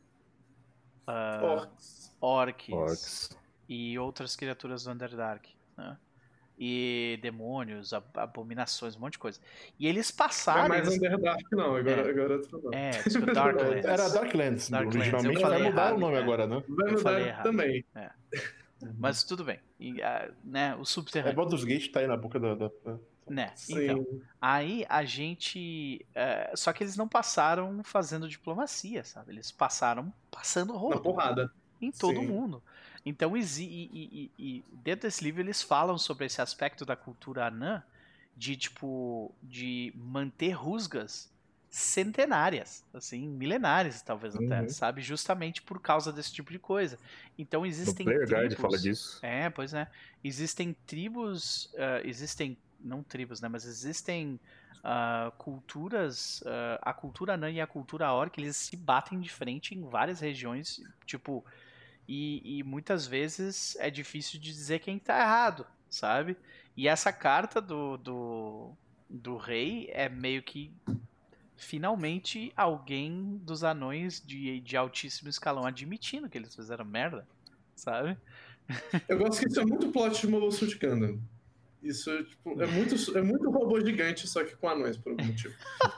Orcs. orcs, Orcs. e outras criaturas do Underdark, né? E demônios, ab- abominações, um monte de coisa. E eles Não é passaram. mais eles... Underdark, não. Agora, É. agora é outro nome. É, desculpa, Darklands. Era Darklands, Darklands, originalmente, eu vai falei mudar errado, o nome é. agora, né? Vai Eu falei mudar errado. também. É. Mas tudo bem. E, ah, né, o É, subterrâneo. Baldur's Gate tá aí na boca da. da- da- Né? Sim. Então, aí a gente. é, só que eles não passaram fazendo diplomacia, sabe? Eles passaram passando Na rodo porrada. em todo Sim. mundo. Então, exi- e, e- e- e dentro desse livro eles falam sobre esse aspecto da cultura anã de tipo de manter rusgas centenárias, assim, milenares talvez até, Uhum. sabe? Justamente por causa desse tipo de coisa. Então No existem Player Guide tribos. fala disso. É, pois é. Existem tribos, ah, existem, não tribos, né, mas existem ah, culturas, ah, a cultura anã e a cultura orc, eles se batem de frente em várias regiões, tipo, e, e muitas vezes é difícil de dizer quem tá errado, sabe? E essa carta do, do, do rei é meio que finalmente alguém dos anões de, de altíssimo escalão admitindo que eles fizeram merda, sabe? Eu gosto que isso é muito plot de Mobile Suit Gundam. Isso tipo, é, muito, é muito robô gigante, só que com anões, por algum motivo.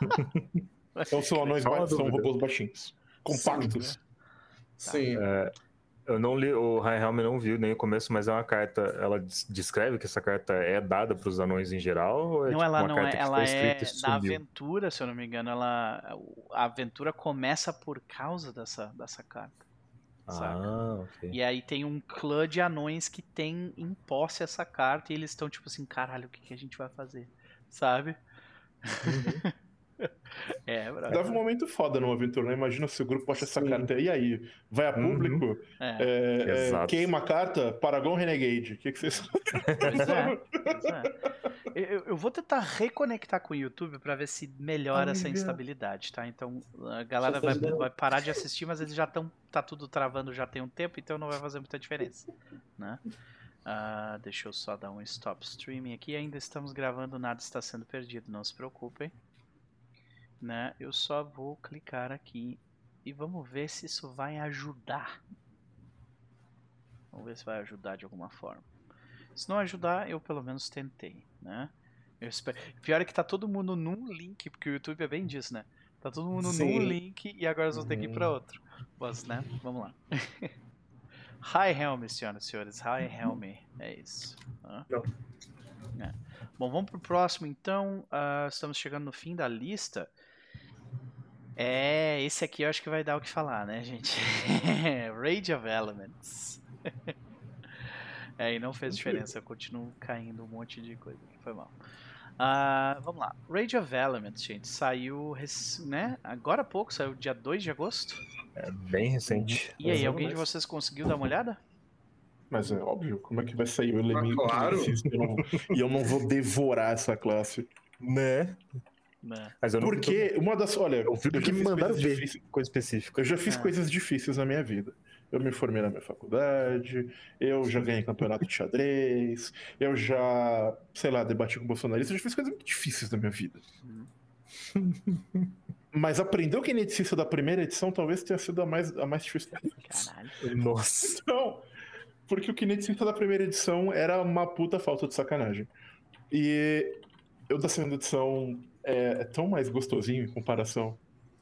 Então são anões Só uma ba- são dúvida. robôs baixinhos. Compactos. Sim. Eu não li, o Ryan Helm não viu nem o começo, mas é uma carta. Ela des- descreve que essa carta é dada para os anões em geral? Ou é Não, tipo ela uma não carta é, que ela foi é escrita e na sumiu? aventura, se eu não me engano, ela a aventura começa por causa dessa, dessa carta. saca? Ah, ok. E aí tem um clã de anões que tem em posse essa carta e eles estão tipo assim, caralho, o que, que a gente vai fazer? Sabe? Uhum. É, brother. Dava um momento foda numa aventura, né? Imagina se o grupo acha essa Sim. carta. E aí? Vai a Uhum. público? É, É, é, Exato. queima a carta? Paragon Renegade. O que, que vocês. pois é, pois é. Eu, eu vou tentar reconectar com o YouTube pra ver se melhora essa Amiga. instabilidade, tá? Então a galera Só tá vai, ajudando. vai parar de assistir, mas eles já estão. Tá tudo travando já tem um tempo, então não vai fazer muita diferença, né? Ah, deixa eu só dar um stop streaming aqui. Ainda estamos gravando, nada está sendo perdido, não se preocupem. Né? Eu só vou clicar aqui e vamos ver se isso vai ajudar. Vamos ver se vai ajudar de alguma forma. Se não ajudar, eu pelo menos tentei, né? Eu espero... Pior é que tá todo mundo num link, porque o YouTube é bem disso, né? Tá todo mundo Sim. num link e agora eles vão ter que ir pra outro. Mas, né? Vamos lá. Hi Helm, senhoras e senhores. Hi Helm. É isso. Tá? É. Bom, vamos pro próximo então. Uh, estamos chegando no fim da lista. É, esse aqui eu acho que vai dar o que falar, né, gente? Rage of Elements. É, e não fez diferença, eu continuo caindo um monte de coisa. Foi mal. Uh, vamos lá. Rage of Elements, gente, saiu, né? Agora há pouco, saiu dia dois de agosto. É bem recente. E aí, alguém de vocês conseguiu dar uma olhada? Mas é óbvio, como é que vai sair o elemento Ah, claro. e eu não, e eu não vou devorar essa classe? Né? Né. Mas eu não Porque uma das. Olha, eu vi eu porque já me fiz mandaram coisas ver difíceis. coisa específica. Eu já fiz Ah. coisas difíceis na minha vida. Eu me formei na minha faculdade, eu já ganhei campeonato de xadrez, eu já, sei lá, debati com bolsonaristas, eu já fiz coisas muito difíceis na minha vida. Hum. Mas aprender o kineticista da primeira edição talvez tenha sido a mais, a mais difícil. Caralho. Nossa. Então, porque o kineticista da primeira edição era uma puta falta de sacanagem. E eu da segunda edição é, é tão mais gostosinho em comparação.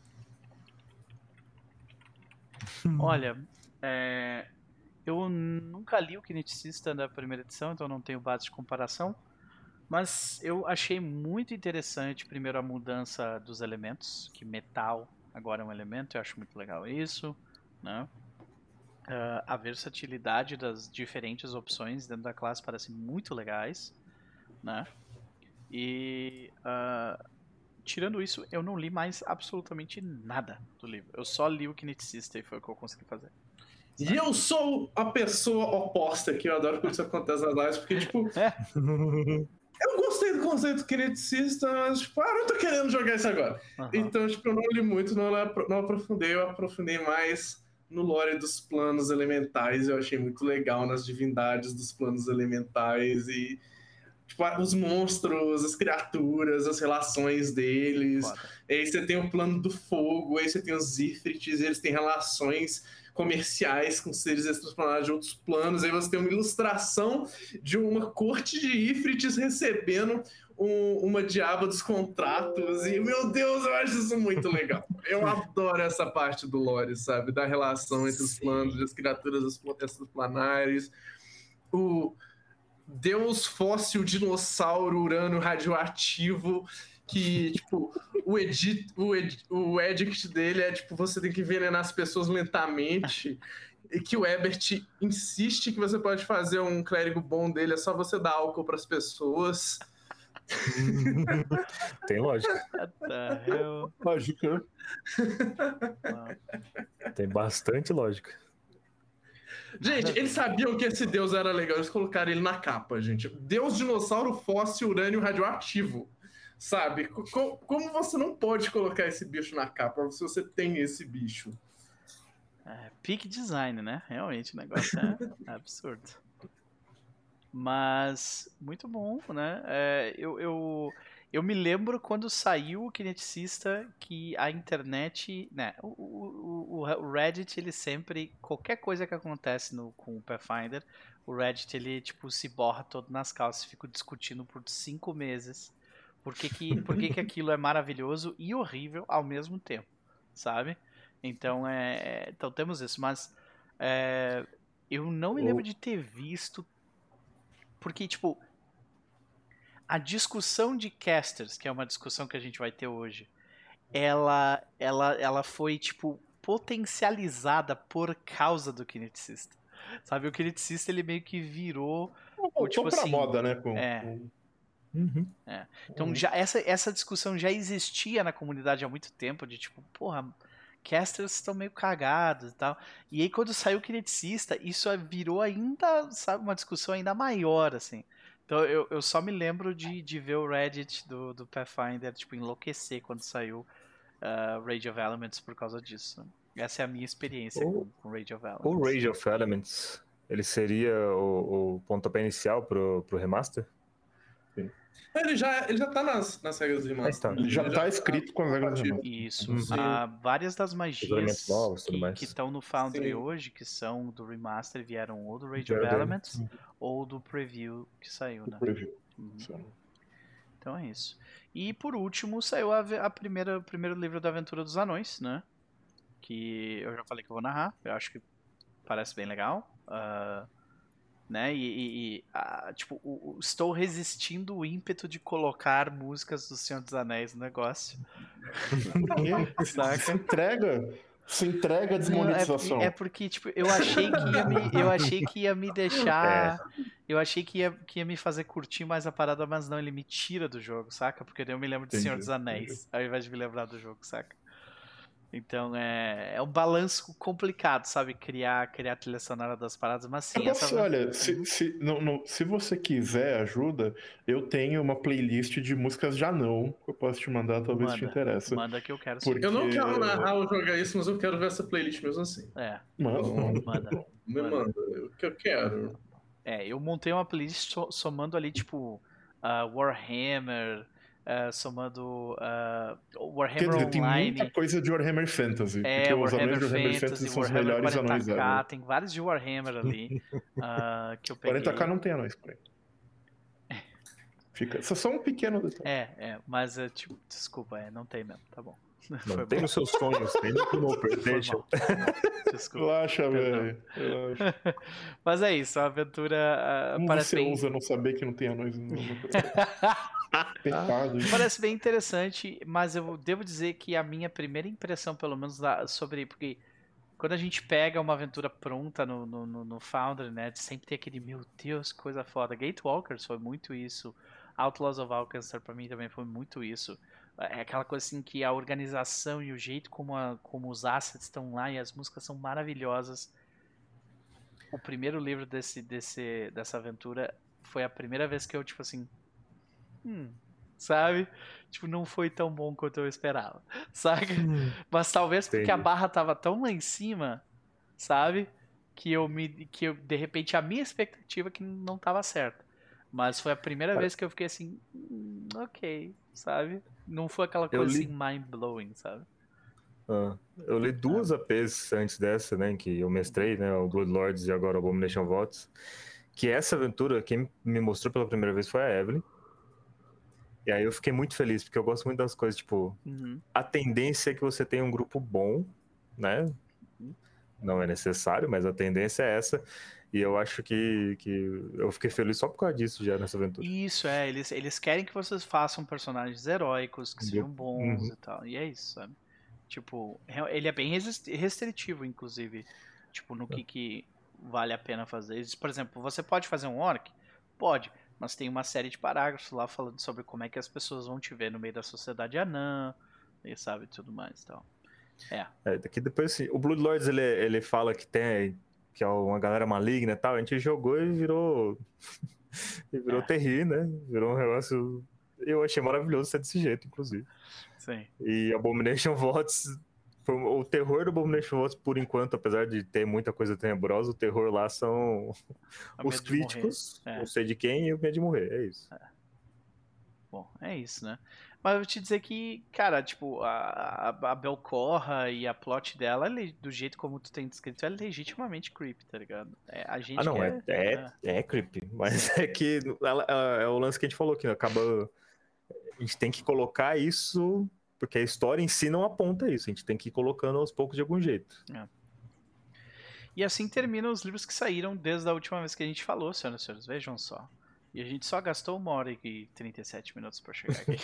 Olha, é, eu nunca li o Kineticista da primeira edição, então não tenho base de comparação. Mas eu achei muito interessante, primeiro, a mudança dos elementos, que metal agora é um elemento, eu acho muito legal isso, né? Uh, a versatilidade das diferentes opções dentro da classe parece muito legais, né? E uh, tirando isso, eu não li mais absolutamente nada do livro. Eu só li o Kineticista e foi o que eu consegui fazer. E eu sou a pessoa oposta, que eu adoro quando isso acontece nas lives, porque, tipo, É. eu gostei do conceito kineticista, mas, tipo, ah, não tô querendo jogar isso agora. Uhum. Então, tipo, eu não li muito, não, não aprofundei, eu aprofundei mais no lore dos planos elementais. Eu achei muito legal nas divindades dos planos elementais e, tipo, os monstros, as criaturas, as relações deles. Foda. Aí você tem o plano do fogo, aí você tem os Ifrits, eles têm relações comerciais com seres extraplanares de outros planos. Aí você tem uma ilustração de uma corte de Ifrits recebendo um, uma diaba dos contratos. E, meu Deus, eu acho isso muito legal. Eu adoro essa parte do lore, sabe? Da relação entre os planos, das criaturas extraplanares. O Deus fóssil, dinossauro, urânio radioativo, que, tipo, o, edit, o, ed, o edict dele é, tipo, você tem que envenenar as pessoas lentamente, e que o Ebert insiste que você pode fazer um clérigo bom dele, é só você dar álcool pras pessoas. Tem lógica. What the hell? Lógica. Wow. Tem bastante lógica. Gente, eles sabiam que esse deus era legal, eles colocaram ele na capa, gente. Deus dinossauro fóssil urânio radioativo. Sabe? Como, como você não pode colocar esse bicho na capa se você tem esse bicho? É, peak design, né? Realmente o negócio é absurdo. Mas, muito bom, né? É, eu, eu, eu me lembro quando saiu o Kineticista que a internet, né? O, o, o Reddit, ele sempre, qualquer coisa que acontece no, com o Pathfinder, o Reddit, ele tipo se borra todo nas calças, fica discutindo por cinco meses por que que, por que que aquilo é maravilhoso e horrível ao mesmo tempo, sabe? Então, é, então temos isso, mas é, eu não me lembro de ter visto, porque, tipo, a discussão de casters, que é uma discussão que a gente vai ter hoje, ela, ela, ela foi, tipo, potencializada por causa do Kineticista. Sabe, o Kineticista, ele meio que virou... Voltou tipo pra assim, moda, né? Com, é. com... Uhum. É. Então já, essa, essa discussão já existia na comunidade há muito tempo, de tipo, porra, casters estão meio cagados e tal. E aí quando saiu o Kineticista, isso virou ainda, sabe, uma discussão ainda maior, assim. Então eu, eu só me lembro de, de ver o Reddit do, do Pathfinder, tipo, enlouquecer quando saiu uh, Rage of Elements por causa disso. Essa é a minha experiência O, com, com Rage of Elements. O Rage of Elements, ele seria o, o pontapé inicial pro, pro remaster? Sim. Ele já, ele já tá nas, nas regras do remaster. Então, Ele já tá escrito com as regras do remaster. Isso. Uhum. Ah, várias das magias elementos novos, tudo que mais. que estão no Foundry Sim. hoje, que são do remaster, vieram ou do Rage Já of deve. Elements ou do preview que saiu, O né? preview. Uhum. Sim. Então é isso. E por último, saiu a, ve- a primeira, o primeiro livro da Aventura dos Anões, né? Que eu já falei que eu vou narrar. Eu acho que parece bem legal. Ah, né? E, e- e, ah, tipo, o- o- estou resistindo o ímpeto de colocar músicas do Senhor dos Anéis no negócio. Por quê? Saca? Se entrega. Se entrega a Não, é, desmonetização. porque, é porque, tipo, eu achei que ia me, eu achei que ia me deixar. Eu achei que ia, que ia me fazer curtir mais a parada, mas não, ele me tira do jogo, saca? Porque daí eu me lembro de Senhor Entendi, dos Anéis, ao invés de me lembrar do jogo, saca? Então é, é um balanço complicado, sabe? Criar, criar a trilha sonora das paradas, mas sim, Eu essa. posso, olha, se, se, não, não- se você quiser ajuda, eu tenho uma playlist de músicas de anão que eu posso te mandar, talvez te Manda, interesse. manda que eu quero sim. Porque- Eu não quero narrar ou jogar isso, mas eu quero ver essa playlist mesmo assim. É, Mano, Então, manda. me Manda. manda. O que eu quero. É, eu montei uma playlist so- somando ali, tipo, ah, Warhammer, ah, somando ah, Warhammer quer dizer, tem Online. muita coisa de Warhammer Fantasy. É, porque os anões Warhammer de Warhammer Fantasy, Fantasy são os Warhammer melhores anões quarenta K, ever. tem vários de Warhammer ali ah, que eu peguei. quarenta K não tem anões, porém. Fica, só só um pequeno detalhe. É, é, mas é, tipo, desculpa, é, não tem mesmo, tá bom. Foi Mantém mal. nos seus sonhos, tem no Knopper, Foi deixa. mal, foi mal. Desculpa. Relaxa, Perdão. velho. Relaxa. Mas é isso, a aventura ah, Como parece você bem... usa não saber que não tem anões no no- Pecado. isso. Parece bem interessante, mas eu devo dizer que a minha primeira impressão, pelo menos da- sobre... Porque quando a gente pega uma aventura pronta no, no, no, no Foundry, né, sempre tem aquele, meu Deus, que coisa foda. Gatewalkers foi muito isso. Outlaws of Alcastar pra mim também foi muito isso. É aquela coisa assim que a organização e o jeito como, a, como os assets estão lá e as músicas são maravilhosas. O primeiro livro desse, desse, dessa aventura foi a primeira vez que eu, tipo assim... Hum, sabe? Tipo, não foi tão bom quanto eu esperava, saca? Mas talvez porque a Entendi. barra tava tão lá em cima, sabe? Que eu me. Que eu, de repente, a minha expectativa que não tava certa. Mas foi a primeira vez que eu fiquei assim, hum, ok, sabe? Não foi aquela Eu coisa li- assim mind-blowing, sabe? Ah, eu li duas A Ps antes dessa, né, que eu mestrei, né, o Blood Lords e agora o Abomination Vaults, que essa aventura, quem me mostrou pela primeira vez foi a Evelyn. E aí eu fiquei muito feliz, porque eu gosto muito das coisas, tipo, Uhum. a tendência é que você tenha um grupo bom, né? Não é necessário, mas a tendência é essa. E eu acho que, que eu fiquei feliz só por causa disso já nessa aventura. Isso, é, eles, eles querem que vocês façam personagens heróicos, que sejam bons Uhum. e tal. E é isso, sabe? Tipo, re- ele é bem resist- restritivo, inclusive, tipo, no que, que vale a pena fazer. Eles, por exemplo, você pode fazer um orc? Pode, mas tem uma série de parágrafos lá falando sobre como é que as pessoas vão te ver no meio da sociedade anã, e sabe, tudo mais e tal. É, É, daqui depois, assim, o Blood Lords, ele, ele fala que tem que é uma galera maligna e tal, a gente jogou e virou e virou É. terri, né? Virou um negócio... Eu achei maravilhoso ser desse jeito, inclusive. sim. E Abomination Vaults, foi o terror do Abomination Vaults, por enquanto, apesar de ter muita coisa tenebrosa, o terror lá são A os medo de morrer. críticos, É. não sei de quem, e o medo de morrer, é isso. Bom, é isso, né? Mas eu vou te dizer que, cara, tipo, a, a, a Belcorra e a plot dela, ele- do jeito como tu tem descrito, é legitimamente creepy, tá ligado? É, a gente Ah, não, que é, é, é creepy, mas é que ela- ela- é o lance que a gente falou aqui, né? Acaba... A gente tem que colocar isso, porque a história em si não aponta isso, a gente tem que ir colocando aos poucos de algum jeito. E assim terminam os livros que saíram desde a última vez que a gente falou, senhoras e senhores, vejam só. E a gente só gastou uma hora e trinta e sete minutos pra chegar aqui.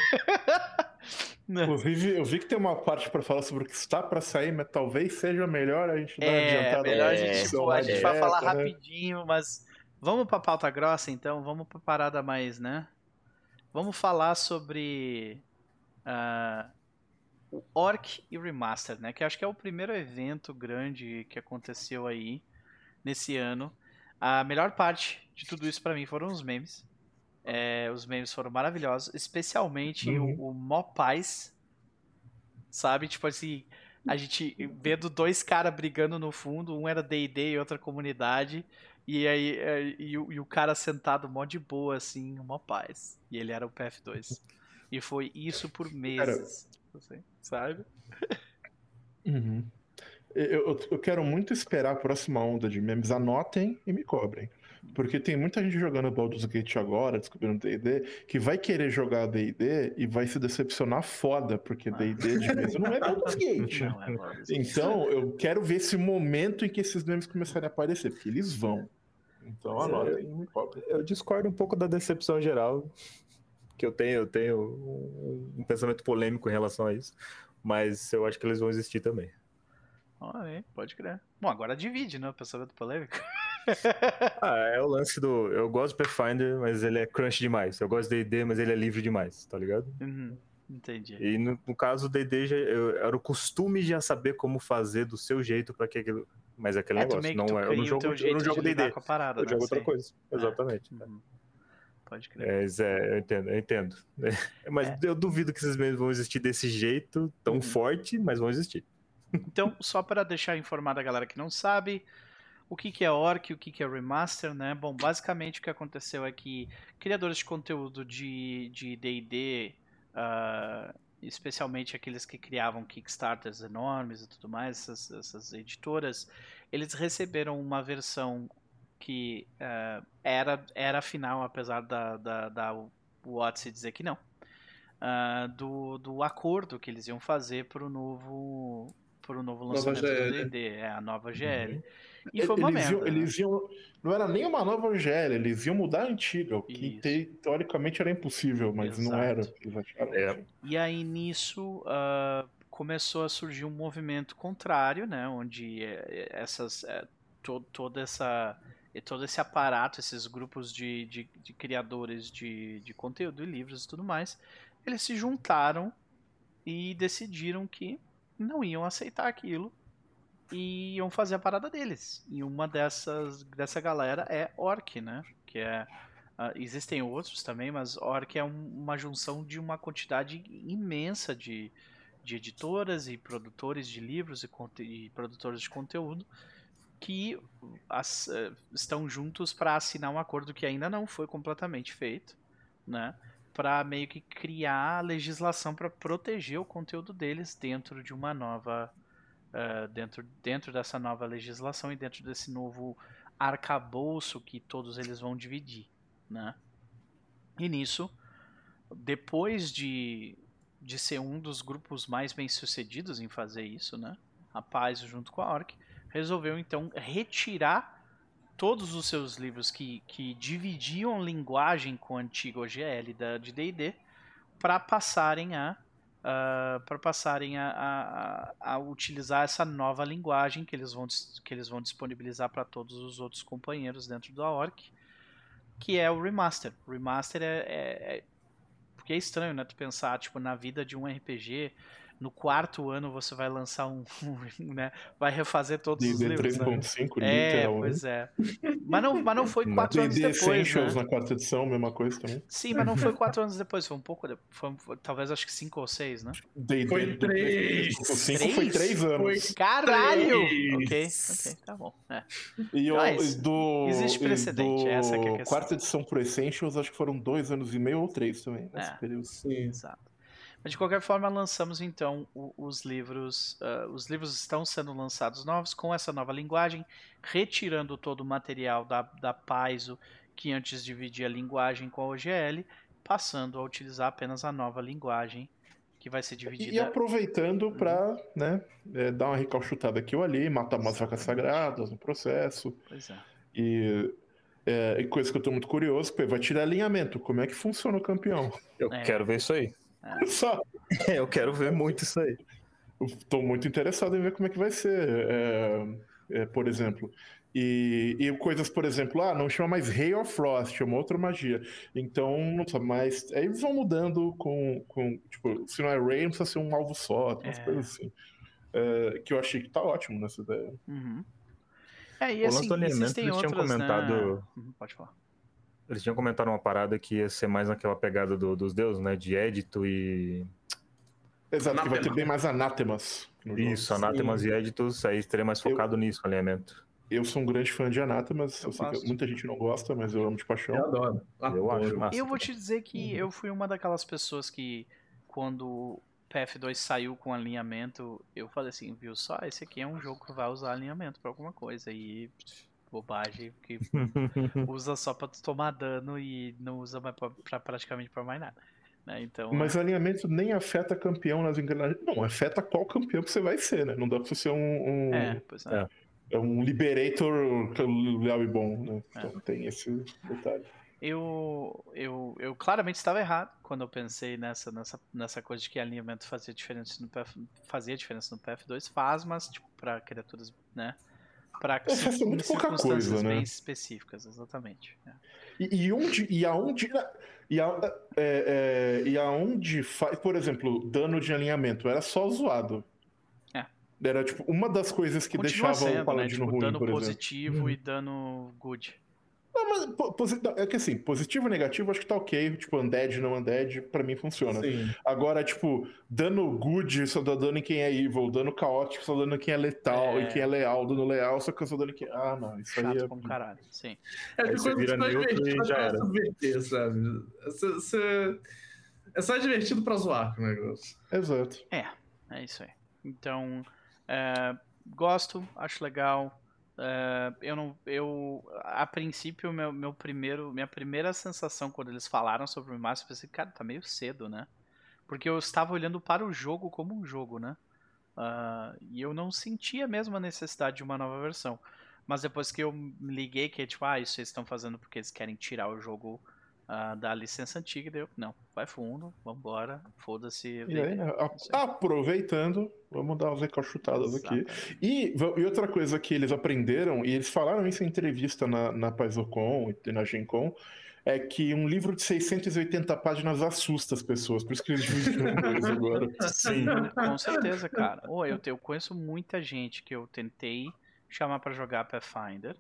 Né? Inclusive, eu vi que tem uma parte pra falar sobre o que está pra sair, mas talvez seja melhor a gente dar uma É, adiantada. melhor a na gente, discussão tipo, a mais gente vai falar direta, né? rapidinho, mas vamos pra pauta grossa então, vamos pra parada mais, né? Vamos falar sobre ah, o Orc e Remaster, né? Que acho que é o primeiro evento grande que aconteceu aí nesse ano. A melhor parte de tudo isso pra mim foram os memes. É, os memes foram maravilhosos, especialmente Uhum. o, o Mopais, sabe? Tipo assim, a gente vendo dois caras brigando no fundo, um era D e D e outra comunidade, E aí, é, e, o- e o cara sentado mó de boa, assim, mó paz. E ele era o P F dois. E foi isso por meses. Assim, sabe? Uhum. Eu, eu- eu quero muito esperar a próxima onda de memes. Anotem e me cobrem. Porque tem muita gente jogando Baldur's Gate agora, descobrindo D e D, que vai querer jogar D e D e vai se decepcionar foda, porque D e D de mesa não é Baldur's Gate. Não, é Baldur's Gate. Então, eu quero ver esse momento em que esses memes começarem a aparecer, porque eles vão. Então, Mas é- anotem e me cobrem. Eu discordo um pouco da decepção geral que eu tenho. Eu tenho um, um pensamento polêmico em relação a isso. Mas eu acho que eles vão existir também. Olha aí, pode crer. Bom, agora divide, né? O pensamento polêmico. Ah, é o lance do... Eu gosto do Pathfinder, mas ele é crunch demais. Eu gosto do D e D, mas ele é livre demais, tá ligado? Uhum, entendi. E no, no caso do D e D, já, eu, era o costume de já saber como fazer do seu jeito pra que aquilo... Mas é aquele É, tu negócio, meio que não tu é... Eu cria não o jogo, teu eu jeito não jogo de lidar D e D, com a parada, eu né? jogo outra Sim. coisa. Exatamente. Uhum. Pode crer. É, é, eu entendo, eu entendo. Mas É. eu duvido que esses memes vão existir desse jeito, tão Uhum. forte, mas vão existir. Então, só para deixar informada a galera que não sabe, o que, que é Orc, o que, que é Remaster, né? Bom, basicamente o que aconteceu é que criadores de conteúdo de de D e D, ah, especialmente aqueles que criavam Kickstarters enormes e tudo mais, essas, essas editoras, eles receberam uma versão que ah, era, era a final, apesar da, da, da Odyssey dizer que não, ah, do, do acordo que eles iam fazer para o novo, pro novo Nova lançamento do G L. D e D, é a nova G L. Uhum. E foi uma eles, merda. iam, né? eles iam. Não era nem uma nova G L, eles iam mudar a antiga, o que Isso. te- teoricamente era impossível, mas não Exato. era. Eles acharam. É. enfim. E aí nisso ah, começou a surgir um movimento contrário, né, onde eh, essas eh, to- toda essa e todo esse aparato, esses grupos de, de, de criadores de, de conteúdo e livros e tudo mais, eles se juntaram e decidiram que não iam aceitar aquilo e iam fazer a parada deles. E uma dessas dessa galera é Orc, né, que é ah, existem outros também, mas Orc é um- uma junção de uma quantidade imensa de, de editoras e produtores de livros e, conte- e produtores de conteúdo que as- eh, estão juntos para assinar um acordo que ainda não foi completamente feito, né? Para meio que criar legislação para proteger o conteúdo deles dentro de uma nova eh, dentro, dentro dessa nova legislação e dentro desse novo arcabouço que todos eles vão dividir, né? E nisso, depois de, de ser um dos grupos mais bem sucedidos em fazer isso, né? A Paz, junto com a Orc, resolveu então retirar todos os seus livros que, que dividiam linguagem com a antiga O G L da, de D e D para passarem a para passarem a, a, a utilizar essa nova linguagem que eles vão, que eles vão disponibilizar para todos os outros companheiros dentro da Orc, que é o Remaster. O Remaster é, é, é... Porque é estranho, né? Tu pensar, tipo, na vida de um R P G, no quarto ano você vai lançar um... um né? Vai refazer todos os D e D livros, três né? ponto cinco, É, literalmente. pois é. Mas não, mas não foi quatro anos D e D depois, Essentials né? na quarta edição, mesma coisa também. Sim, mas não foi quatro anos depois, foi um pouco depois. Foi, foi, talvez acho que cinco ou seis, né? D e D Foi do três. O cinco foi três anos. Foi Caralho! três. Ok, ok, tá bom. É. E, o, Então é e isso. do, Existe e precedente, do essa que é a questão. quarta edição pro Essentials, acho que foram dois anos e meio ou três também, nesse É. período. Sim. Exato. Mas de qualquer forma, lançamos então o- os livros. ah, os livros estão sendo lançados novos com essa nova linguagem, retirando todo o material da, da Paizo, que antes dividia a linguagem com a O G L, passando a utilizar apenas a nova linguagem, que vai ser E, dividida. e aproveitando para né, é, dar uma recalchutada aqui ou ali, matar umas vacas Exatamente. sagradas no processo. Pois é. E, é, e coisa que eu tô muito curioso, porque vai tirar alinhamento. Como é que funciona o campeão? Eu É. quero ver isso aí. Só. Eu quero ver muito isso aí. Eu tô muito interessado em ver como é que vai ser, é, é, por exemplo. E, e coisas, por exemplo, ah, não chama mais Ray of Frost, é uma outra magia. Então, não precisa mais. Aí eles vão mudando com, com. Tipo, se não é Ray, não precisa ser um alvo só, umas É. coisas assim. É, que eu achei que tá ótimo nessa ideia. Uhum. É, e O lance assim, do alinhamento, existem eles tinham outras, comentado- né? Uhum, pode falar. Eles tinham comentado uma parada que ia ser mais naquela pegada do- dos deuses, né? De édito e. Exato, que vai ter Anátema. bem mais anátemas no jogo. Isso, anátemas e éditos, aí teria mais focado nisso, o alinhamento. eu sou um grande fã de Anata, mas eu Eu sei que gosto. muita gente não gosta, mas eu amo de paixão. Eu adoro. Eu adoro. acho massa. Eu vou te dizer que Uhum. eu fui uma daquelas pessoas que, quando o P F dois saiu com alinhamento, eu falei assim, viu só, esse aqui é um jogo que vai usar alinhamento pra alguma coisa. E pff, bobagem, que usa só pra tu tomar dano e não usa mais pra, pra praticamente pra mais nada. Né? Então, Mas alinhamento nem afeta campeão nas engrenagens. Não, afeta qual campeão que você vai ser, né? Não dá pra você ser um, um, é, pois é. É. é um Liberator leal e bom, né? É. Então tem esse detalhe. Eu, eu, eu claramente estava errado quando eu pensei nessa, nessa, nessa coisa de que alinhamento fazia diferença no P F, fazia diferença no P F dois, faz, mas tipo, para criaturas, né? Para É, faz muito pouca circunstâncias coisa, né? bem específicas, exatamente. É. E, e onde. E aonde. E, a, é, é, e aonde faz. Por exemplo, dano de alinhamento era só zoado. É. Era tipo uma das coisas que Continua deixava sendo, o Paladino né? Tipo, ruim, dano por exemplo. positivo Uhum. e dano good. Não, mas po- posi- é que assim, positivo e negativo acho que tá ok. Tipo, undead, não undead, pra mim funciona. Sim. Agora, tipo, dano good só dá dano em quem é evil, dano caótico só dá dano em quem é letal, É. e quem é leal, dano leal só que eu só dano em quem. Ah, não, isso aí Chato é. como caralho, sim. É Aí de você coisa vira só neutro e divertida já pra era. subverter, sabe? Você- você- É só divertido pra zoar com o negócio. Exato. É, é isso aí. Então, é, gosto, acho legal. É, eu não, eu, a princípio, meu, meu primeiro, minha primeira sensação quando eles falaram sobre o remaster, eu pensei, cara, tá meio cedo, né? Porque eu estava olhando para o jogo como um jogo, né? Ah, e eu não sentia mesmo a necessidade de uma nova versão. Mas depois que eu me liguei que é tipo, ah, isso eles estão fazendo porque eles querem tirar o jogo ah, da licença antiga, daí eu, não, vai fundo, vambora, foda-se. E aí, né, a- Isso aí. aproveitando, vamos dar umas recalchutadas aqui. Exatamente. E, va- e outra coisa que eles aprenderam, e eles falaram isso em entrevista na, na PaizoCon e na GenCon, é que um livro de seiscentas e oitenta páginas assusta as pessoas, por isso que eles dividiram em dois agora. Sim, com certeza, cara. Ô, eu, te- eu conheço muita gente que eu tentei chamar pra jogar Pathfinder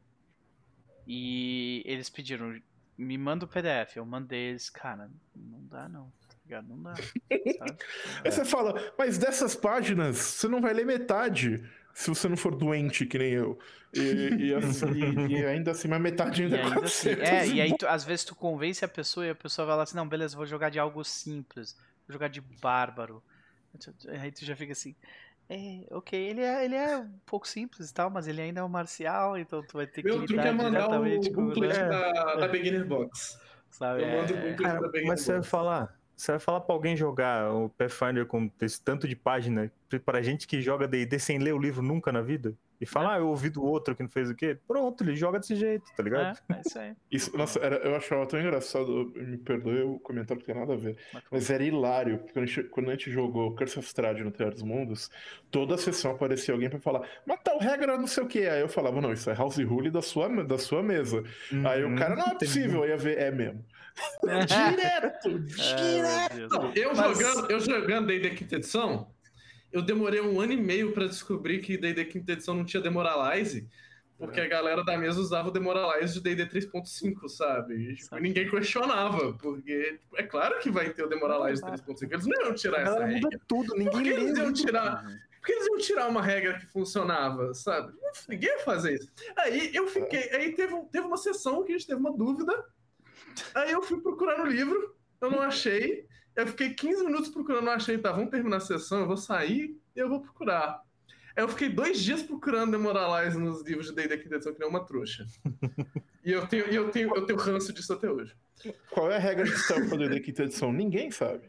e eles pediram, me manda o P D F. Eu mandei eles, cara, não dá não, tá ligado? Não dá, sabe? Aí você fala, mas dessas páginas, você não vai ler metade se você não for doente, que nem eu. E, e assim- e- e ainda assim, mas metade ainda E é ainda assim, quatrocentos é, e aí bom. tu- às vezes tu convence a pessoa e a pessoa vai lá assim, não, beleza, vou jogar de algo simples, vou jogar de bárbaro. Aí tu já fica assim, é, ok, ele é, ele é um pouco simples e tal, mas ele ainda é um marcial, então tu vai ter que Meu truque é lidar mandar o diretamente com, booklet né? da, da Beginner Box. Sabe? Eu mando o É, booklet Cara, da Beginner mas você vai Box. falar, você vai falar pra alguém jogar o Pathfinder com esse tanto de página, pra gente que joga D e D sem ler o livro nunca na vida, e falar, É. ah, eu ouvi do outro que não fez o quê? Pronto, ele joga desse jeito, tá ligado? é, é isso aí. Isso, nossa, era- eu achava tão engraçado, me perdoe o comentário, porque tem nada a ver. Mas era hilário, porque quando a gente, quando a gente jogou Curse of Strahd no Terra dos Mundos, toda a sessão aparecia alguém pra falar, mas tal regra não sei o que. Aí eu falava, não, isso é house rule da sua, da sua mesa. Aí o cara, não é possível, aí ia ver, é mesmo. Direto! Ai, meu Direto! Deus. Não, eu, Mas- jogando, eu jogando D e D quinta edição, eu demorei um ano e meio pra descobrir que D e D quinta edição não tinha Demoralize, porque a galera da mesa usava o Demoralize de D e D três ponto cinco, sabe? E, tipo, Sabe. ninguém questionava, porque tipo, é claro que vai ter o Demoralize Não, três ponto cinco. Eles não iam tirar A essa galera regra. muda tudo, Por ninguém que eles lê. iam tirar? Uhum. Porque eles iam tirar uma regra que funcionava, sabe? Não, ninguém ia fazer isso. Aí eu fiquei. Aí teve, um- teve uma sessão que a gente teve uma dúvida. Aí eu fui procurar no livro, eu não achei. Eu fiquei quinze minutos procurando, não achei. Tá, vamos terminar a sessão, eu vou sair e eu vou procurar. Aí eu fiquei dois dias procurando Demoralize nos livros de D e D quinta edição, que nem uma trouxa. E eu tenho, e eu tenho, eu tenho ranço disso até hoje. Qual é a regra de Stealth pra D e D quinta edição? Ninguém sabe.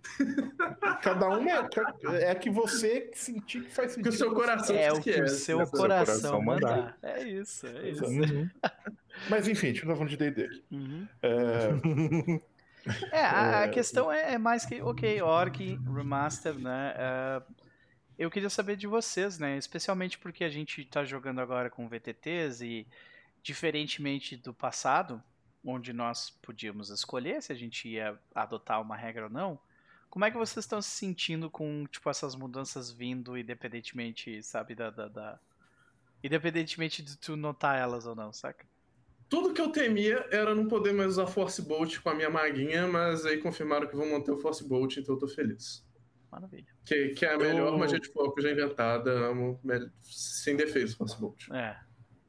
Cada um é, é a que você sentir que faz sentido. Porque o seu coração É diz o que o é, seu né? coração coração mandar. mandar. É isso, é isso. Uhum. Mas enfim, a gente não tá falando de D e D aqui. Uhum. É, É, a, a É. questão é, é mais que, ok, Orc, Remaster, né? é, eu queria saber de vocês, né? Especialmente porque a gente tá jogando agora com V T Ts e, diferentemente do passado, onde nós podíamos escolher se a gente ia adotar uma regra ou não, como é que vocês estão se sentindo com, tipo, essas mudanças vindo, independentemente, sabe, da... da, da... Independentemente de tu notar elas ou não, saca? Tudo que eu temia era não poder mais usar Force Bolt com a minha maguinha, mas aí confirmaram que vão manter o Force Bolt, então eu tô feliz. Maravilha. Que, que é a melhor Eu- magia de foco já inventada, amo, me- sem defeitos Force Bolt. É.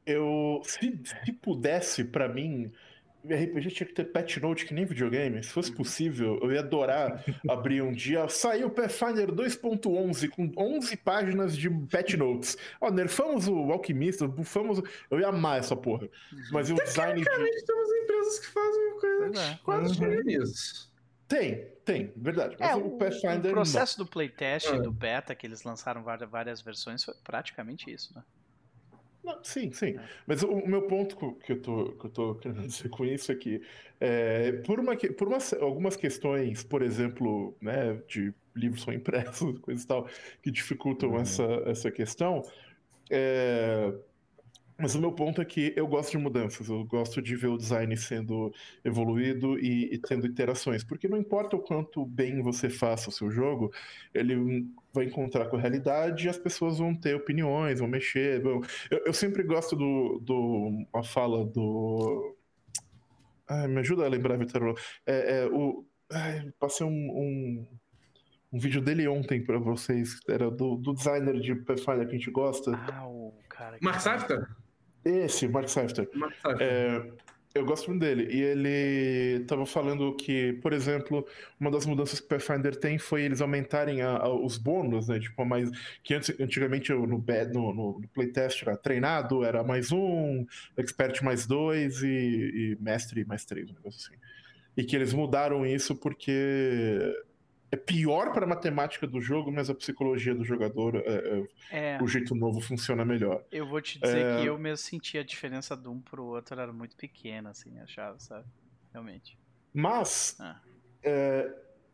eu se, se pudesse, pra mim, R P G tinha que ter patch note que nem videogame. Se fosse possível, eu ia adorar abrir um dia. Saiu o Pathfinder dois ponto onze com onze páginas de patch notes. Ó, nerfamos o Alquimista, bufamos. Eu ia amar essa porra. Mas o design. Tecnicamente, De... temos empresas que fazem uma coisa Pois é. quase Uhum. chega nisso. Tem, tem, verdade. Mas É, o o, Pathfinder. o processo do playtest Ah. e do beta, que eles lançaram várias, várias versões, foi praticamente isso, né? Não, sim, sim. Mas o, o meu ponto co- que eu, tô, que eu tô querendo dizer com isso é que, é, por, uma, que- por uma, algumas questões, por exemplo, né, de livros são impressos, coisas e tal, que dificultam Uhum. essa, essa questão, é, mas o meu ponto é que eu gosto de mudanças, eu gosto de ver o design sendo evoluído e, e tendo interações, porque não importa o quanto bem você faça o seu jogo, ele vai encontrar com a realidade e as pessoas vão ter opiniões, vão mexer. Vão... Eu, eu sempre gosto do, do a fala do. Ai, me ajuda a lembrar, Vitor. É, é, o... Ai, passei um, um, um vídeo dele ontem pra vocês, era do, do designer de Pathfinder que a gente gosta. Ah, o cara que. Mark Safter? Esse, Mark Safter. Mark Safter. É, eu gosto muito dele. E ele estava falando que, por exemplo, uma das mudanças que o Pathfinder tem foi eles aumentarem a- a- os bônus, né? Tipo, mais, que antes, antigamente eu, no, be- no, no, no playtest era treinado, era mais um, expert mais dois e, e mestre mais três, um negócio assim. E que eles mudaram isso porque é pior para a matemática do jogo, mas a psicologia do jogador, é, é, É, o jeito novo funciona melhor. eu vou te dizer É. que eu mesmo senti a diferença de um pro outro, era muito pequena, assim, achava, sabe? Realmente. Mas. Ah. É...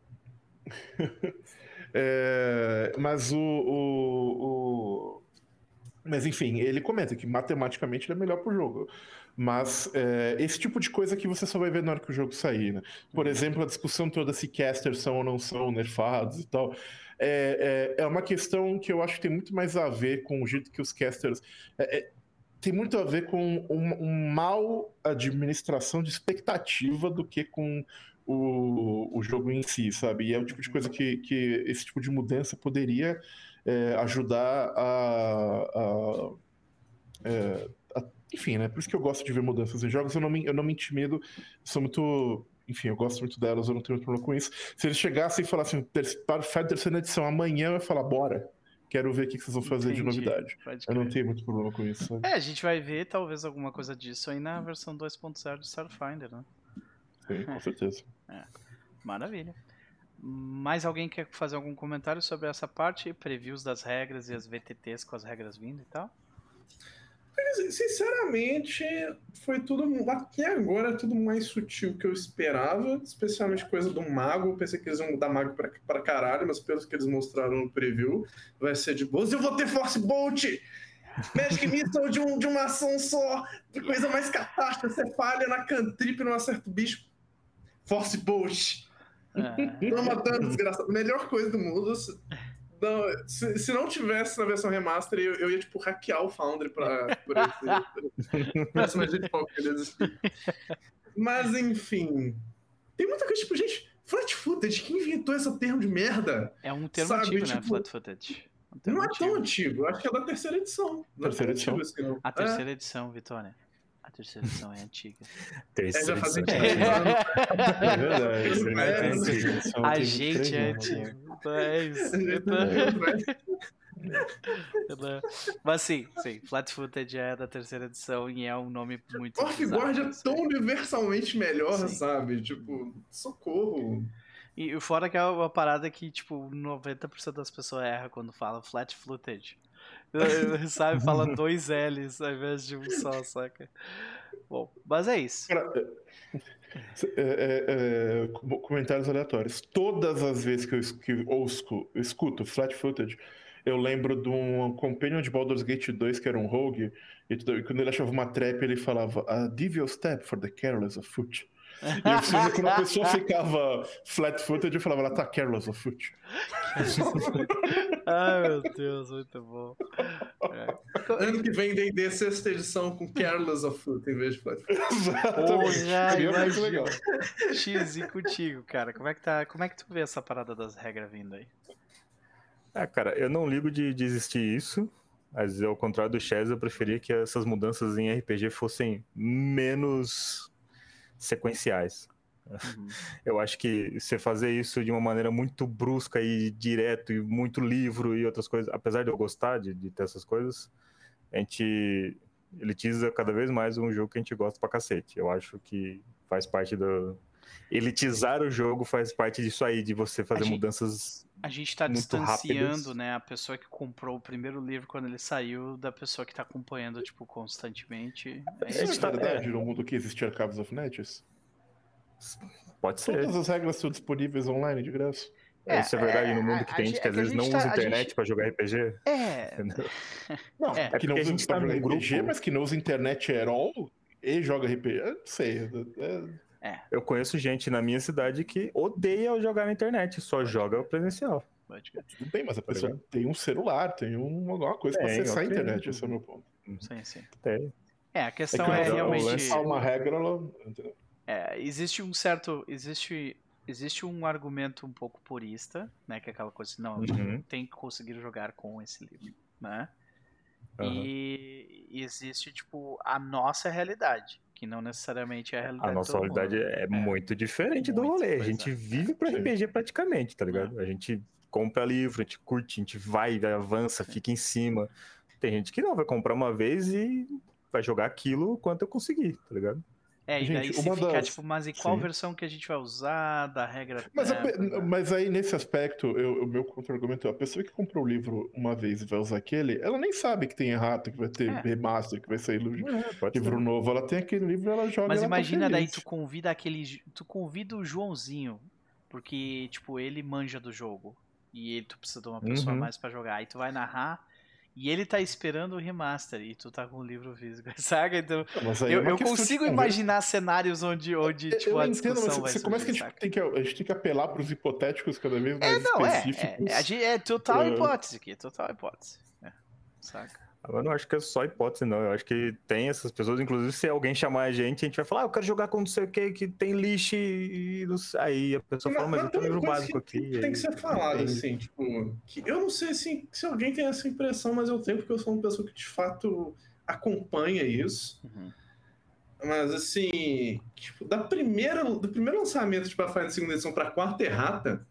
é, Mas o, o, o- Mas enfim, ele comenta que matematicamente ele é melhor pro jogo. Mas é, esse tipo de coisa que você só vai ver na hora que o jogo sair, né? Por exemplo, a discussão toda se casters são ou não são nerfados e tal. É, é, é uma questão que eu acho que tem muito mais a ver com o jeito que os casters. é, é, tem muito a ver com um, um mal administração de expectativa do que com o, o jogo em si, sabe? E é o tipo de coisa que, que esse tipo de mudança poderia é, ajudar a, a, é, a- Enfim, né? Por isso que eu gosto de ver mudanças em jogos. Eu não me, eu não me intimido, sou muito. Enfim, eu gosto muito delas, eu não tenho muito problema com isso. Se eles chegassem e falassem, para a terceira edição amanhã, eu ia falar, bora. Quero ver o que vocês vão fazer Entendi, de novidade. pode Eu não crer. tenho muito problema com isso, sabe? É, a gente vai ver talvez alguma coisa disso aí na versão dois ponto zero do Starfinder, né? Sim, com certeza. Maravilha. Mais alguém quer fazer algum comentário sobre essa parte? Previews das regras e as V T Ts com as regras vindo e tal? Sinceramente, foi tudo. Até agora é tudo mais sutil que eu esperava, especialmente coisa do mago. Eu pensei que eles iam mudar mago pra, pra caralho, mas pelo que eles mostraram no preview, vai ser de boas. Eu vou ter Force Bolt! Magic Missile de, um, de uma ação só, de coisa mais catástrofe. Você falha na cantrip e não acerta o bicho. Force Bolt! É, Não matando, desgraçado. Melhor coisa do mundo. Se não, se, se não tivesse na versão remaster, eu, eu ia, tipo, hackear o Foundry pra, por esse personagem de foco que ele existir. Mas, enfim. Tem muita coisa, tipo, gente, flat footage, quem inventou esse termo de merda? é um termo Sabe, antigo, né? tipo, Flat footage. Um termo Não é tão antigo. antigo, eu acho que é da terceira edição. Não é Terceira tão antigo edição. assim, não. A terceira edição, Vitória. A terceira edição é antiga. É, já fazia edição. três anos. É verdade. É, né? é, Tem- tem- A tem gente três é anos, antigo. né? Então é isso. Então- Mas sim, sim. Flat footage é da terceira edição e é um nome muito Orf bizarro, Guard é assim. tão universalmente melhor, Sim. sabe? Tipo, socorro. E fora que é uma parada que, tipo, noventa por cento das pessoas erram quando fala flat footage. Sabe? Fala dois L's ao invés de um só, saca? Bom, mas é isso. Cara, é, é, é, com- comentários aleatórios. Todas as vezes que eu, es- que ouço, eu escuto flat footage, eu lembro de um companion de Baldur's Gate dois que era um rogue, e, tudo- e quando ele achava uma trap, ele falava a devious step for the careless of foot. E eu preciso, quando a pessoa ficava flat footage, eu falava, ela tá careless of foot. Ai, meu Deus, muito bom. É. Ano que vem D and D sexta edição com Careless of Foot em vez de Flat Foot. Exatamente. Porra, Seria muito imagina. legal. X, e contigo, cara? Como é que tá? Como é que tu vê essa parada das regras vindo aí? Ah, cara, eu não ligo de, de existir isso, Mas ao contrário do Chess, eu preferia que essas mudanças em R P G fossem menos sequenciais. Uhum. Eu acho que você fazer isso de uma maneira muito brusca e direto, e muito livro e outras coisas, apesar de eu gostar de, de ter essas coisas, a gente elitiza cada vez mais um jogo que a gente gosta pra cacete. Eu acho que faz parte do... Elitizar o jogo faz parte disso aí, de você fazer a gente, mudanças A gente tá distanciando, né, a pessoa que comprou o primeiro livro quando ele saiu da pessoa que tá acompanhando, tipo, constantemente. É, é isso, verdade, é. No mundo que existe Archives of Natchez? Pode ser. Todas as regras são disponíveis online de graça. É, isso é verdade é, no mundo que tem gente que às vezes não tá, usa internet gente... pra jogar R P G. É. Não, é, é que não usa a gente pra tá jogar R P G, grupo. Mas que não usa internet at all e joga R P G. Eu não sei. É... É. Eu conheço gente na minha cidade que odeia jogar na internet, só Pode joga o presencial. Tudo bem, mas a pessoa Pode tem um celular, tem um, alguma coisa tem, pra acessar a internet, esse é o meu ponto. Sim, sim. Tem. É, a questão é, é realmente... uma regra, ela... É, existe um certo... Existe, existe um argumento um pouco purista, né, que é aquela coisa assim, não, uhum. tem que conseguir jogar com esse livro, né? Uhum. E, e existe, tipo, a nossa realidade. Que não necessariamente é a realidade. A nossa realidade mundo. é, é muito diferente muito, do rolê. A gente é. vive pro R P G praticamente, tá ligado? É. A gente compra livro, a gente curte, a gente vai, vai avança, fica em cima. Tem gente que não, vai comprar uma vez e vai jogar aquilo quanto eu conseguir, tá ligado? É, e gente, daí se ficar, das... tipo, mas e qual Sim. versão que a gente vai usar da regra... Mas, é, a, mas aí, nesse aspecto, eu, o meu contra-argumento é a pessoa que comprou o livro uma vez e vai usar aquele, ela nem sabe que tem errado, que vai ter é. remaster, que vai sair livro, é, livro novo. Ela tem aquele livro, ela joga. Mas ela imagina tá daí, tu convida aquele... Tu convida o Joãozinho, porque, tipo, ele manja do jogo. E ele, tu precisa de uma pessoa a uhum. mais pra jogar. Aí tu vai narrar... E ele tá esperando o remaster e tu tá com o livro físico, saca? Então, eu, é eu consigo imaginar cenários onde, onde tipo, eu a discussão entendo, mas vai você, surgir, como é que a gente, tem que a gente tem que apelar pros hipotéticos cada vez mais é, não, específicos? É, é, é, é total hipótese aqui, total hipótese. É, saca? Eu não acho que é só hipótese, não. Eu acho que tem essas pessoas, inclusive, se alguém chamar a gente, a gente vai falar, ah, eu quero jogar com não sei o que, que tem lixo e... Aí a pessoa fala, mas eu tenho um livro básico aqui. Que tem que ser falado, aí... assim, tipo... Que eu não sei assim, se alguém tem essa impressão, mas eu tenho, porque eu sou uma pessoa que, de fato, acompanha isso. Uhum. Mas, assim, tipo, da primeira, do primeiro lançamento de Pathfinder segunda edição pra quarta errata,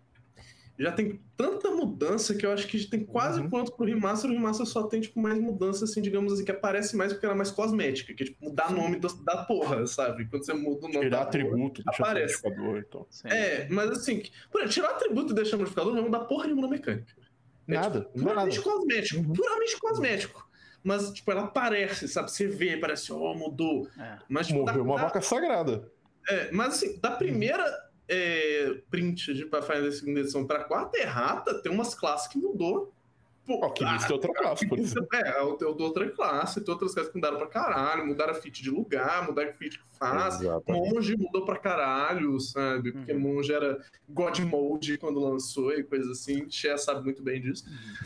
já tem tanta mudança que eu acho que tem quase uhum. quanto pro remaster. O remaster só tem, tipo, mais mudança, assim, digamos assim, que aparece mais porque ela é mais cosmética, que é, tipo, mudar nome do, da porra, sabe? Quando você muda o nome tirar da atributo, porra, aparece. Então. É, mas assim, por exemplo, tirar atributo e deixar modificador não muda porra nenhuma na mecânica. É, nada, tipo, puramente nada. cosmético, uhum. puramente cosmético. Mas, tipo, ela aparece, sabe? Você vê, parece, ó, oh, mudou. É. Mas, tipo, morreu da, uma da... vaca sagrada. É, mas assim, da primeira... É, print de Pathfinder segunda edição pra quarta errata, tem umas classes que mudou. Pô, Alquimista tem outra classe, por exemplo. É, eu tenho outra classe, tem outras classes que mudaram pra caralho, mudaram a feat de lugar, mudaram a feat que faz. Exatamente. Monge mudou pra caralho, sabe? Porque uhum. Monge era God Mode quando lançou e coisa assim. Xé sabe muito bem disso.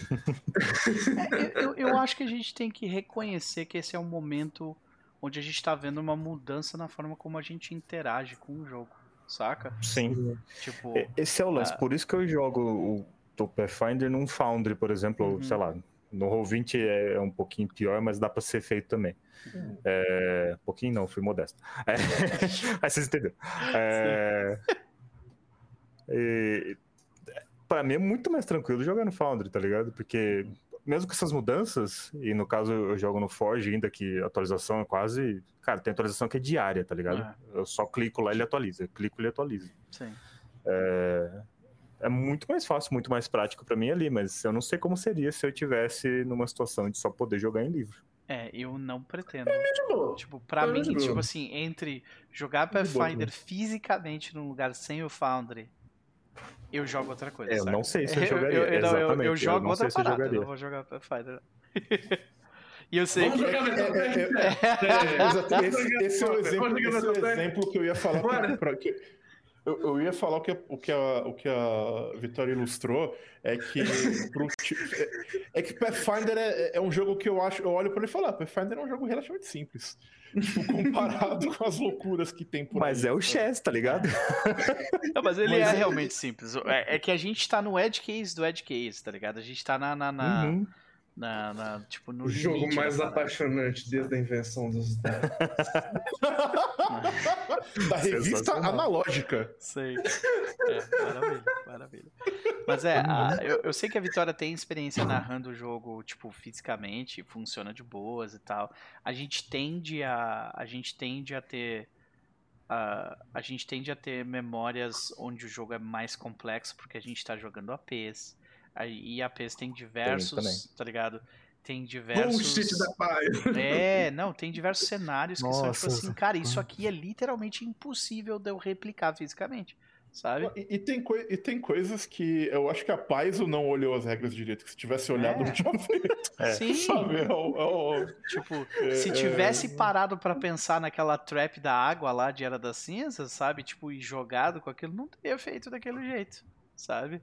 Uhum. é, eu, eu acho que a gente tem que reconhecer que esse é um momento onde a gente tá vendo uma mudança na forma como a gente interage com o jogo. Saca? Sim. Tipo, esse é o lance. Uh... Por isso que eu jogo o Pathfinder num Foundry, por exemplo, uhum. sei lá. No Roll vinte é um pouquinho pior, mas dá pra ser feito também. Uhum. É... Pouquinho não, fui modesto. É... Aí vocês entenderam. É... E... Pra mim é muito mais tranquilo jogar no Foundry, tá ligado? Porque mesmo com essas mudanças, e no caso eu jogo no Forge ainda, que a atualização é quase... Cara, tem atualização que é diária, tá ligado? É. Eu só clico lá e ele atualiza. Eu clico e ele atualiza. Sim. É... é muito mais fácil, muito mais prático pra mim ali, mas eu não sei como seria se eu tivesse numa situação de só poder jogar em livro. É, eu não pretendo. É de boa. Tipo, pra é mim, tipo assim, entre jogar Pathfinder fisicamente num lugar sem o Foundry, eu jogo outra coisa. É, eu sabe? não sei se eu jogaria. Eu, eu, eu, Exatamente. Eu, eu jogo eu outra se parada, eu, eu não vou jogar Pathfinder. E eu sei Vamos que... jogar é, é, é, é, esse, esse é o exemplo, esse é o exemplo que eu ia falar pra, pra, que, eu, eu ia falar o que, a, o, que a, o que a Vitória ilustrou é que pro, é, é que Pathfinder é, é um jogo que eu acho, eu olho pra ele e falo, ah, Pathfinder é um jogo relativamente simples, tipo, comparado com as loucuras que tem por mas aí. Mas é o chess, tá ligado? Não, mas ele mas é, é realmente simples. É, é que a gente tá no edge case do edge case, tá ligado? A gente tá na... na, na... Uhum. Na, na, tipo, no O jogo limite mais da parada. apaixonante desde a invenção dos dados. Da revista Sensacional. analógica. Sei. É, maravilha, maravilha. Mas é, a- eu, eu sei que a Vitória tem experiência narrando o jogo, tipo, fisicamente, funciona de boas e tal. A gente tende a, a gente tende a ter, a, a gente tende a ter memórias onde o jogo é mais complexo, porque a gente tá jogando A Ps. Aí- E A Ps tem diversos, tá ligado? Tem diversos. Bullshit da paz. É, não, tem diversos cenários que são tipo Nossa, assim, cara, isso aqui é literalmente impossível de eu replicar fisicamente, sabe? E, e tem coi- e tem coisas que eu acho que a Paizo não olhou as regras direito, que se tivesse olhado É. não tinha feito. Sim, Sabe? É o- é o- tipo, É, se é. tivesse parado pra pensar naquela trap da água lá de Era das Cinzas, sabe? Tipo, e jogado com aquilo, não teria feito daquele jeito, sabe?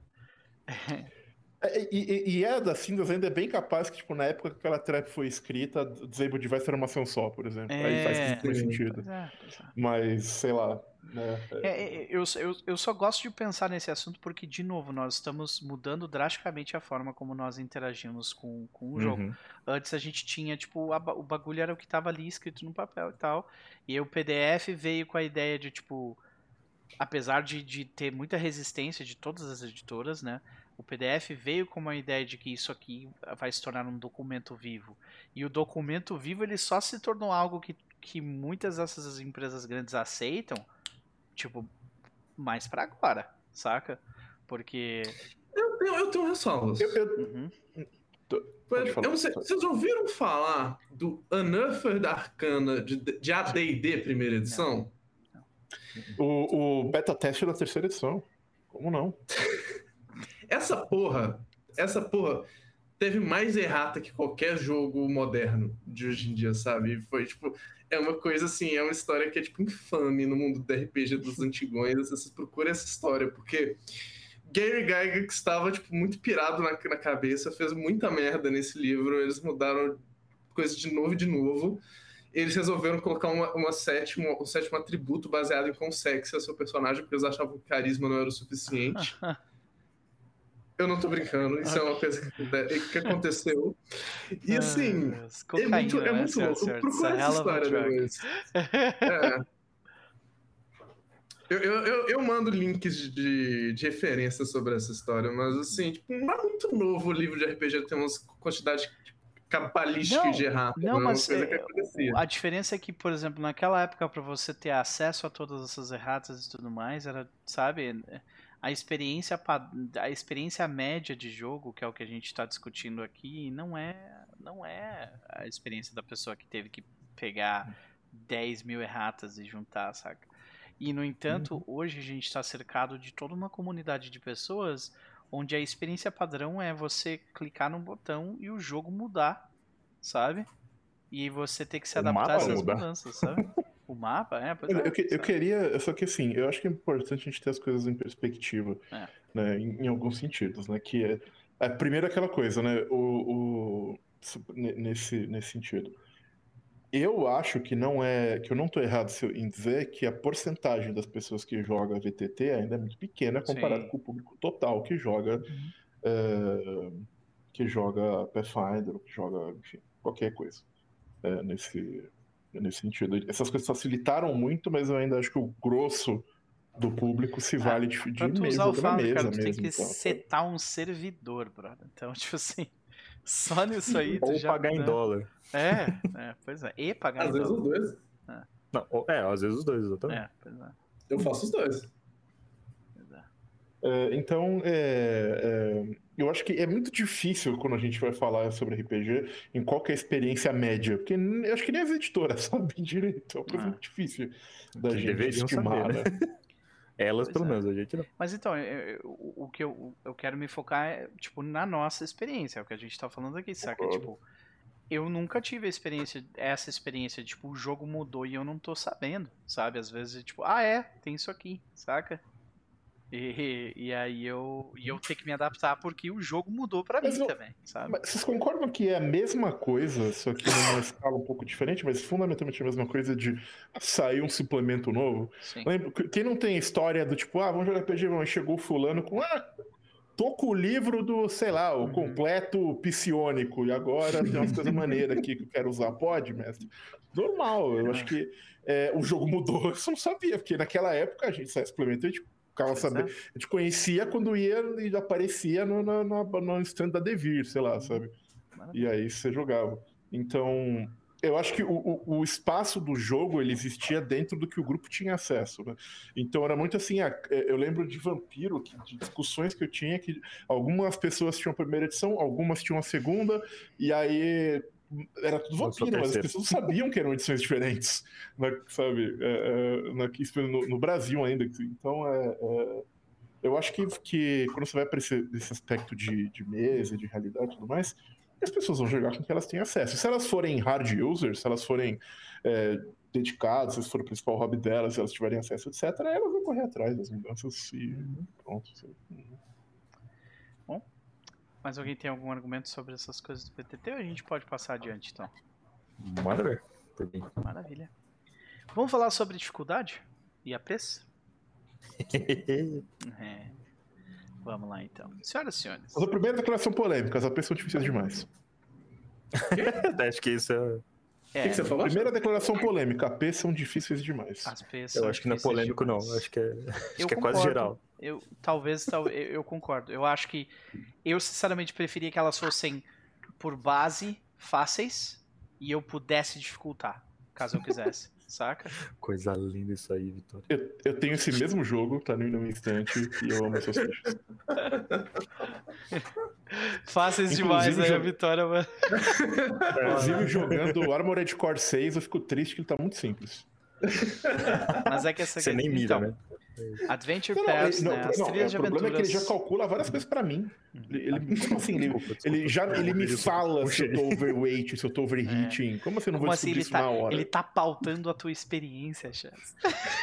É, e, e, e é das cinzas ainda é bem capaz que, tipo, na época que aquela trap foi escrita, Disabled Device era uma ação só, por exemplo. Aí faz É. mais sentido. Pois é, pois é. Mas, sei lá, né? É, é, eu, eu, eu só gosto de pensar nesse assunto porque, de novo, nós estamos mudando drasticamente a forma como nós interagimos com, com o jogo. Uhum. Antes a gente tinha, tipo, a ba- o bagulho era o que estava ali escrito no papel e tal. E aí o P D F veio com a ideia de, tipo, apesar de, de ter muita resistência de todas as editoras, né? O P D F veio com uma ideia de que isso aqui vai se tornar um documento vivo. E o documento vivo, ele só se tornou algo que, que muitas dessas empresas grandes aceitam, tipo, mais pra agora, saca? Porque... Eu tenho, eu tenho ressalvas. Eu, eu, Uhum. Pode Eu falar. não sei, vocês ouviram falar do Unearthed Arcana de, de A D e D primeira edição? o, o beta teste da terceira edição. Como não? Essa porra, essa porra teve mais errata que qualquer jogo moderno de hoje em dia, sabe? Foi tipo, é uma coisa assim, é uma história que é tipo infame no mundo do R P G dos antigões. Vocês procuram essa história, porque Gary Gygax que estava tipo, muito pirado na, na cabeça, fez muita merda nesse livro, eles mudaram coisas de novo e de novo. Eles resolveram colocar uma, uma sétima, um sétimo atributo baseado em quão sexy é o seu personagem, porque eles achavam que carisma não era o suficiente. Eu não tô brincando, isso é uma coisa que, que aconteceu. E assim, é muito, é muito louco. Procura essa história depois. É. Eu, eu, eu, eu mando links de, de referência sobre essa história, mas assim, tipo, não é muito novo o livro de R P G, tem umas quantidades cabalísticas Não, de errata. não, é uma mas coisa que é, acontecia. a diferença é que, por exemplo, naquela época, para você ter acesso a todas essas erratas e tudo mais, era, sabe, a experiência, pa- a experiência média de jogo, que é o que a gente está discutindo aqui, não é, não é a experiência da pessoa que teve que pegar dez mil erratas e juntar, saca? E, no entanto, hoje a gente está cercado de toda uma comunidade de pessoas onde a experiência padrão é você clicar num botão e o jogo mudar, sabe? E você ter que se O adaptar a mapa essas muda. mudanças, sabe? O mapa, é, pois Olha, é. eu, que- eu sabe? queria. Só que assim, eu acho que é importante a gente ter as coisas em perspectiva, É. né? Em, em alguns sentidos, né? Que é, é primeiro aquela coisa, né? O, o- ne- nesse, nesse sentido. Eu acho que não é. Que eu não estou errado se eu- em dizer que a porcentagem das pessoas que jogam V T T ainda é muito pequena comparado Sim. com o público total que joga. é, que joga Pathfinder, que joga, enfim, qualquer coisa. é, nesse, nesse sentido. Essas coisas facilitaram muito, mas eu ainda acho que o grosso do público se vale de, de Pra tu me- usar o jogo na Foundry, mesa cara, tu tem mesmo. que então, sabe? setar um servidor, brother. Então, tipo assim, só nisso aí tu Ou já... pagar em né? dólar. É, é, pois é. E pagar Às em vezes dólar. os dois. Não, ou- é, às vezes os dois, exatamente. É, pois é. Eu faço os dois. Pois é. É, então, é, é, eu acho que é muito difícil quando a gente vai falar sobre R P G em qual que é a experiência média, porque n- eu acho que nem as editoras sabem direito, é uma coisa Ah. muito difícil da Que gente deveriam estimar, saber, né? Elas, Pois pelo é. menos, a gente não. Mas então, eu- eu- o o que eu, eu quero me focar é, tipo, na nossa experiência, é o que a gente tá falando aqui, saca? Concordo. Tipo, eu nunca tive a experiência, essa experiência de, tipo, o jogo mudou e eu não tô sabendo, sabe? Às vezes, tipo, ah, é, tem isso aqui, saca? E, e aí eu, e eu ter que me adaptar porque o jogo mudou pra Mas mim não- também, sabe? Mas vocês concordam que é a mesma coisa, só que numa escala um pouco diferente, mas fundamentalmente a mesma coisa de sair um suplemento novo? Sim. Lembra, quem não tem história do tipo, ah, vamos jogar R P G, mas chegou fulano com, ah, tô com o livro do, sei lá, o completo psionico, e agora tem umas coisas maneiras aqui que eu quero usar. Pode, mestre? Normal, eu acho que é, o jogo mudou, eu só não sabia, porque naquela época a gente só suplementou, a gente ficava sabendo, a gente conhecia quando ia e aparecia no, no, no, no stand da Devir, sei lá, sabe? E aí você jogava. Então, eu acho que o, o, o espaço do jogo, ele existia dentro do que o grupo tinha acesso, né? Então era muito assim, eu lembro de Vampiro, de discussões que eu tinha, que algumas pessoas tinham a primeira edição, algumas tinham a segunda, e aí era tudo Vampiro, mas as pessoas sabiam que eram edições diferentes, né, sabe? É, é, no, no Brasil ainda. Então, é, é, eu acho que, que quando você vai para esse, esse aspecto de, de mesa, de realidade e tudo mais, as pessoas vão jogar com que elas têm acesso. Se elas forem hard users, se elas forem é, dedicadas, se for o principal hobby delas, se elas tiverem acesso, etcétera, elas vão correr atrás das mudanças e pronto. Bom, mas alguém tem algum argumento sobre essas coisas do P T T ou a gente pode passar adiante, então? Manda ver. Por mim. Maravilha. Vamos falar sobre dificuldade e a Ps? É. Vamos lá, então. Senhoras e senhores. A primeira declaração polêmica, as A Ps são difíceis demais. Acho que isso é... É, O que, que você falou? Primeira declaração polêmica, A Ps são difíceis demais. As Ps Eu são acho que não é difíceis polêmico, demais. não. Eu acho que é, acho Eu que é concordo. quase geral. Eu, talvez, tal, eu, eu concordo. Eu acho que eu, sinceramente, preferia que elas fossem, por base, fáceis e eu pudesse dificultar, caso eu quisesse, saca? Coisa linda isso aí, Vitória. Eu, eu tenho esse mesmo jogo, tá no meu instante, e eu amo essas fichas. Fáceis Inclusive, demais aí a jogo- vitória, mano. Inclusive, jogando Armored Core seis, eu fico triste que ele tá muito simples. Mas é que essa Você nem mira, então, né? Adventure Não, não, Pass, ele- não, né? As não, trilhas o de problema é que ele já aventuras. calcula várias coisas pra mim. Ele, ele- como assim? Ele, Desculpa, desculpa. ele já ele me Desculpa. fala se eu tô Puxa. overweight, se eu tô overheating. Como assim eu não Como vou assim descobrir ele isso tá, na hora? ele tá pautando a tua experiência, Chance?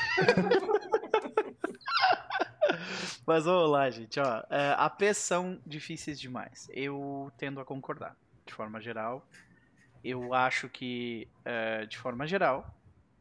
Mas vamos lá, gente. Ó, é, A Ps são difíceis demais. Eu tendo a concordar. De forma geral, eu acho que, é, de forma geral,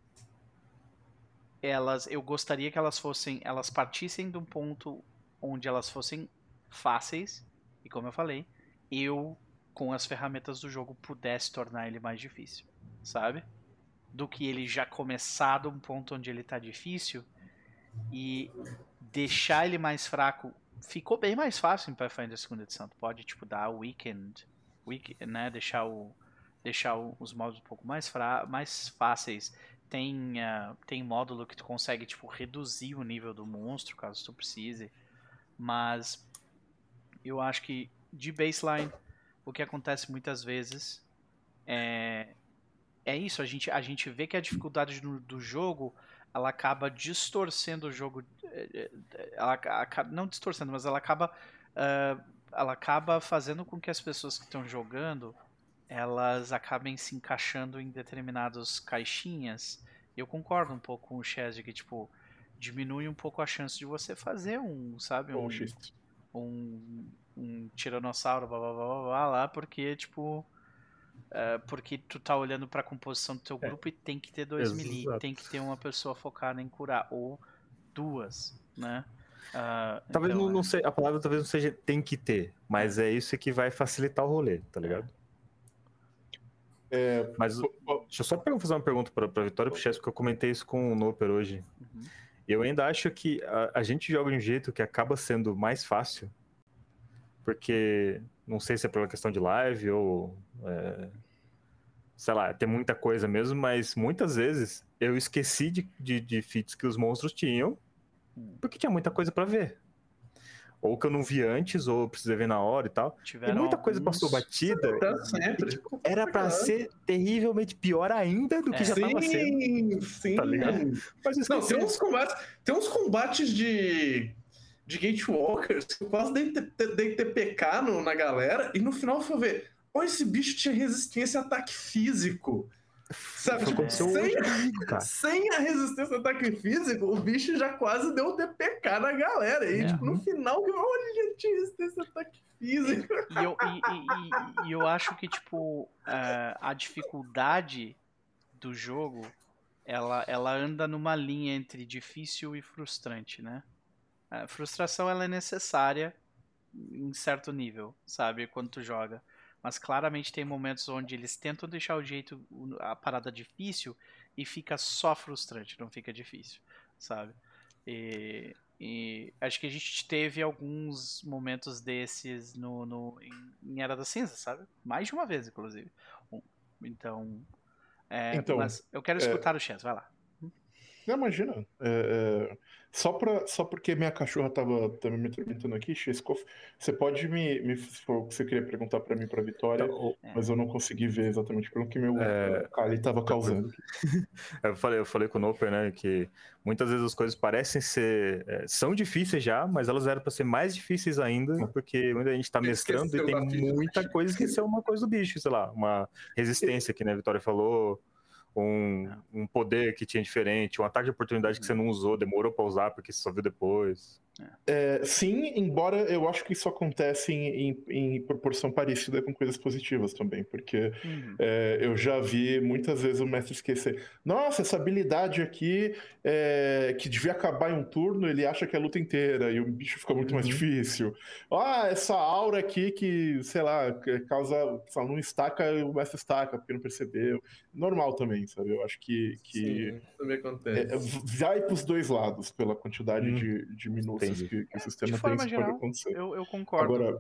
elas, eu gostaria que elas fossem, elas partissem de um ponto onde elas fossem fáceis. E como eu falei, eu, com as ferramentas do jogo, pudesse tornar ele mais difícil, sabe? Do que ele já começar de um ponto onde ele tá difícil e deixar ele mais fraco. Ficou bem mais fácil em Pathfinder segunda edição. Tu pode, tipo, dar weekend, week, né? Deixar, o, deixar o, os modos um pouco mais, fra, mais fáceis. Tem, uh, tem módulo que tu consegue, tipo, reduzir o nível do monstro, caso tu precise. Mas eu acho que, de baseline, o que acontece muitas vezes é, é isso. A gente, a gente vê que a dificuldade do, do jogo, ela acaba distorcendo o jogo. Ela acaba, não distorcendo, mas ela acaba, uh, ela acaba fazendo com que as pessoas que estão jogando, elas acabem se encaixando em determinadas caixinhas. Eu concordo um pouco com o Chaz de que, tipo, diminui um pouco a chance de você fazer um, sabe, um, Bom, X. um, um tiranossauro, blá, blá, blá, blá, blá, lá, porque, tipo, uh, porque tu tá olhando pra composição do teu grupo e tem que ter dois melee, Exato. tem que ter uma pessoa focada em curar, ou duas, né? Uh, Talvez então, não, não é. seja, a palavra talvez não seja tem que ter, mas é isso que vai facilitar o rolê, tá ligado? É, Mas pô, pô, deixa eu só fazer uma pergunta pra, pra Vitória e pro Chess, porque eu comentei isso com o Noper hoje. Uhum. Eu ainda acho que a, a gente joga de um jeito que acaba sendo mais fácil, porque não sei se é por uma questão de live ou é, sei lá, tem muita coisa mesmo, mas muitas vezes eu esqueci de, de, de feats que os monstros tinham, porque tinha muita coisa pra ver. Ou que eu não vi antes, ou eu precisei ver na hora e tal. Tiveram e muita coisa alguns- passou batida. Tá e, sempre. tipo, era pra ser terrivelmente pior ainda do que É. já tava sendo. Sim, sim. Tá ligado? Mas eu Não, esqueci. tem uns combates, tem uns combates de, de Gatewalkers que eu quase dei, dei, dei T P K no, na galera, e no final eu fui ver, ó, esse bicho tinha resistência a ataque físico. Sabe, Foi o que tipo, aconteceu hoje sem, comigo, cara. sem a resistência a ataque físico, o bicho já quase deu T P K na galera. E É. tipo, no final, olha, tinha resistência a ataque físico. E eu, e, e- e- e eu acho que, tipo, a, a dificuldade do jogo, ela, ela anda numa linha entre difícil e frustrante, né? A frustração, ela é necessária em certo nível, sabe? Quando tu joga. Mas claramente tem momentos onde eles tentam deixar o jeito, a parada difícil e fica só frustrante, não fica difícil, sabe? E, e acho que a gente teve alguns momentos desses no, no, em, em Era da Cinza, sabe? Mais de uma vez, inclusive. Então, é, Então, mas eu quero é, escutar o Chess, vai lá. Não, imagina. É, é, só, pra, só porque minha cachorra tava, tava me atormentando aqui, Cheskov, você pode me, me. Se for o que você queria perguntar pra mim, pra Vitória, Então, o- É. mas eu não consegui ver exatamente pelo que meu É. Kali tava causando. eu falei, eu falei com o Noper, né, que muitas vezes as coisas parecem ser, é, são difíceis já, mas elas eram para ser mais difíceis ainda, porque muita gente tá mestrando e Esqueceu tem da ficha. muita coisa que é uma coisa do bicho, sei lá, uma resistência que, né, a Vitória falou, um, um poder que tinha diferente, um ataque de oportunidade que você não usou, demorou para usar porque você só viu depois. É, sim, embora eu acho que isso acontece em, em, em proporção parecida com coisas positivas também, porque Uhum. é, eu já vi muitas vezes o mestre esquecer. Nossa, essa habilidade aqui é, que devia acabar em um turno, ele acha que é a luta inteira e o bicho fica muito Uhum. mais difícil. Ah, essa aura aqui que, sei lá, que causa. Sei lá, não estaca, o mestre estaca porque não percebeu. Normal também, sabe? Eu acho que. que Sim, também é, acontece. vai pros dois lados pela quantidade Hum, de, de minúcias entendi. que, que o De sistema tem, forma isso pode geral, acontecer. eu, eu concordo. Agora,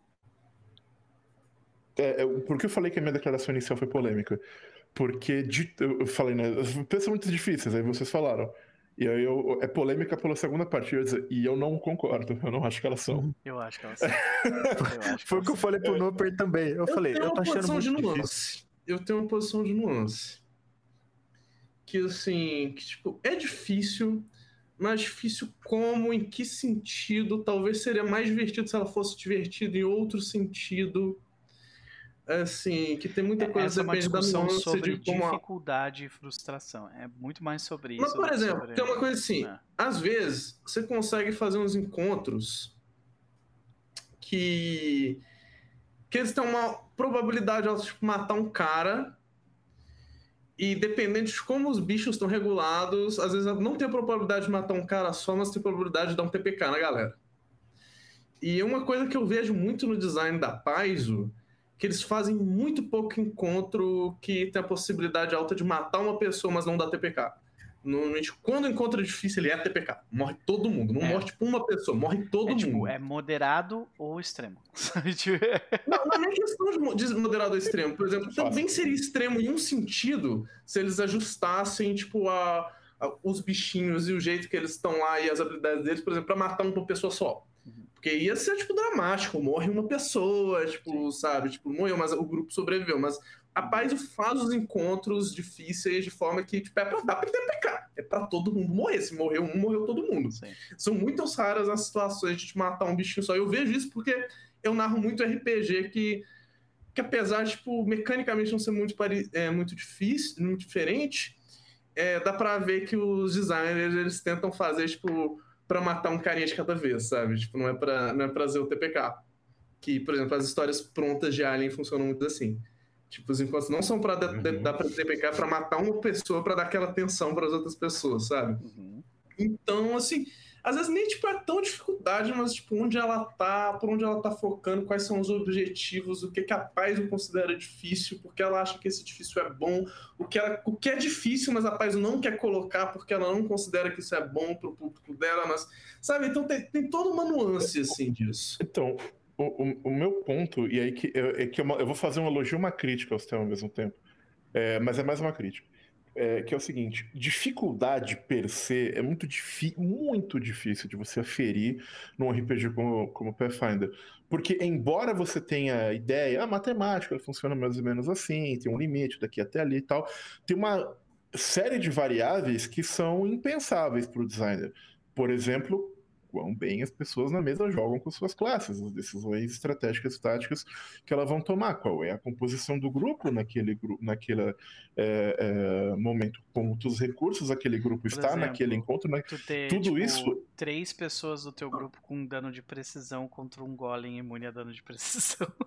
é, é, por que eu falei que a minha declaração inicial foi polêmica? Porque de- eu falei, né? As pessoas são muito difíceis, aí vocês falaram. E aí eu, é polêmica pela segunda parte. Eu ia dizer, e eu não concordo, eu não acho que elas são. Eu acho que elas são. Eu acho que Foi o elas que eu são. falei pro Noper também. Eu, Eu falei, tenho eu tô uma achando posição muito de difícil. nuance. Eu tenho uma posição de nuance. Que assim, que tipo, é difícil, mas difícil como, em que sentido? Talvez seria mais divertido se ela fosse divertida em outro sentido. Assim, que tem muita coisa Essa é uma depende da discussão nuance sobre de como a... dificuldade e frustração. É muito mais sobre Mas, isso por do que exemplo, sobre... tem uma coisa assim, É. às vezes você consegue fazer uns encontros que que eles têm uma probabilidade de tipo, matar um cara, e dependente de como os bichos estão regulados, às vezes não tem a probabilidade de matar um cara só, mas tem a probabilidade de dar um T P K na galera. E uma coisa que eu vejo muito no design da Paizo, que eles fazem muito pouco encontro que tem a possibilidade alta de matar uma pessoa, mas não dar T P K. Normalmente, quando o encontro é difícil, ele é T P K. Morre todo mundo. Não É. morre tipo uma pessoa, morre todo É mundo. tipo, é moderado ou extremo. Sabe? Tipo, Não, não é nem questão de mo- de moderado ao extremo. Por exemplo, também seria extremo em um sentido se eles ajustassem, tipo, a, a- os bichinhos e o jeito que eles estão lá e as habilidades deles, por exemplo, pra matar uma pessoa só. Porque ia ser, tipo, dramático. Morre uma pessoa, tipo, sabe? Tipo, morreu, mas o grupo sobreviveu. Mas a Paizo faz os encontros difíceis de forma que, tipo, é pra dar pra T P K. É pra todo mundo morrer. Se morreu um, morreu todo mundo. Sim. São muito raras as situações de te matar um bichinho só. Eu vejo isso porque eu narro muito R P G que, que apesar de, tipo, mecanicamente não ser muito, pare... é, muito difícil, muito diferente, é, dá pra ver que os designers, eles tentam fazer, tipo, pra matar um carinha de cada vez, sabe? Tipo, não é pra, não é pra fazer o T P K. Que, por exemplo, as histórias prontas de Alien funcionam muito assim. Tipo, os encontros não são pra dar, Uhum. dar pra T P K, pra matar uma pessoa, pra dar aquela tensão pras outras pessoas, sabe? Uhum. Então, assim, às vezes nem tipo, é tão dificuldade, mas tipo, onde ela tá, por onde ela tá focando, quais são os objetivos, o que, que a Paizo considera difícil, porque ela acha que esse difícil é bom, o que, ela, o que é difícil, mas a Paizo não quer colocar porque ela não considera que isso é bom pro público dela, mas, sabe? Então tem, tem toda uma nuance, assim, disso. Então, o, o, o meu ponto, e aí que, é, é que eu, eu vou fazer um elogio e uma crítica ao sistema ao mesmo tempo, é, mas é mais uma crítica. É, que é o seguinte, dificuldade per se é muito, muito difícil de você aferir num R P G como, como Pathfinder. Porque embora você tenha a ideia, a matemática funciona mais ou menos assim, tem um limite daqui até ali e tal, tem uma série de variáveis que são impensáveis para o designer. Por exemplo, quão bem as pessoas na mesa jogam com suas classes, as decisões estratégicas e táticas que elas vão tomar, qual é a composição do grupo naquele, gru naquele é, é, momento, quantos recursos aquele grupo Por está exemplo, naquele encontro, né? tu ter, Tudo tipo, isso... três pessoas do teu grupo com dano de precisão contra um golem imune a dano de precisão.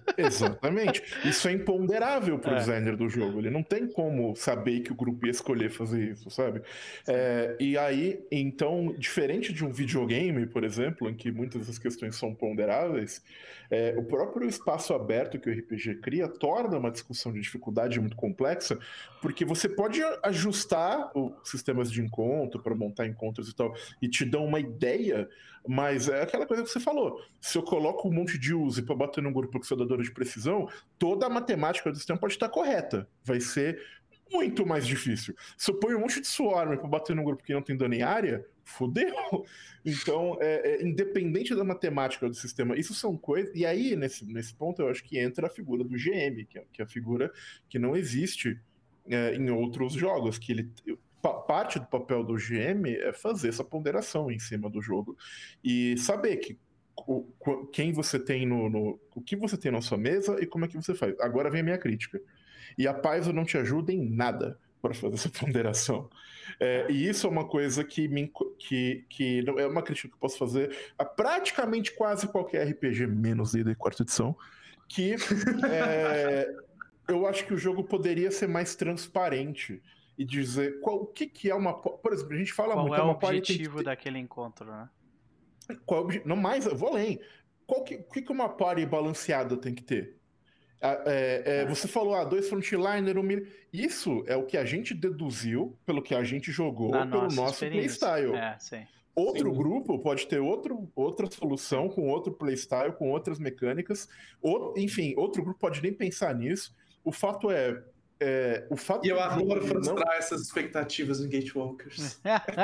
Exatamente. Isso é imponderável pro É. designer do jogo. Ele não tem como saber que o grupo ia escolher fazer isso, sabe? É, e aí, então, diferente de um videogame, por exemplo, em que muitas das questões são ponderáveis, é, o próprio espaço aberto que o R P G cria torna uma discussão de dificuldade muito complexa, porque você pode ajustar os sistemas de encontro para montar encontros e tal, e te dão uma ideia, mas é aquela coisa que você falou. Se eu coloco um monte de use para bater num grupo que sou dador de precisão, toda a matemática do sistema pode estar correta. Vai ser muito mais difícil. Se eu ponho um monte de swarm para bater num grupo que não tem dano em área, fodeu. Então, é, é, independente da matemática do sistema, isso são coisas... E aí, nesse, nesse ponto, eu acho que entra a figura do G M, que é, que é a figura que não existe é, em outros jogos, que ele... Parte do papel do G M é fazer essa ponderação em cima do jogo e saber que o, quem você tem no, no o que você tem na sua mesa e como é que você faz. Agora vem a minha crítica. E a Paizo não te ajuda em nada para fazer essa ponderação. É, e isso é uma coisa que, me, que, que é uma crítica que eu posso fazer a praticamente quase qualquer R P G, menos D e D quarta edição, que é, eu acho que o jogo poderia ser mais transparente e dizer qual, o que, que é uma... Por exemplo, a gente fala Qual muito... é o uma objetivo ter... daquele encontro, né? Qual, não mais, eu vou além. Qual que, o que, que uma party balanceada tem que ter? É, é, você falou, ah, dois frontliner, um mini... Isso é o que a gente deduziu pelo que a gente jogou, Na pelo nossa nosso experiência. playstyle. É, sim. Outro Sim. grupo pode ter outro, outra solução, com outro playstyle, com outras mecânicas. Ou, enfim, outro grupo pode nem pensar nisso. O fato é... é o fato E eu do adoro jogo frustrar não... essas expectativas em Gatewalkers.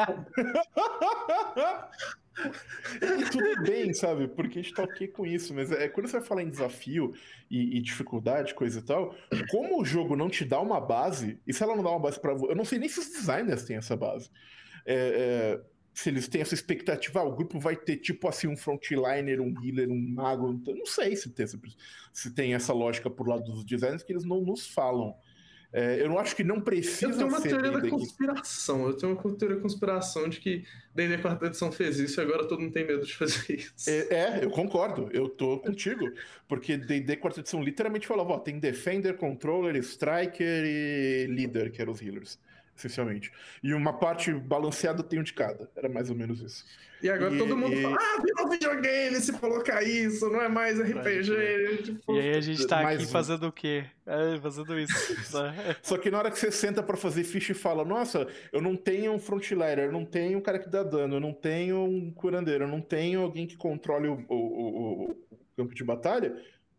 E tudo bem, sabe? Porque a gente tá ok com isso, mas é quando você vai falar em desafio e, e dificuldade, coisa e tal, como o jogo não te dá uma base, e se ela não dá uma base pra você, eu não sei nem se os designers têm essa base. É, é, se eles têm essa expectativa, ah, o grupo vai ter tipo assim um frontliner, um healer, um mago, eu não sei se tem, se tem essa lógica por lado dos designers que eles não nos falam. É, eu não acho que não precisa Eu tenho uma ser teoria da D e D conspiração. Eu tenho uma teoria da conspiração de que D e D quarta edição fez isso e agora todo mundo tem medo de fazer isso. É, é, eu concordo, eu tô contigo. Porque D e D quarta edição literalmente falava, ó, tem Defender, Controller, Striker e Leader, que eram os healers, essencialmente. E uma parte balanceada tem um de cada, era mais ou menos isso. E agora E- todo mundo e- fala, ah, virou videogame se colocar isso, não é mais R P G. Tipo, E aí a gente tá Mais aqui um. fazendo o quê? É, fazendo isso. né? Só que na hora que você senta pra fazer ficha e fala, nossa, eu não tenho um frontliner, eu não tenho um cara que dá dano, eu não tenho um curandeiro, eu não tenho alguém que controle o, o- o- o campo de batalha,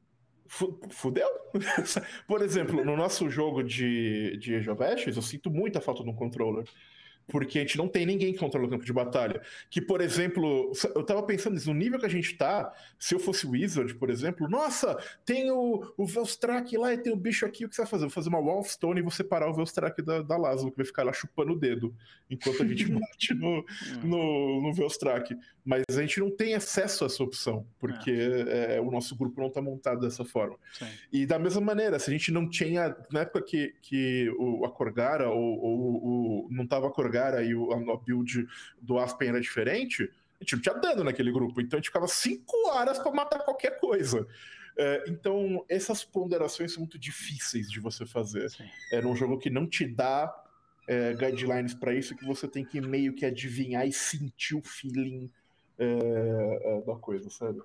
fu- fudeu? Por exemplo, no nosso jogo de, de Age of Ashes, eu sinto muita falta de um controller. Porque a gente não tem ninguém que controla o campo de batalha. Que, por exemplo, eu tava pensando nisso, no nível que a gente tá, se eu fosse o Wizard, por exemplo, nossa, tem o, o Velstrak lá e tem o bicho aqui, o que você vai fazer? Eu vou fazer uma Wallstone e vou separar o Velstrak da, da Lázaro, que vai ficar lá chupando o dedo, enquanto a gente bate no, no, no Velstrak. Mas a gente não tem acesso a essa opção, porque é, o nosso grupo não tá montado dessa forma. Sim. E da mesma maneira, se a gente não tinha, na época que, que o, a Korgara ou, ou, ou não tava a Korgara e o, a build do Aspen era diferente, a gente não tinha dano naquele grupo, então a gente ficava cinco horas para matar qualquer coisa. É, então, essas ponderações são muito difíceis de você fazer. Sim. É num jogo que não te dá é, guidelines para isso, que você tem que meio que adivinhar e sentir o feeling é, é, da coisa, sabe?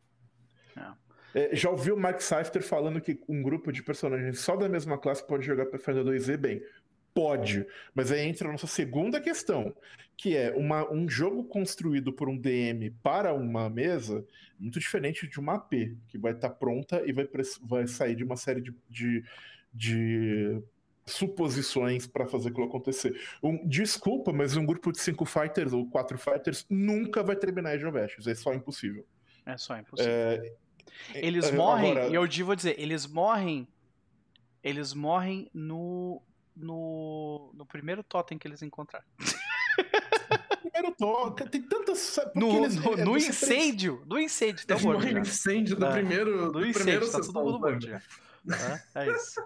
É, já ouviu o Mark Seifter falando que um grupo de personagens só da mesma classe pode jogar Pathfinder dois E? Bem, pode, mas aí entra a nossa segunda questão, que é uma, um jogo construído por um D M para uma mesa muito diferente de uma A P, que vai estar pronta e vai, vai sair de uma série de, de, de suposições para fazer aquilo acontecer. Um, desculpa, mas um grupo de cinco fighters ou quatro fighters nunca vai terminar Age of Ashes, é só impossível. É só impossível. É, Eles é, morrem, agora- e eu vou dizer, eles morrem. Eles morrem no. No, no primeiro totem que eles encontraram. Primeiro toque, tem tantas. porque No, eles- no, é, no você incêndio! No incêndio, tá Eles morto morrem no já. incêndio do É, primeiro, No do incêndio, primeiro tá todo sessão, mundo morto sabe? já. É, é isso.